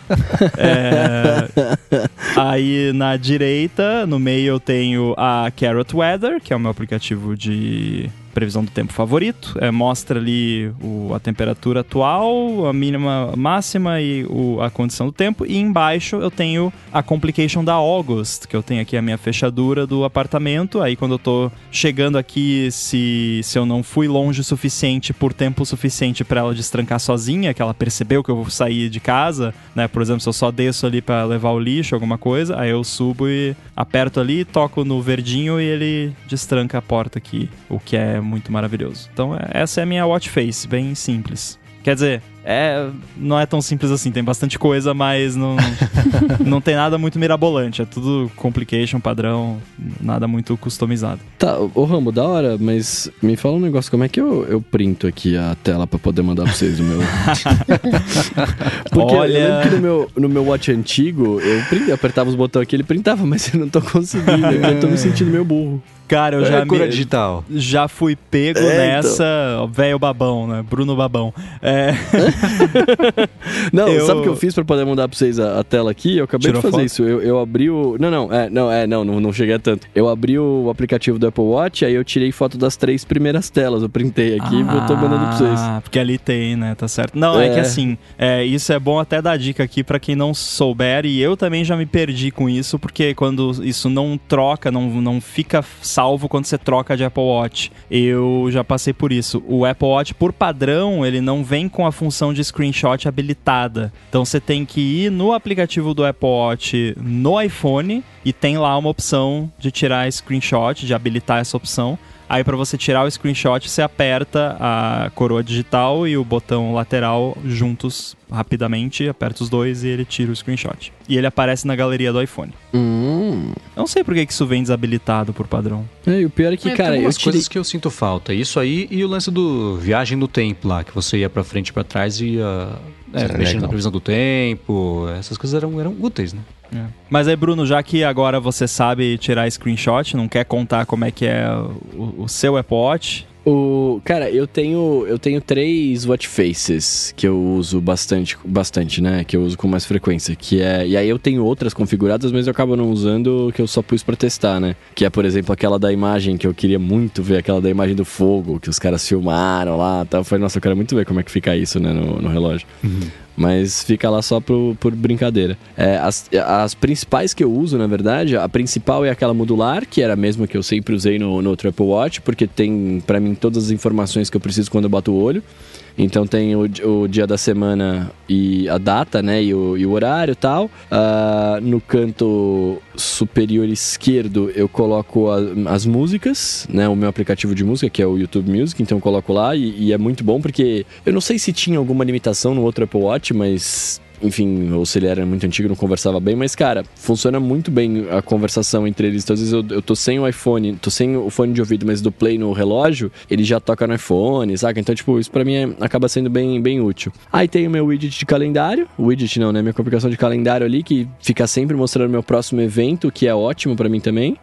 é... Aí na direita, no meio, eu tenho a Carrot Weather, que é o meu aplicativo de previsão do tempo favorito. É, mostra ali o, a temperatura atual, a mínima, máxima e o, a condição do tempo. E embaixo eu tenho a complication da August, que eu tenho aqui a minha fechadura do apartamento. Aí quando eu tô chegando aqui, se, se eu não fui longe o suficiente por tempo suficiente para ela destrancar sozinha, que ela percebeu que eu vou sair de casa, né? Por exemplo, se eu só desço ali para levar o lixo, alguma coisa, aí eu subo e aperto ali, toco no verdinho e ele destranca a porta aqui, o que é muito maravilhoso. Então essa é a minha Watch Face, bem simples. Quer dizer, é, não é tão simples assim, tem bastante coisa, mas não, não tem nada muito mirabolante, é tudo complication, padrão, nada muito customizado. Tá, ô Rambo, da hora, mas me fala um negócio, como é que eu, eu printo aqui a tela pra poder mandar pra vocês o meu... Porque Olha... eu lembro que no meu, no meu Watch antigo, eu, print, eu apertava os botões aqui, ele printava, mas eu não tô conseguindo, eu tô me sentindo meio burro. Cara, eu já, é cura me, digital. já fui pego é, nessa, então. Velho babão, né? Bruno babão. É... Não, Eu- sabe o que eu fiz pra poder mandar pra vocês a, a tela aqui? Eu acabei Tirou de fazer foto? isso. Eu, eu abri o... Não, não, é, não, é, não, não, não cheguei a tanto. Eu abri o aplicativo do Apple Watch, aí eu tirei foto das três primeiras telas. Eu printei aqui e eu tô mandando pra vocês. Ah, porque ali tem, né? Tá certo. Não, é, É. que assim, é, isso é bom até dar dica aqui pra quem não souber, e eu também já me perdi com isso, porque quando isso não troca, não, não fica salvo quando você troca de Apple Watch. Eu já passei por isso. O Apple Watch, por padrão, ele não vem com a função de screenshot habilitada. Então você tem que ir no aplicativo do Apple Watch no iPhone e tem lá uma opção de tirar screenshot, de habilitar essa opção. Aí para você tirar o screenshot, você aperta a coroa digital e o botão lateral juntos rapidamente, aperta os dois e ele tira o screenshot. E ele aparece na galeria do iPhone. Hum. Eu não sei por que que isso vem desabilitado por padrão. É, e o pior é que, É, cara, tem eu umas tirei... coisas que eu sinto falta. Isso aí e o lance do viagem no tempo lá, que você ia pra frente e pra trás e ia é, Isso era mexendo legal. na previsão do tempo. Essas coisas eram, eram úteis, né? É. Mas aí, Bruno, já que agora você sabe tirar screenshot, não quer contar como é que é o, o seu Apple Watch? O, cara, eu tenho, eu tenho três watch faces que eu uso bastante, bastante, né? Que eu uso com mais frequência. Que é, e aí eu tenho outras configuradas, mas eu acabo não usando, que eu só pus pra testar, né? Que é, por exemplo, aquela da imagem que eu queria muito ver, aquela da imagem do fogo, que os caras filmaram lá e tal. Eu falei, nossa, eu quero muito ver como é que fica isso, né, no, no relógio. Mas fica lá só pro, por brincadeira. É, as, as principais que eu uso, na verdade, a principal é aquela modular, que era a mesma que eu sempre usei no, no outro Apple Watch, porque tem, pra mim, todas as informações que eu preciso quando eu boto o olho. Então tem o, o dia da semana e a data, né, e o, e o horário e tal. Ah, no canto superior esquerdo eu coloco a- as músicas, né, o meu aplicativo de música, que é o YouTube Music, então eu coloco lá e, e é muito bom porque eu não sei se tinha alguma limitação no outro Apple Watch, mas... Enfim, ou se ele era muito antigo, não conversava bem, mas, cara, funciona muito bem a conversação entre eles. Então, às vezes eu, eu tô sem o iPhone, tô sem o fone de ouvido, mas do Play no relógio, ele já toca no iPhone, saca? Então, tipo, isso pra mim é- acaba sendo bem, bem útil. Aí tem o meu widget de calendário, o widget não, né? Minha configuração de calendário ali, que fica sempre mostrando meu próximo evento, que é ótimo pra mim também.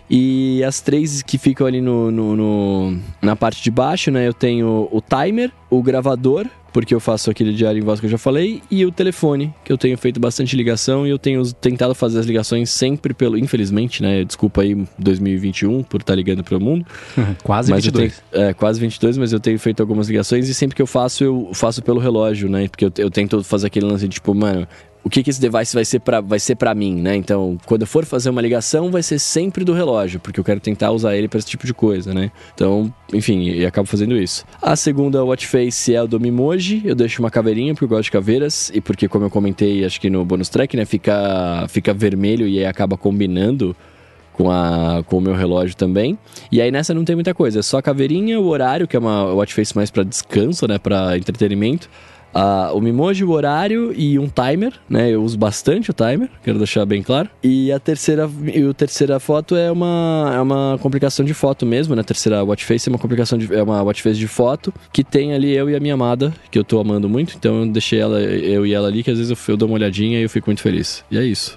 E as três que ficam ali no, no- no- na parte de baixo, né? Eu tenho o timer, o gravador, porque eu faço aquele diário em voz que eu já falei, e o telefone, que eu tenho feito bastante ligação e eu tenho tentado fazer as ligações sempre pelo... Infelizmente, né? Desculpa aí dois mil e vinte e um por estar ligando para o mundo. Quase Mas vinte e dois. eu tenho, é, quase vinte e dois, mas eu tenho feito algumas ligações e sempre que eu faço, eu faço pelo relógio, né? Porque eu, eu tento fazer aquele lance de tipo, mano... O que, que esse device vai ser pra, vai ser pra mim, né? Então, quando eu for fazer uma ligação, vai ser sempre do relógio, porque eu quero tentar usar ele pra esse tipo de coisa, né? Então, enfim, e acabo fazendo isso. A segunda watch face é o do Mimoji. Eu deixo uma caveirinha, porque eu gosto de caveiras, e porque, como eu comentei, acho que no bonus track, né? Fica, fica vermelho e aí acaba combinando com, a, com o meu relógio também. E aí nessa não tem muita coisa, é só a caveirinha, o horário, que é uma watch face mais pra descanso, né? Pra entretenimento. Uh, o Mimoji, o horário e um timer, né? Eu uso bastante o timer, quero deixar bem claro. E a terceira, e a terceira foto é uma, é uma complicação de foto mesmo, né? A terceira watch face é uma complicação de, é uma watch face de foto que tem ali eu e a minha amada, que eu tô amando muito. Então eu deixei ela, eu e ela ali, que às vezes eu, eu dou uma olhadinha e eu fico muito feliz. E é isso.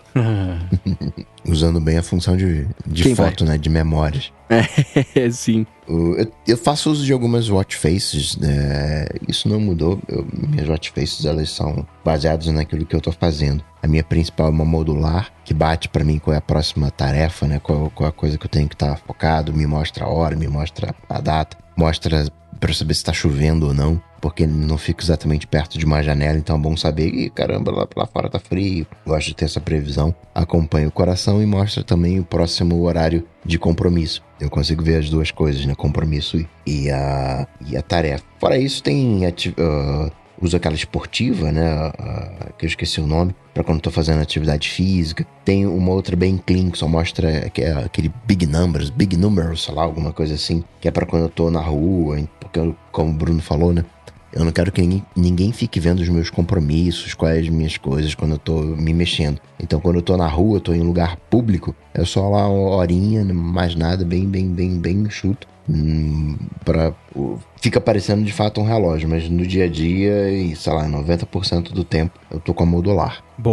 Usando bem a função de, de Quem foto, né? De memórias. É, sim. O- Eu, eu faço uso de algumas watch faces, né? Isso não mudou. Eu- minhas watch faces, elas são baseadas naquilo que eu tô fazendo. A minha principal é uma modular, que bate pra mim qual é a próxima tarefa, né? Qual, qual é a coisa que eu tenho que estar focado, me mostra a hora, me mostra a data, mostra pra eu saber se tá chovendo ou não, porque não fico exatamente perto de uma janela, então é bom saber, ih, caramba, lá, lá fora tá frio. Gosto de ter essa previsão. Acompanha o coração e mostra também o próximo horário de compromisso. Eu consigo ver as duas coisas, né? Compromisso e, e, a, e a tarefa. Fora isso, tem ati- uh, uso aquela esportiva, né? Uh, que eu esqueci o nome, para quando tô fazendo atividade física. Tem uma outra bem clean, que só mostra que é aquele big numbers, big numbers, sei lá, alguma coisa assim, que é para quando eu tô na rua, porque eu, como o Bruno falou, né? Eu não quero que ninguém, ninguém fique vendo os meus compromissos, quais as minhas coisas quando eu tô me mexendo. Então, quando eu tô na rua, eu tô em um lugar público, é só lá uma horinha, mais nada, bem, bem, bem, bem enxuto. Hum, pra, o- fica parecendo de fato um relógio, mas no dia a dia, e sei lá, noventa por cento do tempo, eu tô com a modular. Boa.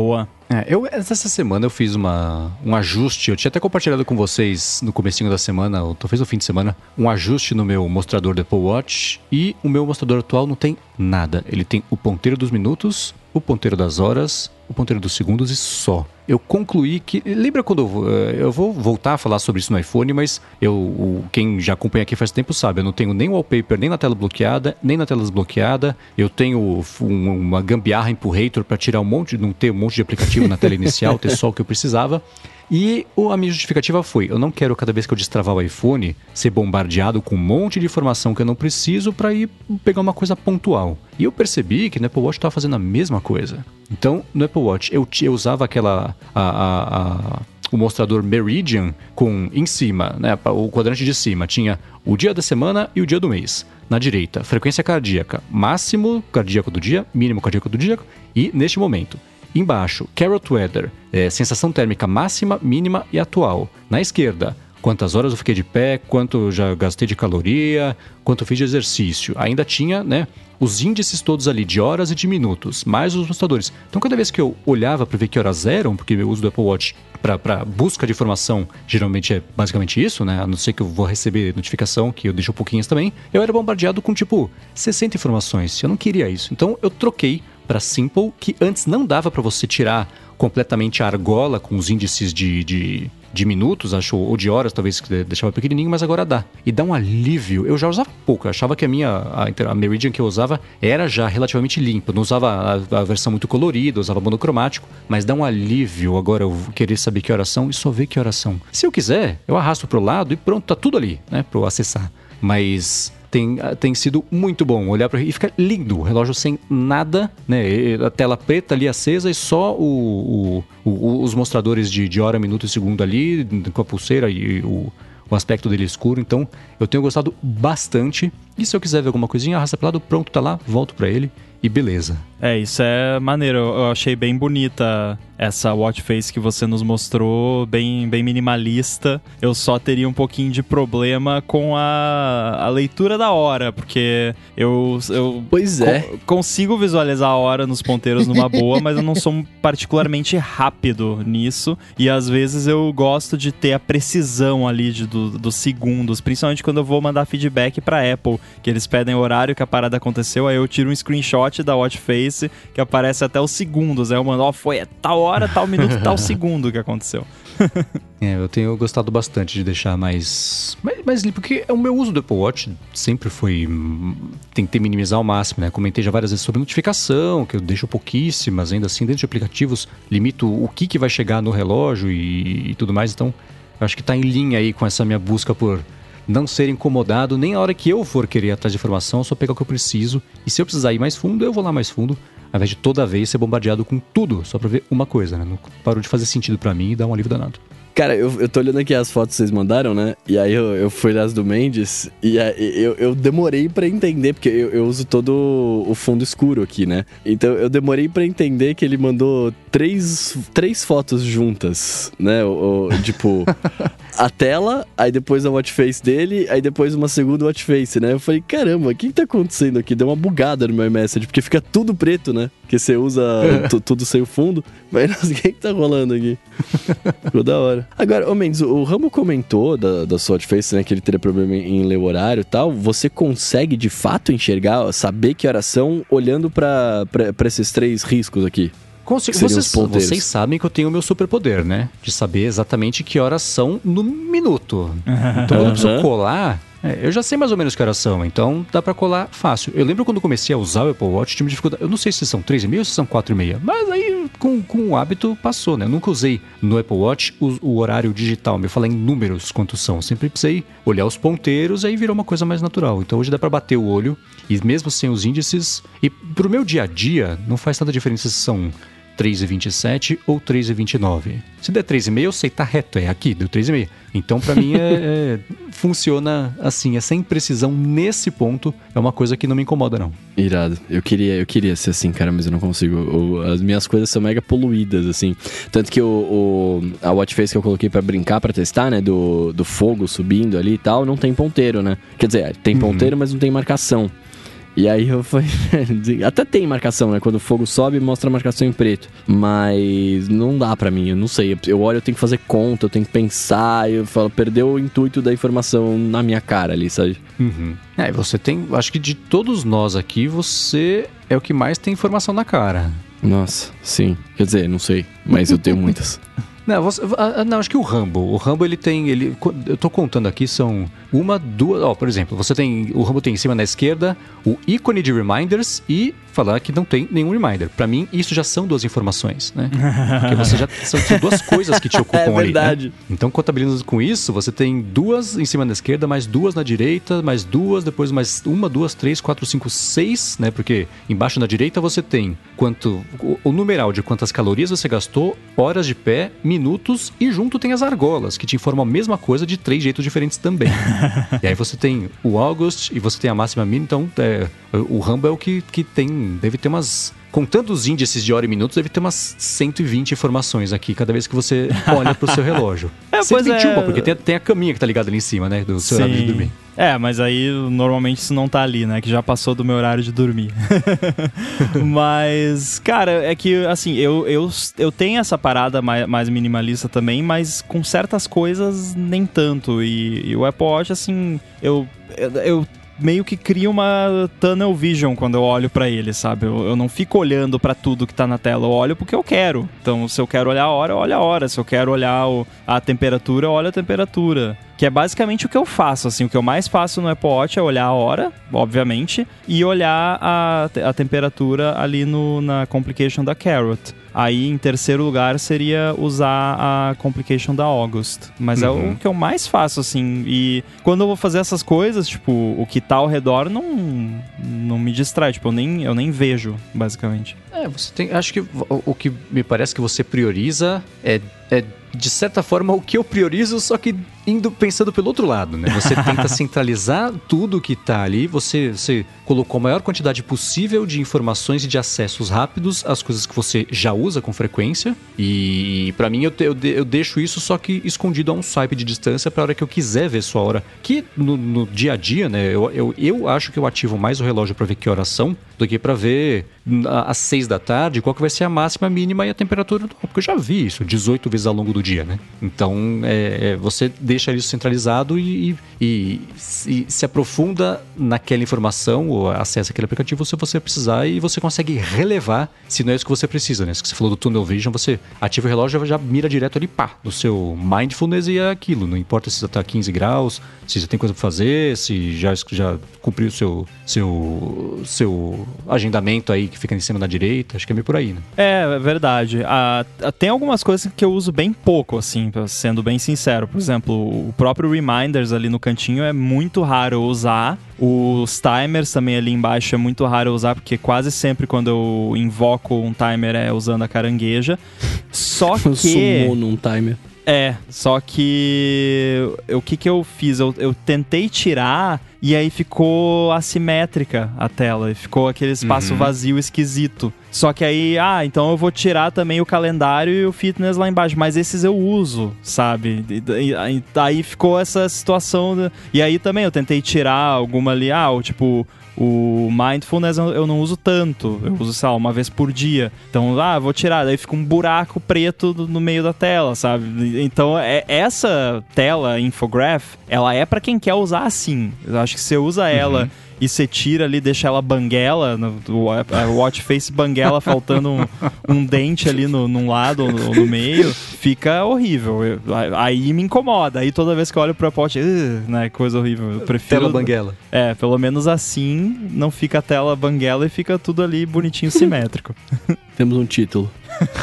É, eu, essa semana eu fiz uma, um ajuste, eu tinha até compartilhado com vocês no comecinho da semana, ou talvez no fim de semana, um ajuste no meu mostrador do Apple Watch, e o meu mostrador atual não tem nada. Ele tem o ponteiro dos minutos, o ponteiro das horas, o ponteiro dos segundos e só. Eu concluí que... Lembra quando eu, eu vou voltar a falar sobre isso no iPhone, mas eu, o, quem já acompanha aqui faz tempo sabe, eu não tenho nem wallpaper, nem na tela bloqueada, nem na tela desbloqueada. Eu tenho um, uma gambiarra empurrator para tirar um monte, não ter um monte de aplicativo na tela inicial, ter só o que eu precisava. E a minha justificativa foi, eu não quero cada vez que eu destravar o iPhone ser bombardeado com um monte de informação que eu não preciso para ir pegar uma coisa pontual. E eu percebi que no Apple Watch estava fazendo a mesma coisa. Então, no Apple Watch, eu, eu usava aquela... A, a, a, o mostrador Meridian com em cima, né, o quadrante de cima, tinha o dia da semana e o dia do mês. Na direita, frequência cardíaca, máximo cardíaco do dia, mínimo cardíaco do dia e neste momento. Embaixo, Carrot Weather, é, sensação térmica máxima, mínima e atual. Na esquerda, quantas horas eu fiquei de pé, quanto eu já gastei de caloria, quanto eu fiz de exercício. Ainda tinha, né, os índices todos ali de horas e de minutos, mais os mostradores. Então, cada vez que eu olhava para ver que horas eram, porque eu uso do Apple Watch para busca de informação, geralmente é basicamente isso, né? A não ser que eu vou receber notificação, que eu deixo pouquinhas também. Eu era bombardeado com, tipo, sessenta informações. Eu não queria isso. Então, eu troquei para Simple, que antes não dava para você tirar completamente a argola com os índices de, de, de minutos, acho, ou de horas, talvez que deixava pequenininho, mas agora dá. E dá um alívio. Eu já usava pouco, eu achava que a minha, a, a Meridian que eu usava era já relativamente limpa. Eu não usava a, a versão muito colorida, eu usava monocromático, mas dá um alívio agora eu querer saber que horas são e só ver que horas são. Se eu quiser, eu arrasto pro lado e pronto, tá tudo ali, né, para eu acessar. Mas... Tem, tem sido muito bom olhar para e fica lindo, o relógio sem nada, né? A tela preta ali acesa e só o, o, o, os mostradores de, de hora, minuto e segundo ali, com a pulseira e o, o aspecto dele escuro. Então, eu tenho gostado bastante. E se eu quiser ver alguma coisinha, arrasta para lado, pronto, tá lá, volto para ele e beleza. É, isso é maneiro. Eu achei bem bonita essa watch face que você nos mostrou, bem, bem minimalista. Eu só teria um pouquinho de problema com a, a leitura da hora, porque eu, eu pois é. co- consigo visualizar a hora nos ponteiros numa boa, mas eu não sou particularmente rápido nisso. E às vezes eu gosto de ter a precisão ali de, do, dos segundos, principalmente quando eu vou mandar feedback pra Apple, que eles pedem o horário que a parada aconteceu, aí eu tiro um screenshot da watch face que aparece até os segundos. Aí eu mando, ó, oh, foi tal hora, tal minuto, tal segundo que aconteceu. É, eu tenho gostado bastante de deixar mais, mais, mais limpo, porque o meu uso do Apple Watch sempre foi... Tentei minimizar ao máximo, né? Comentei já várias vezes sobre notificação, que eu deixo pouquíssimas, ainda assim, dentro de aplicativos, limito o que, que vai chegar no relógio e, e tudo mais. Então, eu acho que tá em linha aí com essa minha busca por não ser incomodado, nem a hora que eu for querer ir atrás de informação, só pegar o que eu preciso. E se eu precisar ir mais fundo, eu vou lá mais fundo, ao invés de toda vez ser bombardeado com tudo, só pra ver uma coisa, né? Não parou de fazer sentido pra mim e dá um alívio danado. Cara, eu, eu tô olhando aqui as fotos que vocês mandaram, né? E aí eu, eu fui nas do Mendes e aí eu, eu demorei pra entender, porque eu, eu uso todo o fundo escuro aqui, né? Então eu demorei pra entender que ele mandou três, três fotos juntas, né? O, o, tipo, a tela, aí depois a watch face dele, aí depois uma segunda watch face, né? Eu falei, caramba, o que que tá acontecendo aqui? Deu uma bugada no meu iMessage, porque fica tudo preto, né? Porque você usa t- tudo sem o fundo. Mas nossa, o que que tá rolando aqui? Ficou da hora. Agora, ô Mendes, o Ramo comentou da, da sua watch face, né? Que ele teria problema em, em ler o horário e tal. Você consegue, de fato, enxergar, saber que horas são, olhando pra, pra, pra esses três riscos aqui? Consigo. Vocês, vocês sabem que eu tenho o meu superpoder, né? De saber exatamente que horas são no minuto. Então, quando eu preciso colar... É, eu já sei mais ou menos que horas são, então dá pra colar fácil. Eu lembro quando eu comecei a usar o Apple Watch, tinha uma dificuldade. Eu não sei se são três e meia ou se são quatro e meia, mas aí com, com o hábito passou, né? Eu nunca usei no Apple Watch o, o horário digital, me falar em números quantos são. Eu sempre precisei olhar os ponteiros, aí virou uma coisa mais natural. Então hoje dá pra bater o olho, e mesmo sem os índices, e pro meu dia a dia, não faz tanta diferença se são três e vinte e sete ou três e vinte e nove. Se der três e meia, eu sei, tá reto, é aqui, deu três e meia. Então, pra mim, é, é, funciona assim, essa imprecisão nesse ponto é uma coisa que não me incomoda, não. Irado. Eu queria, eu queria ser assim, cara, mas eu não consigo. O, as minhas coisas são mega poluídas, assim. Tanto que o, o, a watch face que eu coloquei pra brincar, pra testar, né, do, do fogo subindo ali e tal, não tem ponteiro, né? Quer dizer, tem ponteiro, uhum. mas não tem marcação. E aí eu fui... Até tem marcação, né? Quando o fogo sobe, mostra a marcação em preto. Mas não dá pra mim, eu não sei. Eu olho, eu tenho que fazer conta, eu tenho que pensar. Eu falo, perdeu o intuito da informação na minha cara ali, sabe? Uhum. É, você tem... Acho que de todos nós aqui, você é o que mais tem informação na cara. Nossa, sim. Quer dizer, não sei, mas eu tenho muitas. Não, você, não, acho que o Rambo. O Rambo, ele tem... Ele, eu tô contando aqui, são uma, duas... Ó, por exemplo, você tem... O Rambo tem em cima na esquerda o ícone de reminders e falar que não tem nenhum reminder. Pra mim, isso já são duas informações, né? Porque você já... São, são duas coisas que te ocupam é ali, verdade. Né? Então, contabilizando com isso, você tem duas em cima na esquerda, mais duas na direita, mais duas, depois mais uma, duas, três, quatro, cinco, seis, né? Porque embaixo na direita você tem quanto... O, o numeral de quantas calorias você gastou, horas de pé, minutos, e junto tem as argolas, que te informam a mesma coisa de três jeitos diferentes também. E aí você tem o August e você tem a máxima mínima, então é, o Rambo é o que, que tem, deve ter umas... Contando os índices de hora e minutos, deve ter umas cento e vinte informações aqui, cada vez que você olha pro seu relógio. É, cento e vinte e um, é... porque tem, tem a caminha que tá ligada ali em cima, né? Do seu horário de dormir. É, mas aí normalmente isso não tá ali, né? Que já passou do meu horário de dormir. Mas, cara, é que assim, eu, eu, eu tenho essa parada mais, mais minimalista também, mas com certas coisas nem tanto. E, e o Apple Watch, assim, eu... eu, eu meio que cria uma tunnel vision quando eu olho pra ele, sabe? Eu, eu não fico olhando pra tudo que tá na tela, eu olho porque eu quero. Então, se eu quero olhar a hora, eu olho a hora. Se eu quero olhar o, a temperatura, eu olho a temperatura. Que é basicamente o que eu faço, assim. O que eu mais faço no Apple Watch é olhar a hora, obviamente, e olhar a, a temperatura ali no, na complication da Carrot. Aí, em terceiro lugar, seria usar a complication da August. Mas uhum. é o que eu mais faço, assim. E quando eu vou fazer essas coisas, tipo, o que tá ao redor não, não me distrai. Tipo, eu nem, eu nem vejo, basicamente. É, você tem... Acho que o, o que me parece que você prioriza é... é de certa forma, o que eu priorizo, só que indo pensando pelo outro lado, né? Você tenta centralizar tudo que tá ali, você, você colocou a maior quantidade possível de informações e de acessos rápidos às coisas que você já usa com frequência. E pra mim, eu, eu, eu deixo isso só que escondido a um swipe de distância pra hora que eu quiser ver sua hora. Que no, no dia a dia, né? Eu, eu, eu acho que eu ativo mais o relógio pra ver que horas são do que pra ver às seis da tarde qual que vai ser a máxima, mínima e a temperatura do ar. Porque eu já vi isso dezoito vezes ao longo do dia, né? Então, é, é, você deixa isso centralizado e, e, e se aprofunda naquela informação ou acessa aquele aplicativo se você precisar e você consegue relevar se não é isso que você precisa, né? Se você falou do Tunnel Vision, você ativa o relógio e já mira direto ali, pá, no seu mindfulness e é aquilo. Não importa se você está a quinze graus, se você tem coisa para fazer, se já, já cumpriu o seu, seu, seu agendamento aí que fica em cima da direita. Acho que é meio por aí, né? É, é verdade. Ah, tem algumas coisas que eu uso bem pouco, assim, sendo bem sincero. Por exemplo, o próprio Reminders ali no cantinho é muito raro eu usar. Os timers também ali embaixo é muito raro eu usar, porque quase sempre quando eu invoco um timer é usando a carangueja. Só que... Sumou num timer. É, só que o que que eu fiz? Eu, eu tentei tirar e aí ficou assimétrica a tela, ficou aquele espaço uhum. vazio esquisito. Só que aí, ah, então eu vou tirar também o calendário e o fitness lá embaixo, mas esses eu uso, sabe? E, e, e, aí ficou essa situação, de... e aí também eu tentei tirar alguma ali, ah, o tipo... O Mindfulness eu não uso tanto, eu uso, sei lá, uma vez por dia. Então, ah, vou tirar, daí fica um buraco preto no meio da tela, sabe? Então, é, essa tela Infograph, ela é pra quem quer usar assim. Eu acho que você usa ela... Uhum. E você tira ali, deixa ela banguela, no, a watch face banguela, faltando um, um dente ali no, num lado ou no, no meio, fica horrível. Eu, aí me incomoda. Aí toda vez que eu olho pro Apple Watch, uh, né, coisa horrível. Eu prefiro... Tela banguela. É, pelo menos assim não fica a tela banguela e fica tudo ali bonitinho, simétrico. Temos um título.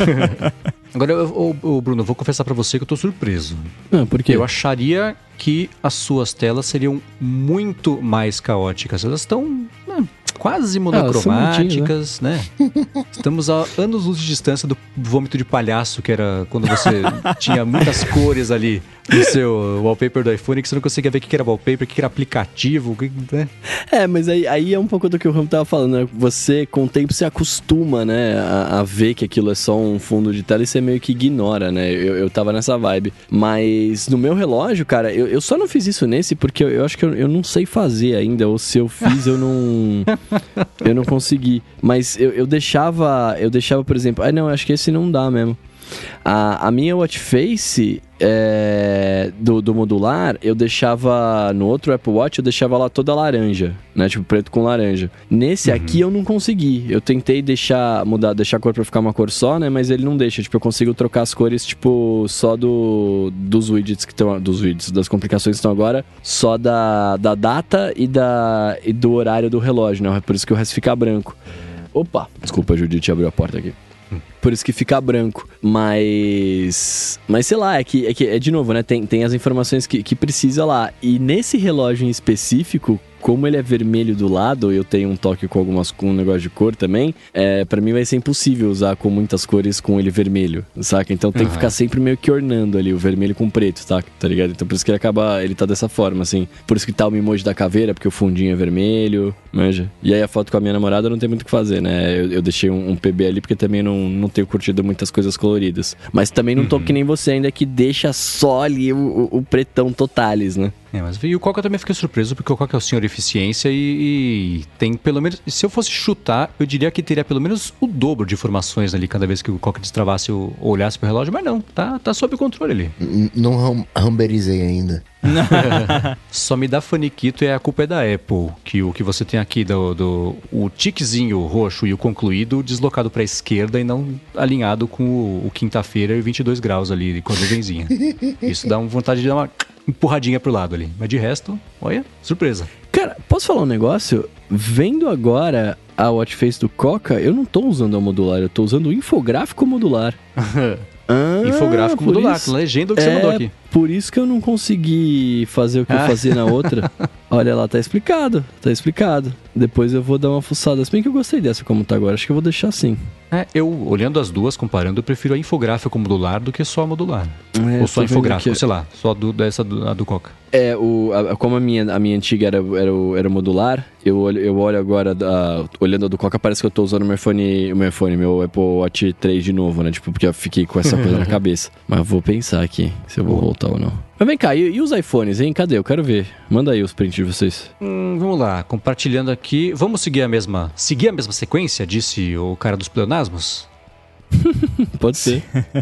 Agora, eu, eu, Bruno, eu vou confessar pra você que eu tô surpreso. Ah, por quê? Eu acharia que as suas telas seriam muito mais caóticas. Elas estão né, quase monocromáticas, né? né? Estamos a anos-luz de distância do vômito de palhaço, que era quando você tinha muitas cores ali o seu wallpaper do iPhone que você não conseguia ver o que era wallpaper, o que era aplicativo, o que, né? É, mas aí, aí é um pouco do que o Ram tava falando, né? Você, com o tempo, se acostuma, né? A, a ver que aquilo é só um fundo de tela e você meio que ignora, né? Eu, eu tava nessa vibe. Mas no meu relógio, cara, eu, eu só não fiz isso nesse porque eu, eu acho que eu, eu não sei fazer ainda. Ou se eu fiz, eu não... eu não consegui. Mas eu, eu deixava... Eu deixava, por exemplo... Ah, não, acho que esse não dá mesmo. A, a minha watch face é, do, do modular, eu deixava no outro Apple Watch, eu deixava lá toda laranja, né? Tipo, preto com laranja. Nesse uhum. aqui eu não consegui. Eu tentei deixar, mudar, deixar a cor pra ficar uma cor só, né? Mas ele não deixa. Tipo, eu consigo trocar as cores, tipo, só do, dos widgets que estão... Dos widgets, das complicações que estão agora, só da, da data e, da, e do horário do relógio, né? Por isso que o resto fica branco. Opa! Desculpa, a Judite abriu a porta aqui. Por isso que fica branco. Mas... Mas sei lá, é que, é, que, é de novo, né? Tem, tem as informações que, que precisa lá. E nesse relógio em específico, como ele é vermelho do lado, eu tenho um toque com algumas com um negócio de cor também, é, pra mim vai ser impossível usar com muitas cores com ele vermelho, saca? Então tem uhum. que ficar sempre meio que ornando ali, o vermelho com preto, tá? Tá ligado? Então por isso que ele acaba, ele tá dessa forma, assim. Por isso que tá o emoji da caveira, porque o fundinho é vermelho, manja. E aí a foto com a minha namorada não tem muito o que fazer, né? Eu, eu deixei um, um P B ali porque também não, não tenho curtido muitas coisas coloridas. Mas também não tô uhum. que nem você ainda, que deixa só ali o, o, o pretão totalis, né? É, mas e o Coca também fiquei surpreso, porque o Coca é o senhor eficiência e, e tem pelo menos... Se eu fosse chutar, eu diria que teria pelo menos o dobro de informações ali cada vez que o Coca destravasse ou olhasse pro relógio, mas não, tá, tá sob controle ali. N- não ramberizei ainda. Só me dá faniquito e a culpa é da Apple, que o que você tem aqui do, do o tiquezinho roxo e o concluído deslocado pra esquerda e não alinhado com o, o quinta-feira e vinte e dois graus ali com a nuvenzinha. Isso dá uma vontade de dar uma empurradinha pro lado ali, mas de resto, olha, surpresa. Cara, posso falar um negócio? Vendo agora a watch face do Coca, eu não tô usando a modular, eu tô usando o infográfico modular. Ah, infográfico modular, isso, legenda que você é, mandou aqui. Por isso que eu não consegui fazer o que ah. eu fazia na outra. Olha lá, tá explicado, tá explicado. Depois eu vou dar uma fuçada. Se bem que eu gostei dessa como tá agora, acho que eu vou deixar assim. É, eu, olhando as duas, comparando, eu prefiro a infográfico modular do que só a modular. É, ou só infográfico, sei lá, só do, dessa do, a do Coca. É, o, a, como a minha, a minha antiga era, era, era modular, eu olho, eu olho agora, da, olhando a do Coca, parece que eu tô usando o meu iPhone, o meu iPhone, meu Apple Watch três de novo, né? Tipo, porque eu fiquei com essa coisa na cabeça. Mas vou pensar aqui, se eu vou voltar ou não. Mas vem cá, e, e os iPhones, hein? Cadê? Eu quero ver. Manda aí os prints de vocês. Hum, vamos lá, compartilhando aqui. Vamos seguir a mesma, seguir a mesma sequência, disse o cara dos pleonasmos? Pode ser.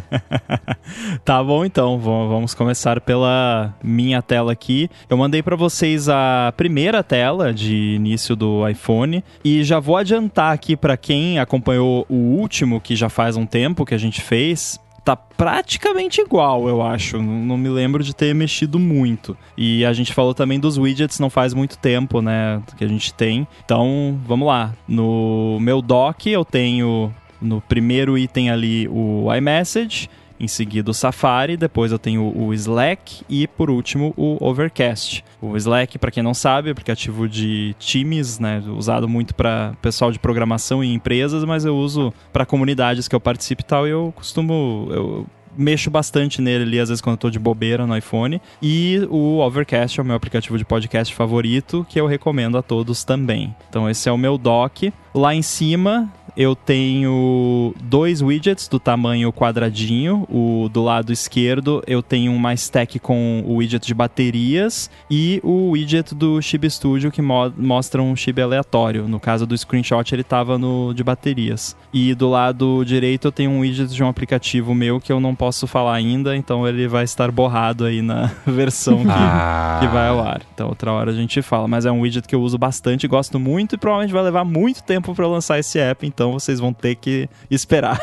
Tá bom, então. Vamos começar pela minha tela aqui. Eu mandei pra vocês a primeira tela de início do iPhone e já vou adiantar aqui pra quem acompanhou o último, que já faz um tempo que a gente fez. Tá praticamente igual, eu acho. Não me lembro de ter mexido muito. E a gente falou também dos widgets não faz muito tempo, né? Que a gente tem. Então, vamos lá. No meu dock, eu tenho no primeiro item ali o iMessage, em seguida o Safari, depois eu tenho o Slack e, por último, o Overcast. O Slack, para quem não sabe, é um aplicativo de times, né, usado muito para pessoal de programação e empresas, mas eu uso para comunidades que eu participo e tal, e eu costumo... Eu, mexo bastante nele ali, às vezes quando eu tô de bobeira no iPhone. E o Overcast é o meu aplicativo de podcast favorito, que eu recomendo a todos também. Então esse é o meu dock. Lá em cima eu tenho dois widgets do tamanho quadradinho. O do lado esquerdo eu tenho uma stack com o widget de baterias e o widget do Chibi Studio que mo- mostra um chibi aleatório. No caso do screenshot ele estava no de baterias. E do lado direito eu tenho um widget de um aplicativo meu que eu não posso falar ainda, então ele vai estar borrado aí na versão que, ah. que vai ao ar. Então outra hora a gente fala, mas é um widget que eu uso bastante, gosto muito e provavelmente vai levar muito tempo para lançar esse app, então vocês vão ter que esperar.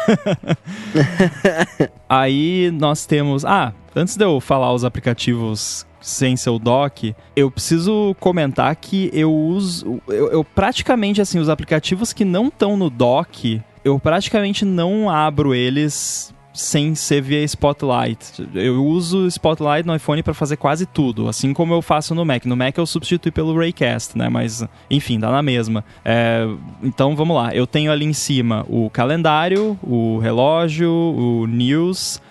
Aí nós temos... Ah, antes de eu falar os aplicativos sem seu dock, eu preciso comentar que eu uso... Eu, eu praticamente, assim, os aplicativos que não estão no dock, eu praticamente não abro eles sem ser via Spotlight. Eu uso Spotlight no iPhone para fazer quase tudo, assim como eu faço no Mac. No Mac eu substitui pelo Raycast, né? Mas, enfim, dá na mesma. É, então, vamos lá. Eu tenho ali em cima o calendário, o relógio, o News,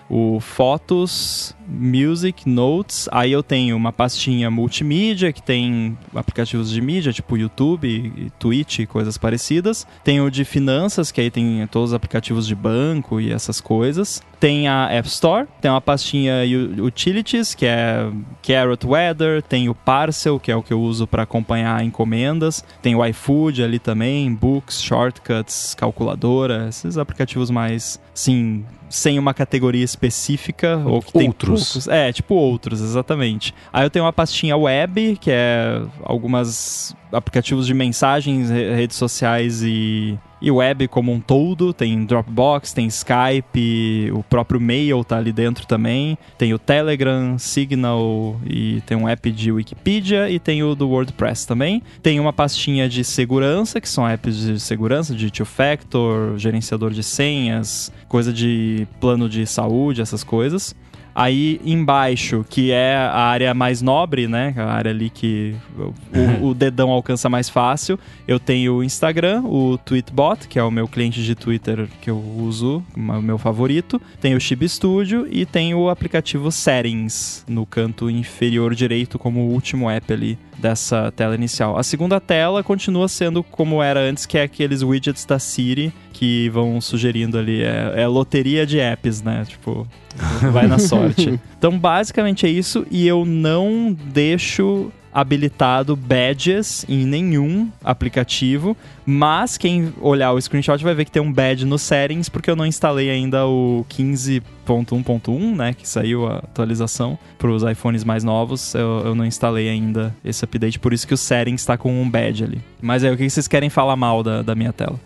o Fotos, Music, Notes. Aí eu tenho uma pastinha multimídia, que tem aplicativos de mídia, tipo YouTube, Twitch e coisas parecidas. Tem o de finanças, que aí tem todos os aplicativos de banco e essas coisas. Tem a App Store, tem uma pastinha Utilities, que é Carrot Weather, tem o Parcel, que é o que eu uso para acompanhar encomendas, tem o iFood ali também, Books, Shortcuts, Calculadora, esses aplicativos mais, sim, sem uma categoria específica, ou que tem outros. Poucos, é, tipo outros, exatamente. Aí eu tenho uma pastinha Web, que é algumas aplicativos de mensagens, redes sociais e, e web como um todo. Tem Dropbox, tem Skype, o próprio Mail tá ali dentro também. Tem o Telegram, Signal e tem um app de Wikipedia e tem o do WordPress também. Tem uma pastinha de segurança, que são apps de segurança, de two-factor, gerenciador de senhas, coisa de plano de saúde, essas coisas. Aí embaixo, que é a área mais nobre, né? A área ali que o, o dedão alcança mais fácil. Eu tenho o Instagram, o Tweetbot, que é o meu cliente de Twitter que eu uso, o meu favorito. Tem o Chibi Studio e tem o aplicativo Settings no canto inferior direito como o último app ali dessa tela inicial. A segunda tela continua sendo como era antes, que é aqueles widgets da Siri que vão sugerindo ali. É, é loteria de apps, né? Tipo, vai na sorte. Então, basicamente é isso. E eu não deixo habilitado badges em nenhum aplicativo, mas quem olhar o screenshot vai ver que tem um badge no settings, porque eu não instalei ainda o quinze ponto um ponto um, né, que saiu a atualização para os iPhones mais novos. Eu, eu não instalei ainda esse update, por isso que o settings está com um badge ali. Mas aí, o que vocês querem falar mal da, da minha tela?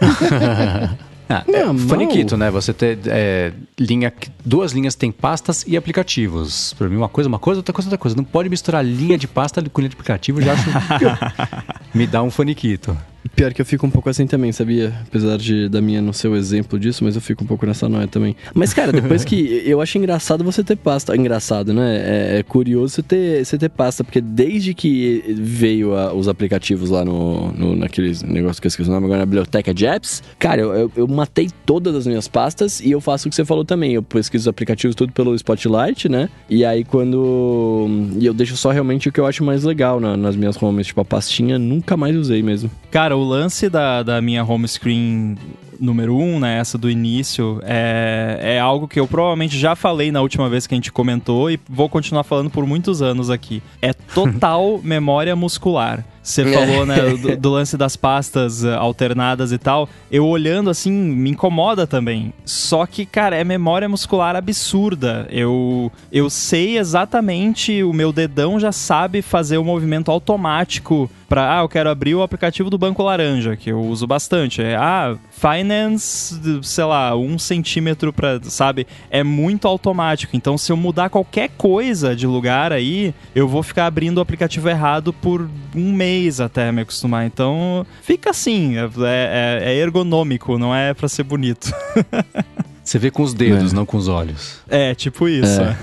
Ah, é um faniquito, né? Você ter é, linha, duas linhas tem pastas e aplicativos. Pra mim, uma coisa, uma coisa, outra coisa, outra coisa. Não pode misturar linha de pasta com linha de aplicativo, já acho que me dá um faniquito. Pior que eu fico um pouco assim também, sabia? Apesar de da minha não ser o exemplo disso, mas eu fico um pouco nessa noia também. Mas, cara, depois que... Eu acho engraçado você ter pasta. Engraçado, né? É, é curioso você ter, você ter pasta, porque desde que veio a, os aplicativos lá no, no... naqueles negócios que eu esqueci o nome agora, na biblioteca de apps, cara, eu, eu, eu matei todas as minhas pastas e eu faço o que você falou também. Eu pesquiso os aplicativos tudo pelo Spotlight, né? E aí quando... E eu deixo só realmente o que eu acho mais legal na, nas minhas homes. Tipo, a pastinha nunca mais usei mesmo. Cara, o lance da, da minha home screen número um, né, essa do início, é, é algo que eu provavelmente já falei na última vez que a gente comentou e vou continuar falando por muitos anos aqui. É total memória muscular. Você falou, né, do, do lance das pastas alternadas e tal. Eu olhando assim, me incomoda também. Só que, cara, é memória muscular absurda. Eu, eu sei exatamente, o meu dedão já sabe fazer o movimento automático pra, ah, eu quero abrir o aplicativo do Banco Laranja, que eu uso bastante. É, ah, Finance, sei lá, um centímetro pra, sabe? É muito automático. Então, se eu mudar qualquer coisa de lugar aí, eu vou ficar abrindo o aplicativo errado por um mês até me acostumar. Então, fica assim, é, é, é ergonômico, não é pra ser bonito. Você vê com os dedos, é. não com os olhos. É, tipo isso. É.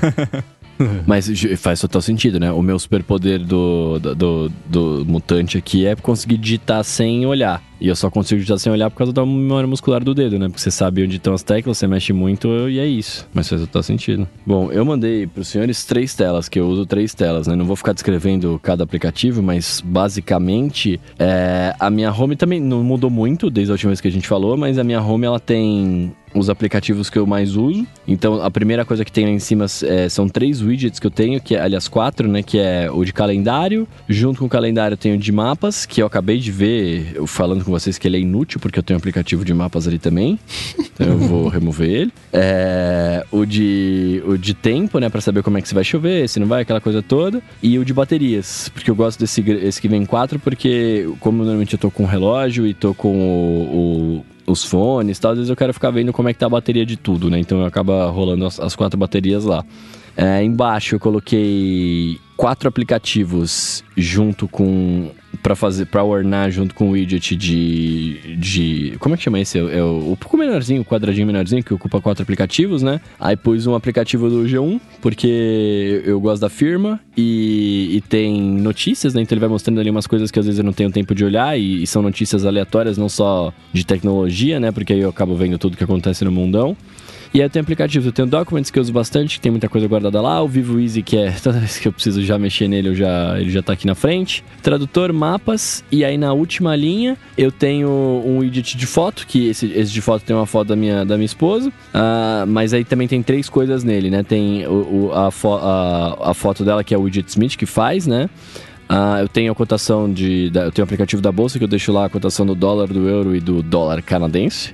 Mas faz total sentido, né? O meu superpoder do, do, do, do mutante aqui é conseguir digitar sem olhar. E eu só consigo digitar sem olhar por causa da memória muscular do dedo, né? Porque você sabe onde estão as teclas, você mexe muito e é isso. Mas faz total sentido. Bom, eu mandei pros senhores três telas, que eu uso três telas, né? Não vou ficar descrevendo cada aplicativo, mas basicamente é, a minha home também não mudou muito desde a última vez que a gente falou, mas a minha home ela tem os aplicativos que eu mais uso. Então, a primeira coisa que tem lá em cima é, são três widgets que eu tenho, que é, aliás, quatro, né? Que é o de calendário. Junto com o calendário eu tenho o de mapas, que eu acabei de ver, eu falando com vocês que ele é inútil, porque eu tenho um aplicativo de mapas ali também. Então, eu vou remover ele. É, o, de, o de tempo, né? Pra saber como é que se vai chover, se não vai, aquela coisa toda. E o de baterias, porque eu gosto desse esse que vem quatro, porque como normalmente eu tô com o relógio e tô com o... o os fones e tal, às vezes eu quero ficar vendo como é que tá a bateria de tudo, né? Então acaba rolando as, as quatro baterias lá. É, embaixo eu coloquei quatro aplicativos junto com... Pra fazer, pra ornar junto com o widget de... de como é que chama esse? É o, é o, o pouco menorzinho, o quadradinho menorzinho, que ocupa quatro aplicativos, né? Aí pus um aplicativo do G um, porque eu gosto da firma, e, e tem notícias, né? Então ele vai mostrando ali umas coisas que às vezes eu não tenho tempo de olhar, e, e são notícias aleatórias, não só de tecnologia, né? Porque aí eu acabo vendo tudo que acontece no mundão. E aí eu tenho aplicativos, eu tenho Documents que eu uso bastante, que tem muita coisa guardada lá, o Vivo Easy, que é toda vez que eu preciso já mexer nele, eu já, ele já tá aqui na frente. Tradutor, mapas, e aí na última linha eu tenho um widget de foto, que esse, esse de foto tem uma foto da minha, da minha esposa, uh, mas aí também tem três coisas nele, né? Tem o, o, a, fo- a, a foto dela, que é o Widget Smith, que faz, né? Uh, eu tenho a cotação de... Da, eu tenho o aplicativo da bolsa que eu deixo lá a cotação do dólar, do euro e do dólar canadense.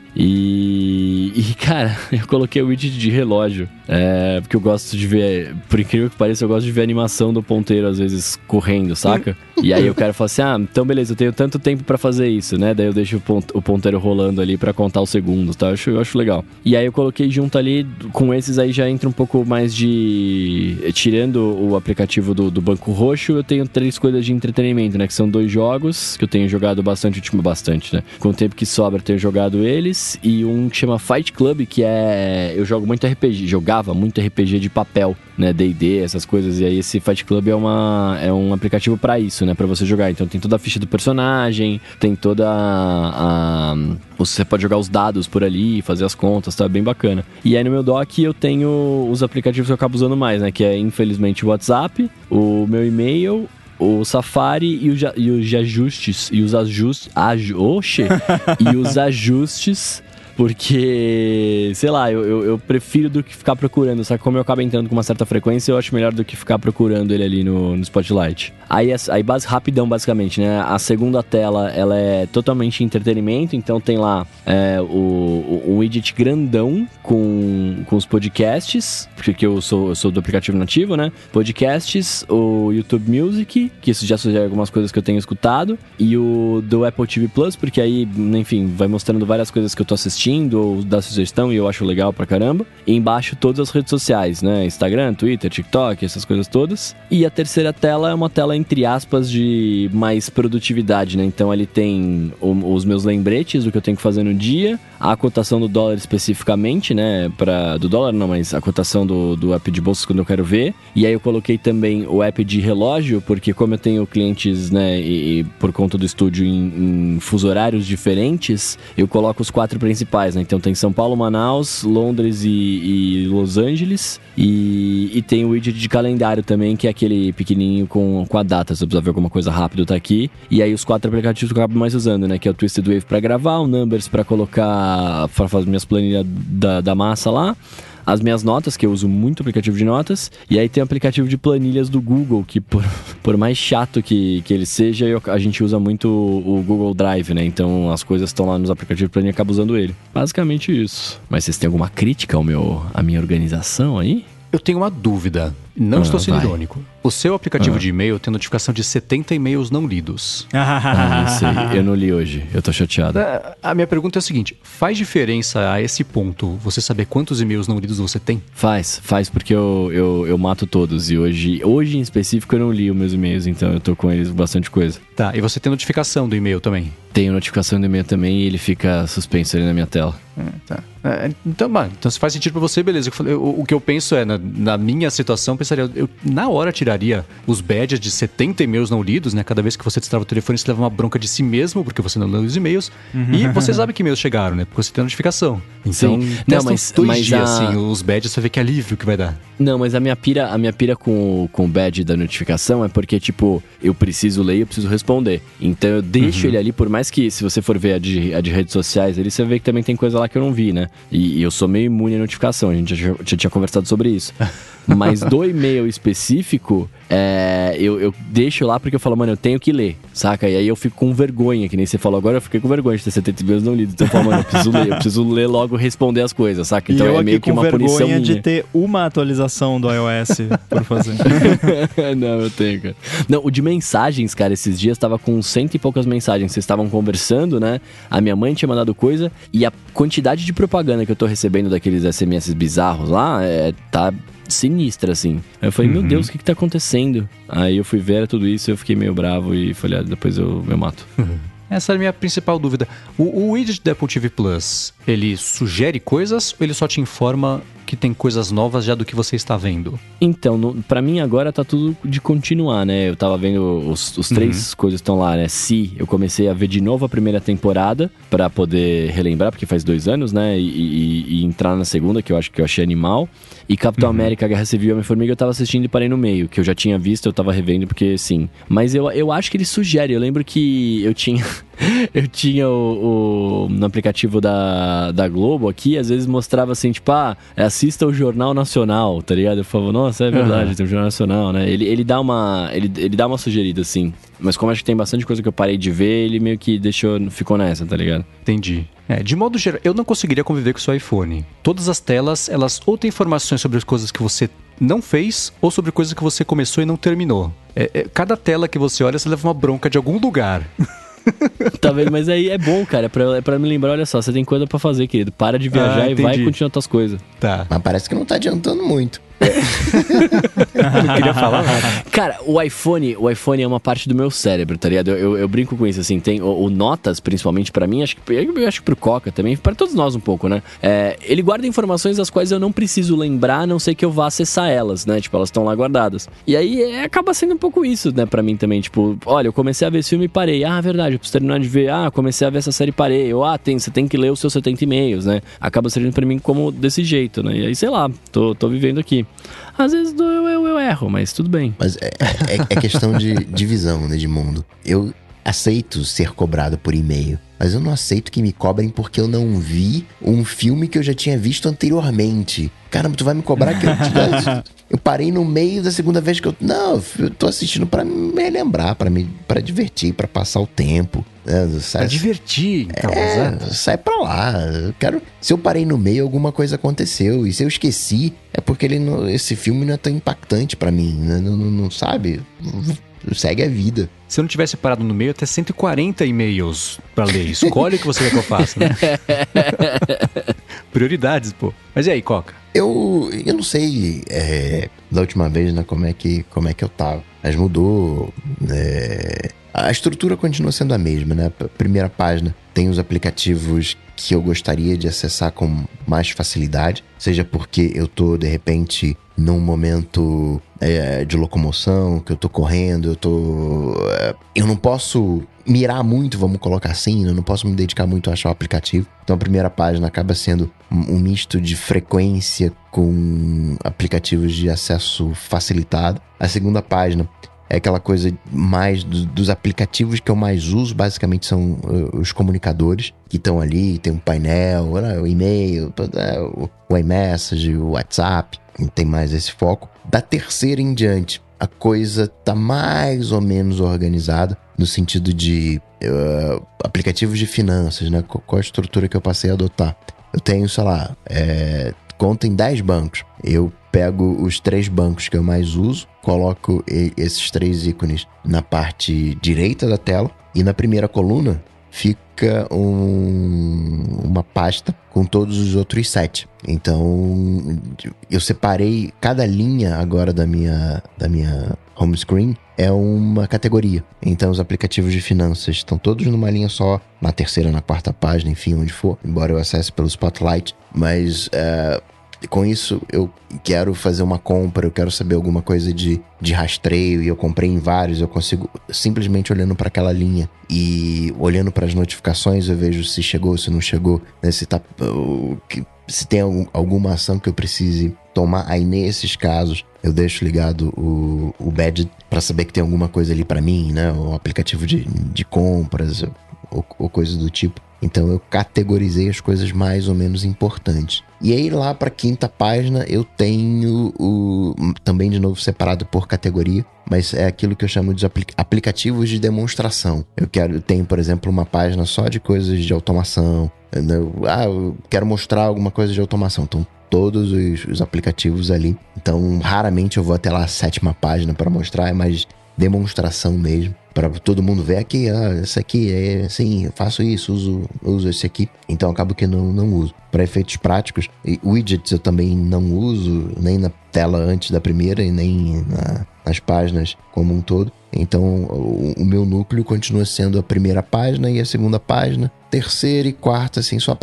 E, e cara, eu coloquei o widget de relógio. É, porque eu gosto de ver... Por incrível que pareça, eu gosto de ver a animação do ponteiro, às vezes, correndo, saca? E aí o cara fala assim, ah, então beleza, eu tenho tanto tempo pra fazer isso, né? Daí eu deixo o, pont, o ponteiro rolando ali pra contar os segundos, tá? Eu acho, eu acho legal. E aí eu coloquei junto ali, com esses aí já entra um pouco mais de... Tirando o aplicativo do, do Banco Roxo, eu tenho três coisas de entretenimento, né? Que são dois jogos que eu tenho jogado bastante, último bastante, né? Com o tempo que sobra, eu tenho jogado eles. E um que chama Fight Club, que é... Eu jogo muito R P G, jogava muito R P G de papel, né? D e D, essas coisas. E aí esse Fight Club é, uma, é um aplicativo pra isso, né? Pra você jogar. Então tem toda a ficha do personagem, tem toda a... a você pode jogar os dados por ali, fazer as contas, tá? Bem bacana. E aí no meu dock eu tenho os aplicativos que eu acabo usando mais, né? Que é, infelizmente, o WhatsApp, o meu e-mail... O Safari e, o, e os ajustes. E os ajustes. Aj, oxe! E os ajustes. Porque, sei lá, eu, eu, eu prefiro do que ficar procurando. Só que como eu acabo entrando com uma certa frequência, eu acho melhor do que ficar procurando ele ali no, no Spotlight. Aí, aí base, rapidão, basicamente, né? A segunda tela, ela é totalmente entretenimento. Então tem lá é, o, o widget grandão com, com os podcasts. Porque eu sou, eu sou do aplicativo nativo, né? Podcasts, o YouTube Music, que isso já sugere algumas coisas que eu tenho escutado. E o do Apple T V Plus, porque aí, enfim, vai mostrando várias coisas que eu tô assistindo ou dá sugestão e eu acho legal pra caramba. E embaixo todas as redes sociais, né? Instagram, Twitter, TikTok, essas coisas todas. E a terceira tela é uma tela, entre aspas, de mais produtividade, né? Então ele tem o, os meus lembretes do que eu tenho que fazer no dia, a cotação do dólar especificamente, né? Pra, do dólar não, mas a cotação do, do app de bolsa quando eu quero ver. E aí eu coloquei também o app de relógio, porque como eu tenho clientes, né? E, e por conta do estúdio em, em fuso horários diferentes, eu coloco os quatro principais. Né? Então tem São Paulo, Manaus, Londres e, e Los Angeles. E, e tem o widget de calendário também, que é aquele pequenininho com, com a data. Se você precisar ver alguma coisa rápido, tá aqui. E aí os quatro aplicativos que eu acabo mais usando, né? Que é o Twisted Wave pra gravar, o Numbers pra colocar, pra fazer minhas planilhas da, da massa lá. As minhas notas, que eu uso muito aplicativo de notas. E aí tem o aplicativo de planilhas do Google, que por, por mais chato que, que ele seja, eu, a gente usa muito o, o Google Drive, né? Então as coisas estão lá nos aplicativos de planilha e acaba usando ele. Basicamente isso. Mas vocês têm alguma crítica ao meu, à minha organização aí? Eu tenho uma dúvida. Não ah, estou sendo vai. irônico. O seu aplicativo ah. de e-mail tem notificação de setenta e-mails não lidos. Ah, não sei. Eu não li hoje. Eu tô chateado. A minha pergunta é a seguinte. Faz diferença a esse ponto você saber quantos e-mails não lidos você tem? Faz. Faz porque eu, eu, eu mato todos. E hoje, hoje em específico eu não li os meus e-mails. Então eu tô com eles bastante coisa. Tá. E você tem notificação do e-mail também? Tenho notificação do e-mail também e ele fica suspenso ali na minha tela. É, tá. É, então, mano, então se faz sentido pra você, beleza. Eu, eu, o que eu penso é, na, na minha situação, eu pensaria, eu na hora tiraria os badges de setenta e-mails não lidos, né? Cada vez que você destrava o telefone, você leva uma bronca de si mesmo, porque você não leu os e-mails. Uhum. E você sabe que e-mails chegaram, né? Porque você tem a notificação. Então, sim. Não, mas, dois mas dias, a... assim, os badges, você vê que alívio que vai dar. Não, mas a minha pira, a minha pira com, com o badge da notificação é porque, tipo, eu preciso ler e eu preciso responder. Então eu deixo uhum. ele ali, por mais que, se você for ver a de, a de redes sociais, ele você vê que também tem coisa lá que eu não vi, né? E, e eu sou meio imune à notificação, a gente já, já tinha conversado sobre isso. Mas do e-mail específico, é, eu, eu deixo lá porque eu falo, mano, eu tenho que ler, saca? E aí eu fico com vergonha, que nem você falou agora, eu fiquei com vergonha de ter setenta e-mails não lidos. Então eu falo, mano, eu preciso ler, eu preciso ler logo e responder as coisas, saca? Então e eu é meio que uma punição minha. Eu de ter uma atualização do iOS por fazer. Não, eu tenho, cara. Não, o de mensagens, cara, esses dias tava com cento e poucas mensagens. Vocês estavam conversando, né? A minha mãe tinha mandado coisa e a quantidade de propaganda que eu tô recebendo daqueles S M S bizarros lá, é, tá... sinistra, assim. Aí eu falei, uhum. meu Deus, o que que tá acontecendo? Aí eu fui ver era tudo isso, eu fiquei meio bravo e falei, ah, depois eu, eu mato. Essa é a minha principal dúvida. O, o widget da Apple T V Plus, ele sugere coisas ou ele só te informa que tem coisas novas já do que você está vendo? Então, no, pra mim agora tá tudo de continuar, né? Eu tava vendo os, os três uhum. coisas estão lá, né? Se eu comecei a ver de novo a primeira temporada pra poder relembrar, porque faz dois anos, né? E, e, e entrar na segunda, que eu acho que eu achei animal. E Capitão uhum. América, Guerra Civil e Homem-Formiga eu tava assistindo e parei no meio, que eu já tinha visto, eu tava revendo, porque sim. Mas eu, eu acho que ele sugere, eu lembro que eu tinha... eu tinha o, o... no aplicativo da, da Globo aqui, às vezes mostrava assim, tipo, ah, assista o Jornal Nacional, tá ligado? Eu falava, nossa, é verdade, uhum. tem o Jornal Nacional, né? Ele, ele dá uma... Ele, ele dá uma sugerida, assim. Mas como acho que tem bastante coisa que eu parei de ver, ele meio que deixou, ficou nessa, tá ligado? Entendi. É, de modo geral, eu não conseguiria conviver com o seu iPhone. Todas as telas, elas ou têm informações sobre as coisas que você não fez, ou sobre coisas que você começou e não terminou. É, é, cada tela que você olha, você leva uma bronca de algum lugar. Tá vendo? Mas aí é bom, cara, é pra, é pra me lembrar, olha só, você tem coisa pra fazer, querido. Para de viajar ah, e vai continuar tuas coisas. Tá. Mas parece que não tá adiantando muito. Eu não queria falar nada. Cara, o iPhone, o iPhone é uma parte do meu cérebro, tá ligado? Eu, eu, eu brinco com isso, assim, tem o, o Notas, principalmente pra mim, acho que, eu acho que pro Coca também, pra todos nós um pouco, né? É, ele guarda informações das quais eu não preciso lembrar, a não ser que eu vá acessar elas, né? Tipo, elas estão lá guardadas. E aí é, acaba sendo um pouco isso, né, pra mim também. Tipo, olha, eu comecei a ver esse filme e parei. Ah, verdade, eu preciso terminar de ver. Ah, comecei a ver essa série e parei. Ou, ah, tem, você tem que ler os seus setenta e-mails, né? Acaba servindo pra mim como desse jeito, né? E aí, sei lá, tô, tô vivendo aqui. Às vezes eu, eu, eu erro, mas tudo bem. Mas é, é, é questão de divisão, né, de mundo. Eu aceito ser cobrado por e-mail, mas eu não aceito que me cobrem porque eu não vi um filme que eu já tinha visto anteriormente. Caramba, tu vai me cobrar que eu... eu parei no meio da segunda vez que eu... Não, eu tô assistindo pra me relembrar, pra, me, pra divertir, pra passar o tempo. É, sai, pra divertir, então. É, sai pra lá. Eu quero... Se eu parei no meio, alguma coisa aconteceu. E se eu esqueci, é porque ele não... esse filme não é tão impactante pra mim. Né? Não, não, não sabe... Segue a vida. Se eu não tivesse parado no meio, até cento e quarenta e-mails pra ler. Escolhe o que você quer que eu faça, né? Prioridades, pô. Mas e aí, Coca? Eu, eu não sei é, da última vez, né, como é que, como é que eu tava. Mas mudou. É, a estrutura continua sendo a mesma, né? A primeira página tem os aplicativos que eu gostaria de acessar com mais facilidade. Seja porque eu tô, de repente, num momento é, de locomoção, que eu tô correndo, eu tô... É, eu não posso mirar muito, vamos colocar assim, eu não posso me dedicar muito a achar o aplicativo. Então a primeira página acaba sendo um, um misto de frequência com aplicativos de acesso facilitado. A segunda página é aquela coisa mais do, dos aplicativos que eu mais uso, basicamente são uh, os comunicadores que estão ali, tem um painel, uh, o e-mail, uh, o iMessage, o WhatsApp, tem mais esse foco. Da terceira em diante, a coisa tá mais ou menos organizada, no sentido de uh, aplicativos de finanças, né? Qual a estrutura que eu passei a adotar? Eu tenho, sei lá, é, conta em dez bancos. Eu pego os três bancos que eu mais uso, coloco esses três ícones na parte direita da tela e na primeira coluna fica um, uma pasta com todos os outros sete. Então, eu separei cada linha agora da minha, da minha home screen é uma categoria. Então, os aplicativos de finanças estão todos numa linha só, na terceira, na quarta página, enfim, onde for, embora eu acesse pelo Spotlight. Mas, uh, com isso, eu quero fazer uma compra, eu quero saber alguma coisa de, de rastreio, e eu comprei em vários, eu consigo, simplesmente olhando para aquela linha e olhando para as notificações, eu vejo se chegou, se não chegou, né, se, tá, uh, que, se tem algum, alguma ação que eu precise tomar. Aí, nesses casos, eu deixo ligado o, o badge para saber que tem alguma coisa ali para mim, né, o aplicativo de, de compras ou, ou coisa do tipo. Então eu categorizei as coisas mais ou menos importantes. E aí lá para a quinta página eu tenho o também de novo separado por categoria, mas é aquilo que eu chamo de apl- aplicativos de demonstração. Eu quero, eu tenho, por exemplo, uma página só de coisas de automação. Eu, ah, eu quero mostrar alguma coisa de automação. Então todos os, os aplicativos ali. Então raramente eu vou até lá a sétima página para mostrar, é mais demonstração mesmo, para todo mundo ver aqui, ah, esse aqui é assim, eu faço isso, uso, uso esse aqui. Então acabo que não, não uso. Para efeitos práticos, e widgets eu também não uso, nem na tela antes da primeira e nem na, nas páginas como um todo. Então o, o meu núcleo continua sendo a primeira página e a segunda página, terceira e quarta, assim, só para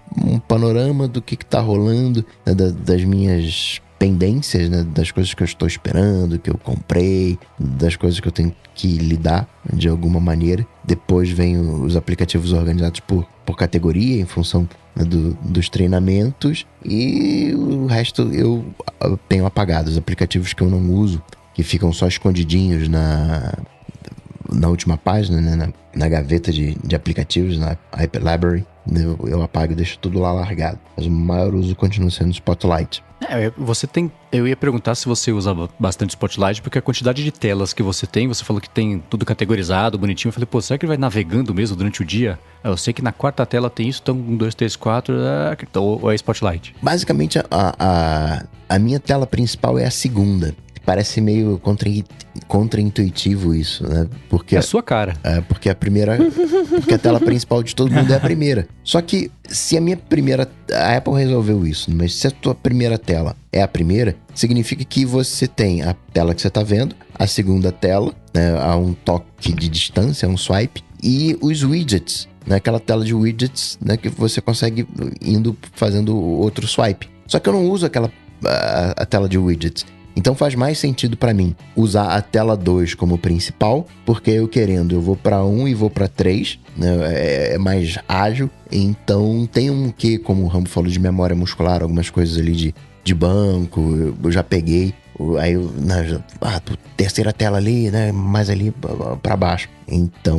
um panorama do que, que tá rolando, né, da, das minhas pendências, né, das coisas que eu estou esperando, que eu comprei, das coisas que eu tenho que lidar de alguma maneira. Depois vem os aplicativos organizados por, por categoria, em função, né, do, dos treinamentos, e o resto eu tenho apagado. Os aplicativos que eu não uso, que ficam só escondidinhos na, na última página, né, na, na gaveta de, de aplicativos, na Hyper Library, eu, eu apago e deixo tudo lá largado. Mas o maior uso continua sendo o Spotlight. É, você tem... Eu ia perguntar se você usa bastante Spotlight, porque a quantidade de telas que você tem, você falou que tem tudo categorizado, bonitinho. Eu falei, pô, será que ele vai navegando mesmo durante o dia? Eu sei que na quarta tela tem isso, então um, dois, três, quatro, ou é Spotlight? Basicamente, a, a, a minha tela principal é a segunda. Parece meio contra, contra-intuitivo isso, né? Porque é a sua cara. É, porque a primeira... porque a tela principal de todo mundo é a primeira. Só que se a minha primeira... A Apple resolveu isso, mas se a tua primeira tela é a primeira, significa que você tem a tela que você tá vendo, a segunda tela, né, a um toque de distância, um swipe, e os widgets, né, aquela tela de widgets, né, que você consegue indo fazendo outro swipe. Só que eu não uso aquela a, a tela de widgets. Então faz mais sentido para mim usar a tela dois como principal, porque eu querendo, eu vou para um e vou para três, né? é, é mais ágil. Então tem um que, como o Rambo falou, de memória muscular, algumas coisas ali de, de banco, eu já peguei. Aí eu, na ah, terceira tela ali, né? Mais ali para baixo. Então,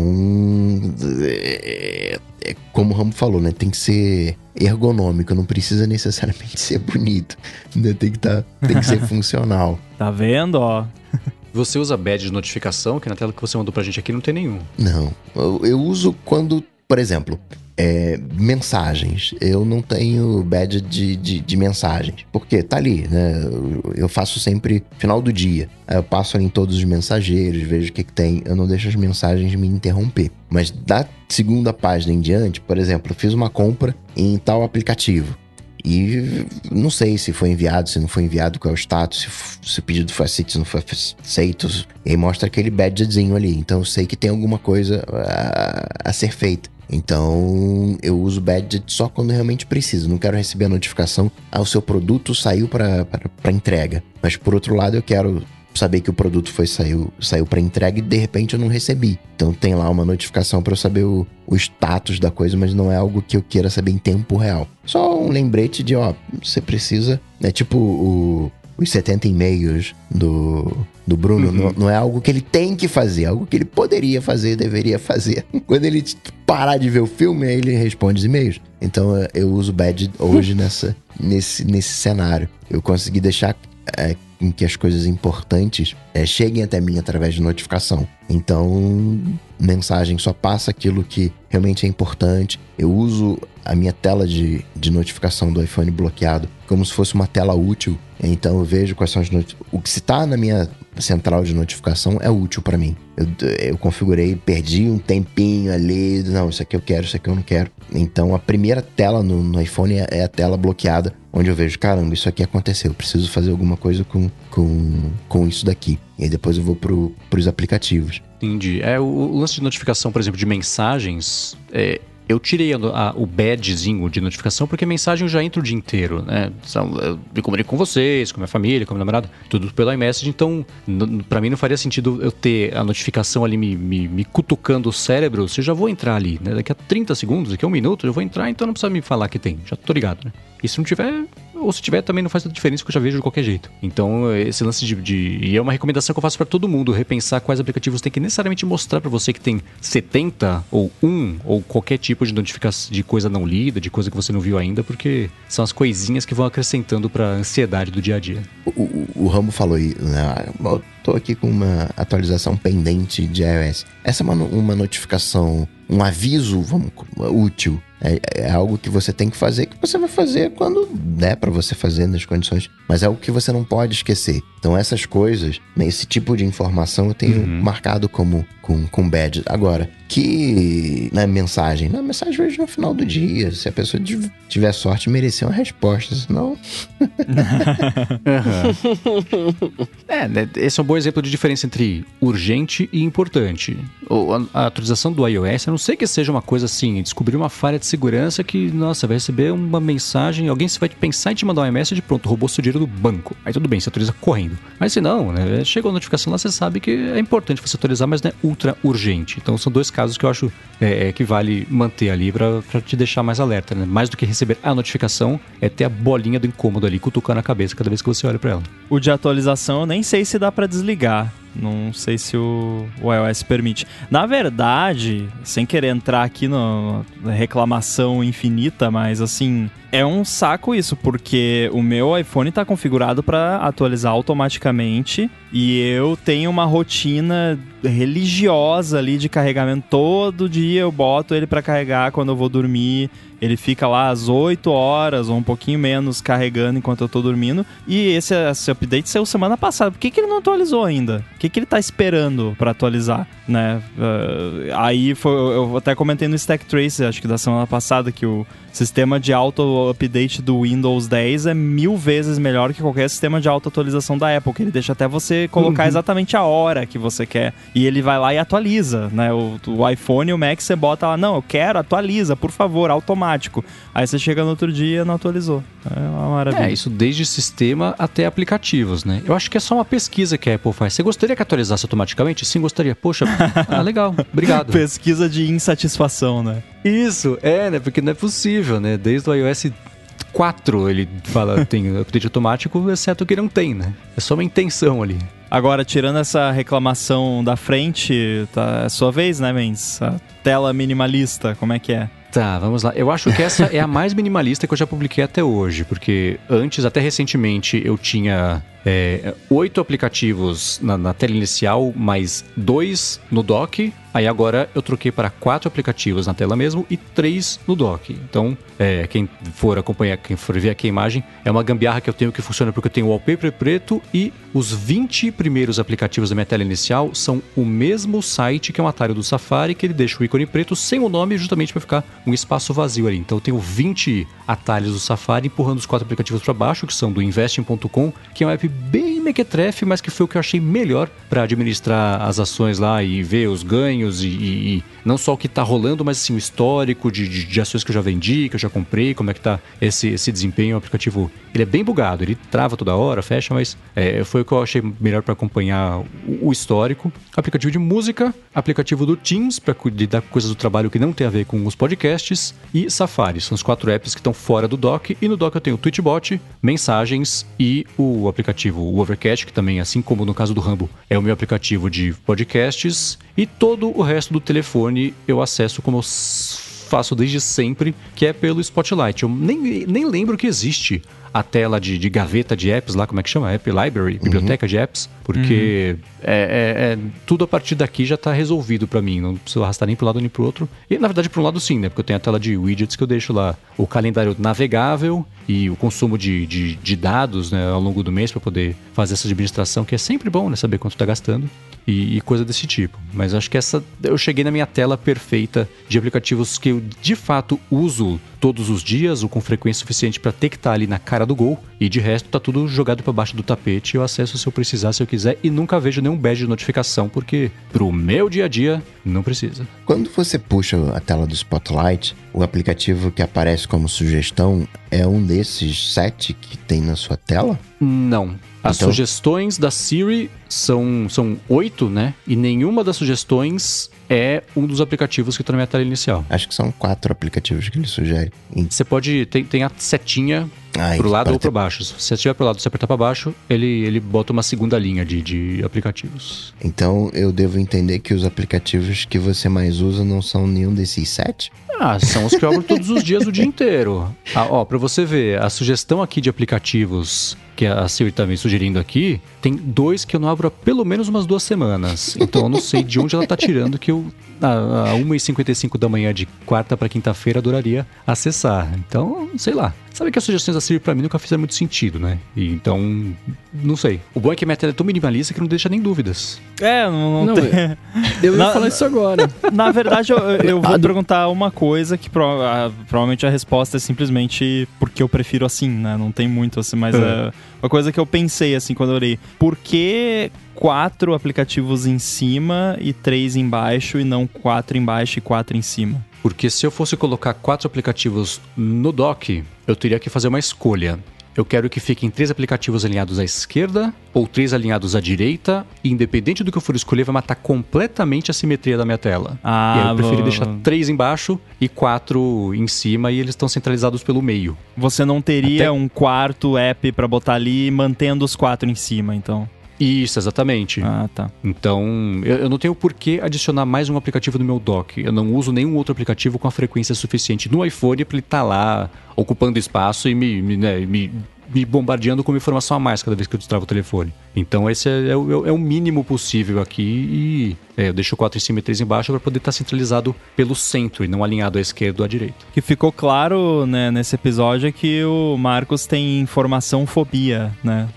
é, é, como o Rambo falou, né? Tem que ser ergonômico, não precisa necessariamente ser bonito, né? Tem que, tá, tem que ser funcional. Tá vendo, ó? Você usa badge de notificação, que na tela que você mandou pra gente aqui não tem nenhum. Não, eu, eu uso quando, por exemplo, é, mensagens. Eu não tenho badge de, de, de mensagens, porque tá ali, né? Eu, eu faço sempre final do dia. Aí eu passo ali em todos os mensageiros, vejo o que que tem. Eu não deixo as mensagens me interromper. Mas da segunda página em diante, por exemplo, eu fiz uma compra em tal aplicativo. E não sei se foi enviado, se não foi enviado, qual é o status, se, se o pedido foi aceito, se não foi aceito. E aí mostra aquele badgezinho ali. Então eu sei que tem alguma coisa a, a ser feita. Então eu uso o badge só quando realmente preciso. Não quero receber a notificação, ah, o seu produto saiu para entrega. Mas por outro lado eu quero saber que o produto foi, saiu, saiu para entrega e de repente eu não recebi. Então tem lá uma notificação para eu saber o, o status da coisa, mas não é algo que eu queira saber em tempo real. Só um lembrete de, ó, você precisa, né? Tipo o, os setenta e-mails do, do Bruno, uhum. não, não é algo que ele tem que fazer, é algo que ele poderia fazer, deveria fazer. Quando ele parar de ver o filme, aí ele responde os e-mails. Então eu uso o badge hoje nessa, nesse, nesse cenário. Eu consegui deixar é, em que as coisas importantes é, cheguem até mim através de notificação. Então, mensagem só passa aquilo que realmente é importante. Eu uso a minha tela de, de notificação do iPhone bloqueado como se fosse uma tela útil. Então eu vejo quais são as not... o que se está na minha central de notificação é útil para mim. Eu, eu configurei, perdi um tempinho ali, não, isso aqui eu quero, isso aqui eu não quero. Então a primeira tela no, no iPhone é, é a tela bloqueada, onde eu vejo, caramba, isso aqui aconteceu, eu preciso fazer alguma coisa com, com, com isso daqui. E aí depois eu vou pro, pros aplicativos. Entendi. É, o, o lance de notificação, por exemplo, de mensagens, é, eu tirei a, a, o badgezinho de notificação porque mensagem eu já entro o dia inteiro, né? Eu me comunico com vocês, com minha família, com minha namorada, tudo pelo iMessage, então n- pra mim não faria sentido eu ter a notificação ali me, me, me cutucando o cérebro, se eu já vou entrar ali, né? Daqui a trinta segundos, daqui a um minuto eu vou entrar, então não precisa me falar que tem, já tô ligado, né? E se não tiver, ou se tiver também não faz tanta diferença, porque eu já vejo de qualquer jeito. Então esse lance de... de e é uma recomendação que eu faço pra todo mundo, repensar quais aplicativos tem que necessariamente mostrar pra você que tem setenta ou um ou qualquer tipo de notificação de coisa não lida, de coisa que você não viu ainda, porque são as coisinhas que vão acrescentando pra ansiedade do dia a dia. O, o, o Rambo falou aí, né? Eu tô aqui com uma atualização pendente de iOS. Essa é uma, uma notificação, um aviso, vamos, útil. É, é algo que você tem que fazer, que você vai fazer quando der pra você fazer nas condições, mas é algo que você não pode esquecer. Então essas coisas, né, esse tipo de informação eu tenho uhum. marcado como com, com badge. Agora, que na mensagem, na mensagem vejo no final do dia, se a pessoa tiver sorte, merecer uma resposta, senão... uhum. É, né, esse é um bom bom exemplo de diferença entre urgente e importante. A, a atualização do iOS, a não sei que seja uma coisa assim, descobrir uma falha de segurança que, nossa, vai receber uma mensagem, alguém vai pensar em te mandar um iMessage, pronto, roubou seu dinheiro do banco. Aí tudo bem, você atualiza correndo. Mas se não, né, chegou a notificação lá, você sabe que é importante você atualizar, mas não é ultra urgente. Então são dois casos que eu acho é, que vale manter ali pra, pra te deixar mais alerta, né? Mais do que receber a notificação, é ter a bolinha do incômodo ali, cutucando a cabeça cada vez que você olha pra ela. O de atualização eu nem sei se dá pra desligar. Não sei se o, o iOS permite. Na verdade, sem querer entrar aqui no, na reclamação infinita, mas assim, é um saco isso, porque o meu iPhone tá configurado para atualizar automaticamente e eu tenho uma rotina religiosa ali de carregamento. Todo dia eu boto ele para carregar quando eu vou dormir. Ele fica lá às oito horas ou um pouquinho menos carregando enquanto eu tô dormindo. E esse, esse update saiu semana passada. Por que, que ele não atualizou ainda? O que, que ele tá esperando pra atualizar, né? Uh, aí foi, eu até comentei no Stack Trace, acho que da semana passada, que o sistema de auto-update do Windows dez é mil vezes melhor que qualquer sistema de auto-atualização da Apple, que ele deixa até você colocar uhum. exatamente a hora que você quer. E ele vai lá e atualiza, né? O, o iPhone e o Mac você bota lá, não, eu quero, atualiza, por favor, automático. Aí você chega no outro dia e não atualizou. É uma maravilha. É, isso desde sistema até aplicativos, né? Eu acho que é só uma pesquisa que a Apple faz. Você gostaria que atualizasse automaticamente? Sim, gostaria. Poxa, ah, legal, obrigado. Pesquisa de insatisfação, né? Isso, é, né? Porque não é possível, né? Desde o iOS quatro ele fala tem update automático, exceto que não tem, né? É só uma intenção ali. Agora, tirando essa reclamação da frente, tá, é sua vez, né, Mendes? A tela minimalista, como é que é? Tá, vamos lá. Eu acho que essa é a mais minimalista que eu já publiquei até hoje, porque antes, até recentemente, eu tinha é, oito aplicativos na, na tela inicial, mais dois no dock. Aí agora eu troquei para quatro aplicativos na tela mesmo e três no dock. Então, é, quem for acompanhar, quem for ver aqui a imagem, é uma gambiarra que eu tenho que funciona porque eu tenho o wallpaper preto e os vinte primeiros aplicativos da minha tela inicial são o mesmo site que é um atalho do Safari, que ele deixa o ícone preto sem o nome justamente para ficar um espaço vazio ali. Então eu tenho vinte atalhos do Safari empurrando os quatro aplicativos para baixo, que são do investing ponto com, que é um app bem mequetrefe, mas que foi o que eu achei melhor para administrar as ações lá e ver os ganhos e, e, e não só o que está rolando, mas assim, o histórico de, de, de ações que eu já vendi, que eu já comprei, como é que tá esse, esse desempenho. O aplicativo, ele é bem bugado, ele trava toda hora, fecha, mas é, foi o que eu achei melhor para acompanhar o, o histórico. Aplicativo de música, aplicativo do Teams, para lidar com coisas do trabalho que não tem a ver com os podcasts, e Safari. São os quatro apps que estão fora do dock, e no dock eu tenho o Tweetbot, mensagens e o aplicativo o Overcast, que também, assim como no caso do Rambo, é o meu aplicativo de podcasts, e todo o resto do telefone eu acesso como eu faço desde sempre, que é pelo Spotlight. Eu nem, nem lembro que existe a tela de, de gaveta de apps lá, como é que chama? App Library, biblioteca uhum. de apps, porque uhum. é, é, é, tudo a partir daqui já está resolvido para mim, não preciso arrastar nem para um lado nem para o outro. E na verdade para um lado sim, né? Porque eu tenho a tela de widgets que eu deixo lá o calendário navegável e o consumo de, de, de dados, né, ao longo do mês para poder fazer essa administração, que é sempre bom, né? Saber quanto está gastando e, e coisa desse tipo. Mas acho que essa eu cheguei na minha tela perfeita de aplicativos que eu de fato uso todos os dias ou com frequência suficiente para ter que estar tá ali na cara do gol, e de resto tá tudo jogado para baixo do tapete. Eu acesso se eu precisar, se eu quiser, e nunca vejo nenhum badge de notificação, porque pro meu dia a dia não precisa. Quando você puxa a tela do Spotlight, o aplicativo que aparece como sugestão é um desses sete que tem na sua tela? Não. As então... sugestões da Siri são, são oito, né? E nenhuma das sugestões é um dos aplicativos que está na minha tela inicial. Acho que são quatro aplicativos que ele sugere. Você pode... Tem, tem a setinha ah, pro lado ou ter... pro baixo. Se você estiver pro lado e você apertar para baixo, ele, ele bota uma segunda linha de, de aplicativos. Então eu devo entender que os aplicativos que você mais usa não são nenhum desses sete? Ah, são os que eu abro todos os dias o dia inteiro. Ah, ó, pra você ver, a sugestão aqui de aplicativos que a Siri tá me sugerindo aqui, tem dois que eu não abro há pelo menos umas duas semanas. Então eu não sei de onde ela tá tirando que eu, a, a uma e cinquenta e cinco da manhã de quarta para quinta-feira, adoraria acessar. Então, sei lá. Sabe que as sugestões da Siri pra mim nunca fizeram muito sentido, né? E então, não sei. O bom é que a minha tela é tão minimalista que não deixa nem dúvidas. É, não, não, Não, tem... Eu ia Na- falar isso agora. Na verdade, eu, eu vou Ah, do- perguntar uma coisa que pro- a- provavelmente a resposta é simplesmente porque eu prefiro assim, né? Não tem muito assim, mas É. é uma coisa que eu pensei assim quando eu olhei. Por que quatro aplicativos em cima e três embaixo e não quatro embaixo e quatro em cima? Porque se eu fosse colocar quatro aplicativos no dock, eu teria que fazer uma escolha. Eu quero que fiquem três aplicativos alinhados à esquerda ou três alinhados à direita. E independente do que eu for escolher, vai matar completamente a simetria da minha tela. Ah, e aí eu preferi vou- deixar três embaixo e quatro em cima e eles estão centralizados pelo meio. Você não teria Até- um quarto app pra botar ali mantendo os quatro em cima, então. Isso, exatamente. Ah, tá. Então, eu, eu não tenho por que adicionar mais um aplicativo no meu dock. Eu não uso nenhum outro aplicativo com a frequência suficiente no iPhone para ele estar lá ocupando espaço e me, me, né, me, me bombardeando com informação a mais cada vez que eu destravo o telefone. Então, esse é, é o- é o mínimo possível aqui e é, eu deixo quatro em cima e três embaixo para poder estar centralizado pelo centro e não alinhado à esquerda ou à direita. O que ficou claro, né, nesse episódio é que o Marcos tem informação fobia, né?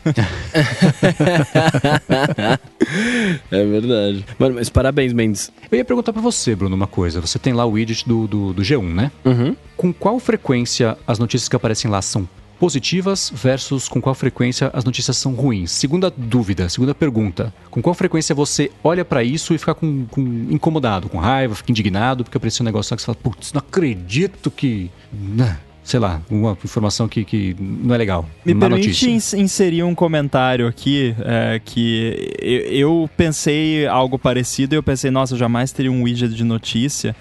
É verdade. Mano, mas parabéns, Mendes. Eu ia perguntar para você, Bruno, uma coisa. Você tem lá o widget do, do, do G um, né? Uhum. Com qual frequência as notícias que aparecem lá são positivas versus com qual frequência as notícias são ruins? Segunda dúvida, segunda pergunta. Com qual frequência você olha pra isso e fica com, com incomodado, com raiva, fica indignado porque apareceu um negócio lá que você fala, putz, não acredito que... né, sei lá, uma informação que, que não é legal. Me Má permite notícia. ins- inserir um comentário aqui, é, que eu, eu pensei algo parecido e eu pensei, nossa, eu jamais teria um widget de notícia.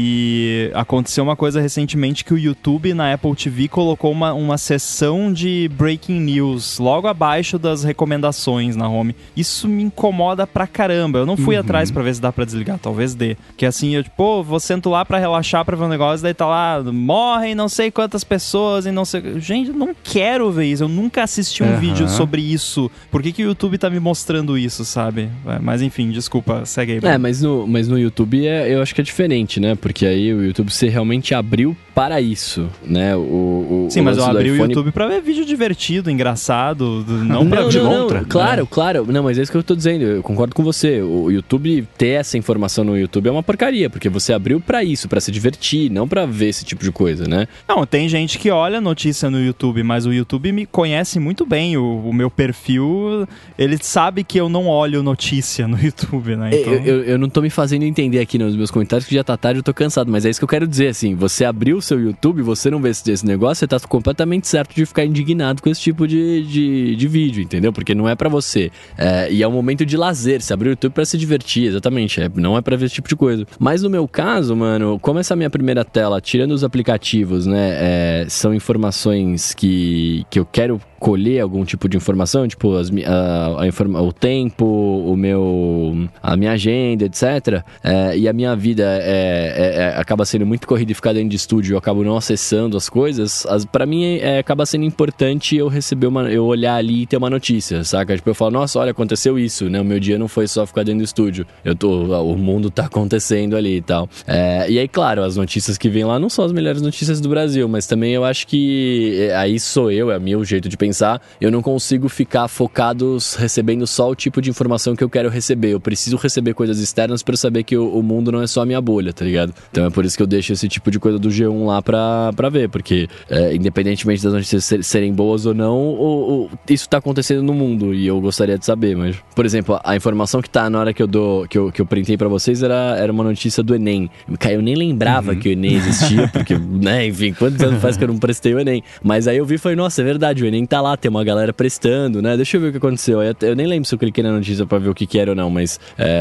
E aconteceu uma coisa recentemente que o YouTube na Apple T V colocou uma, uma seção de breaking news logo abaixo das recomendações na home. Isso me incomoda pra caramba. Eu não fui Uhum. atrás pra ver se dá pra desligar, talvez dê. Que assim, eu tipo, pô, vou sento lá pra relaxar pra ver um negócio, daí tá lá, morrem não sei quantas pessoas e não sei... Gente, eu não quero ver isso. Eu nunca assisti um Aham. vídeo sobre isso. Por que que o YouTube tá me mostrando isso, sabe? É, mas enfim, desculpa, segue aí. Bruno. É, mas no, mas no YouTube é, eu acho que é diferente, né? Porque aí o YouTube você realmente abriu para isso, né? O, o, Sim, o mas eu lance do abri o iPhone- YouTube pra ver vídeo divertido, engraçado, não pra não, de não, não. contra. Claro, né? claro. Não, mas é isso que eu tô dizendo. Eu concordo com você. O YouTube ter essa informação no YouTube é uma porcaria, porque você abriu pra isso, pra se divertir, não pra ver esse tipo de coisa, né? Não, tem gente que olha notícia no YouTube, mas o YouTube me conhece muito bem. O, o meu perfil, ele sabe que eu não olho notícia no YouTube, né? Então... Eu, eu, eu não tô me fazendo entender aqui nos meus comentários, que já tá tarde, eu tô cansado, mas é isso que eu quero dizer, assim, você abriu o seu YouTube, você não vê esse, esse negócio, você tá completamente certo de ficar indignado com esse tipo de, de, de vídeo, entendeu? Porque não é pra você. É, e é um momento de lazer, você abriu o YouTube pra se divertir, exatamente, é, não é pra ver esse tipo de coisa. Mas no meu caso, mano, como essa minha primeira tela, tirando os aplicativos, né, é, são informações que, que eu quero colher algum tipo de informação, tipo as, mi- a, a informa, o tempo, o meu, a minha agenda, etcétera. É, e a minha vida é, é- é- acaba sendo muito corrida e ficar dentro de estúdio, eu acabo não acessando as coisas. As, para mim é, acaba sendo importante eu receber uma, eu olhar ali e ter uma notícia, saca? Tipo, eu falo, nossa, olha, aconteceu isso, né? O meu dia não foi só ficar dentro do estúdio. Eu tô, o mundo tá acontecendo ali e tal. É, e aí, claro, as notícias que vêm lá não são as melhores notícias do Brasil, mas também eu acho que é, aí sou eu, é o meu jeito de pensar, eu não consigo ficar focado recebendo só o tipo de informação que eu quero receber. Eu preciso receber coisas externas pra eu saber que o, o mundo não é só a minha bolha, tá ligado? Então é por isso que eu deixo esse tipo de coisa do G um lá pra, pra ver, porque é, independentemente das notícias ser- serem boas ou não, o, o- isso tá acontecendo no mundo e eu gostaria de saber, mas... Por exemplo, a informação que tá na hora que eu dou, que eu, que eu printei pra vocês era, era uma notícia do Enem. Cara, eu nem lembrava que o Enem existia, porque, né, enfim, quantos anos faz que eu não prestei o Enem? Mas aí eu vi e falei, nossa, é verdade, o Enem tá lá, tem uma galera prestando, né? Deixa eu ver o que aconteceu. Aí Eu, eu nem lembro se eu cliquei na notícia pra ver o que que era ou não, mas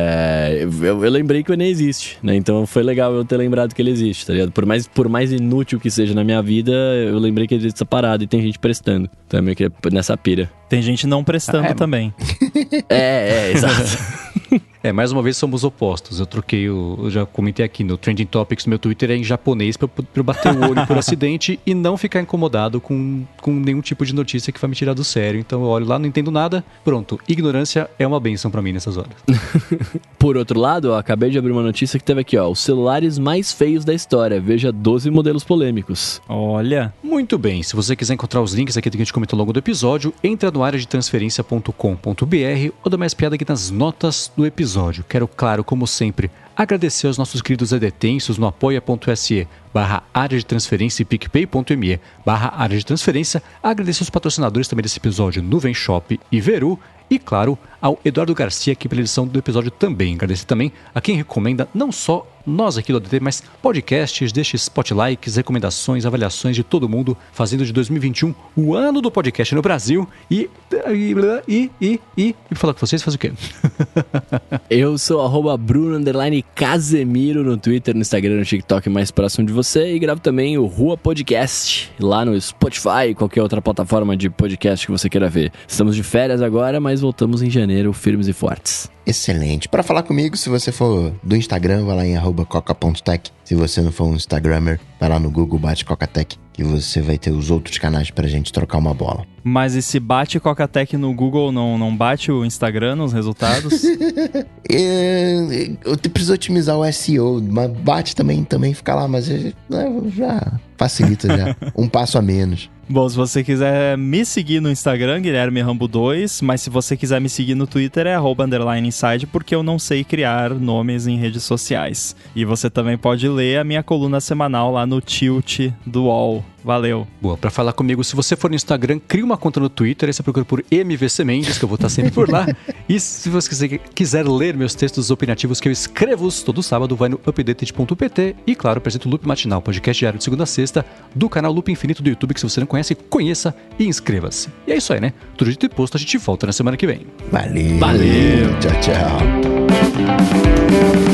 é, eu, eu lembrei que o Enem existe, né? Então foi legal eu ter lembrado que ele existe, tá ligado? Por mais, por mais inútil que seja na minha vida, eu lembrei que existe essa parada e tem gente prestando. Então é meio que nessa pira. Tem gente não prestando Ah, é. também. É, é, exato. É, mais uma vez somos opostos. Eu troquei o... Eu já comentei aqui no Trending Topics, meu Twitter é em japonês pra eu, pra eu bater o olho por acidente e não ficar incomodado com, com nenhum tipo de notícia que vai me tirar do sério. Então eu olho lá, não entendo nada, pronto. Ignorância é uma benção pra mim nessas horas. Por outro lado, ó, acabei de abrir uma notícia que teve aqui, ó. Os celulares mais feios da história. Veja doze modelos polêmicos. Olha, Muito bem, se você quiser encontrar os links aqui do que a gente comentou ao longo do episódio, entra no área de transferência ponto com ponto b r ou dá mais piada aqui nas notas do episódio. Quero, claro, como sempre, agradecer aos nossos queridos edetensos no apoia.se barra área de transferência e picpay.me barra área de transferência. Agradecer aos patrocinadores também desse episódio, Nuvem Shop e Veru. E, claro, ao Eduardo Garcia aqui pela edição do episódio também. Agradecer também a quem recomenda não só nós aqui do A D T, mas podcasts, deixe spotlikes, recomendações, avaliações de todo mundo, fazendo de dois mil e vinte e um o ano do podcast no Brasil. E... E... E... E... E... E falar com vocês, faz o quê? Eu sou arroba Bruno underline Casemiro no Twitter, no Instagram, no TikTok mais próximo de você. E gravo também o Rua Podcast lá no Spotify e qualquer outra plataforma de podcast que você queira ver. Estamos de férias agora, mas voltamos em janeiro firmes e fortes. Excelente. Para falar comigo, se você for do Instagram, vai lá em arroba coca ponto tech. Se você não for um Instagrammer, vai lá no Google, bate Cocatech, que você vai ter os outros canais pra gente trocar uma bola. mas e se bate Cocatech no Google, não, não bate o Instagram nos resultados? É, eu preciso otimizar o S E O, mas bate também, também fica lá, mas já, já facilita já. Um passo a menos. Bom, se você quiser me seguir no Instagram, Guilherme Rambo dois, mas se você quiser me seguir no Twitter é arroba underline inside, porque eu não sei criar nomes em redes sociais. E você também pode ler a minha coluna semanal lá no Tilt do U O L. Valeu. Boa, pra falar comigo, se você for no Instagram, cria uma conta no Twitter, aí você procura por M V C Mendes, que eu vou estar sempre por lá. E se você quiser, quiser ler meus textos opinativos que eu escrevo todo sábado, vai no updated ponto p t. E claro, apresento o Loop Matinal, podcast diário de segunda a sexta, do canal Loop Infinito do YouTube, que se você não conhece, conheça e inscreva-se. E é isso aí, né? Tudo dito e posto, a gente volta na semana que vem. Valeu. Valeu. Tchau, tchau.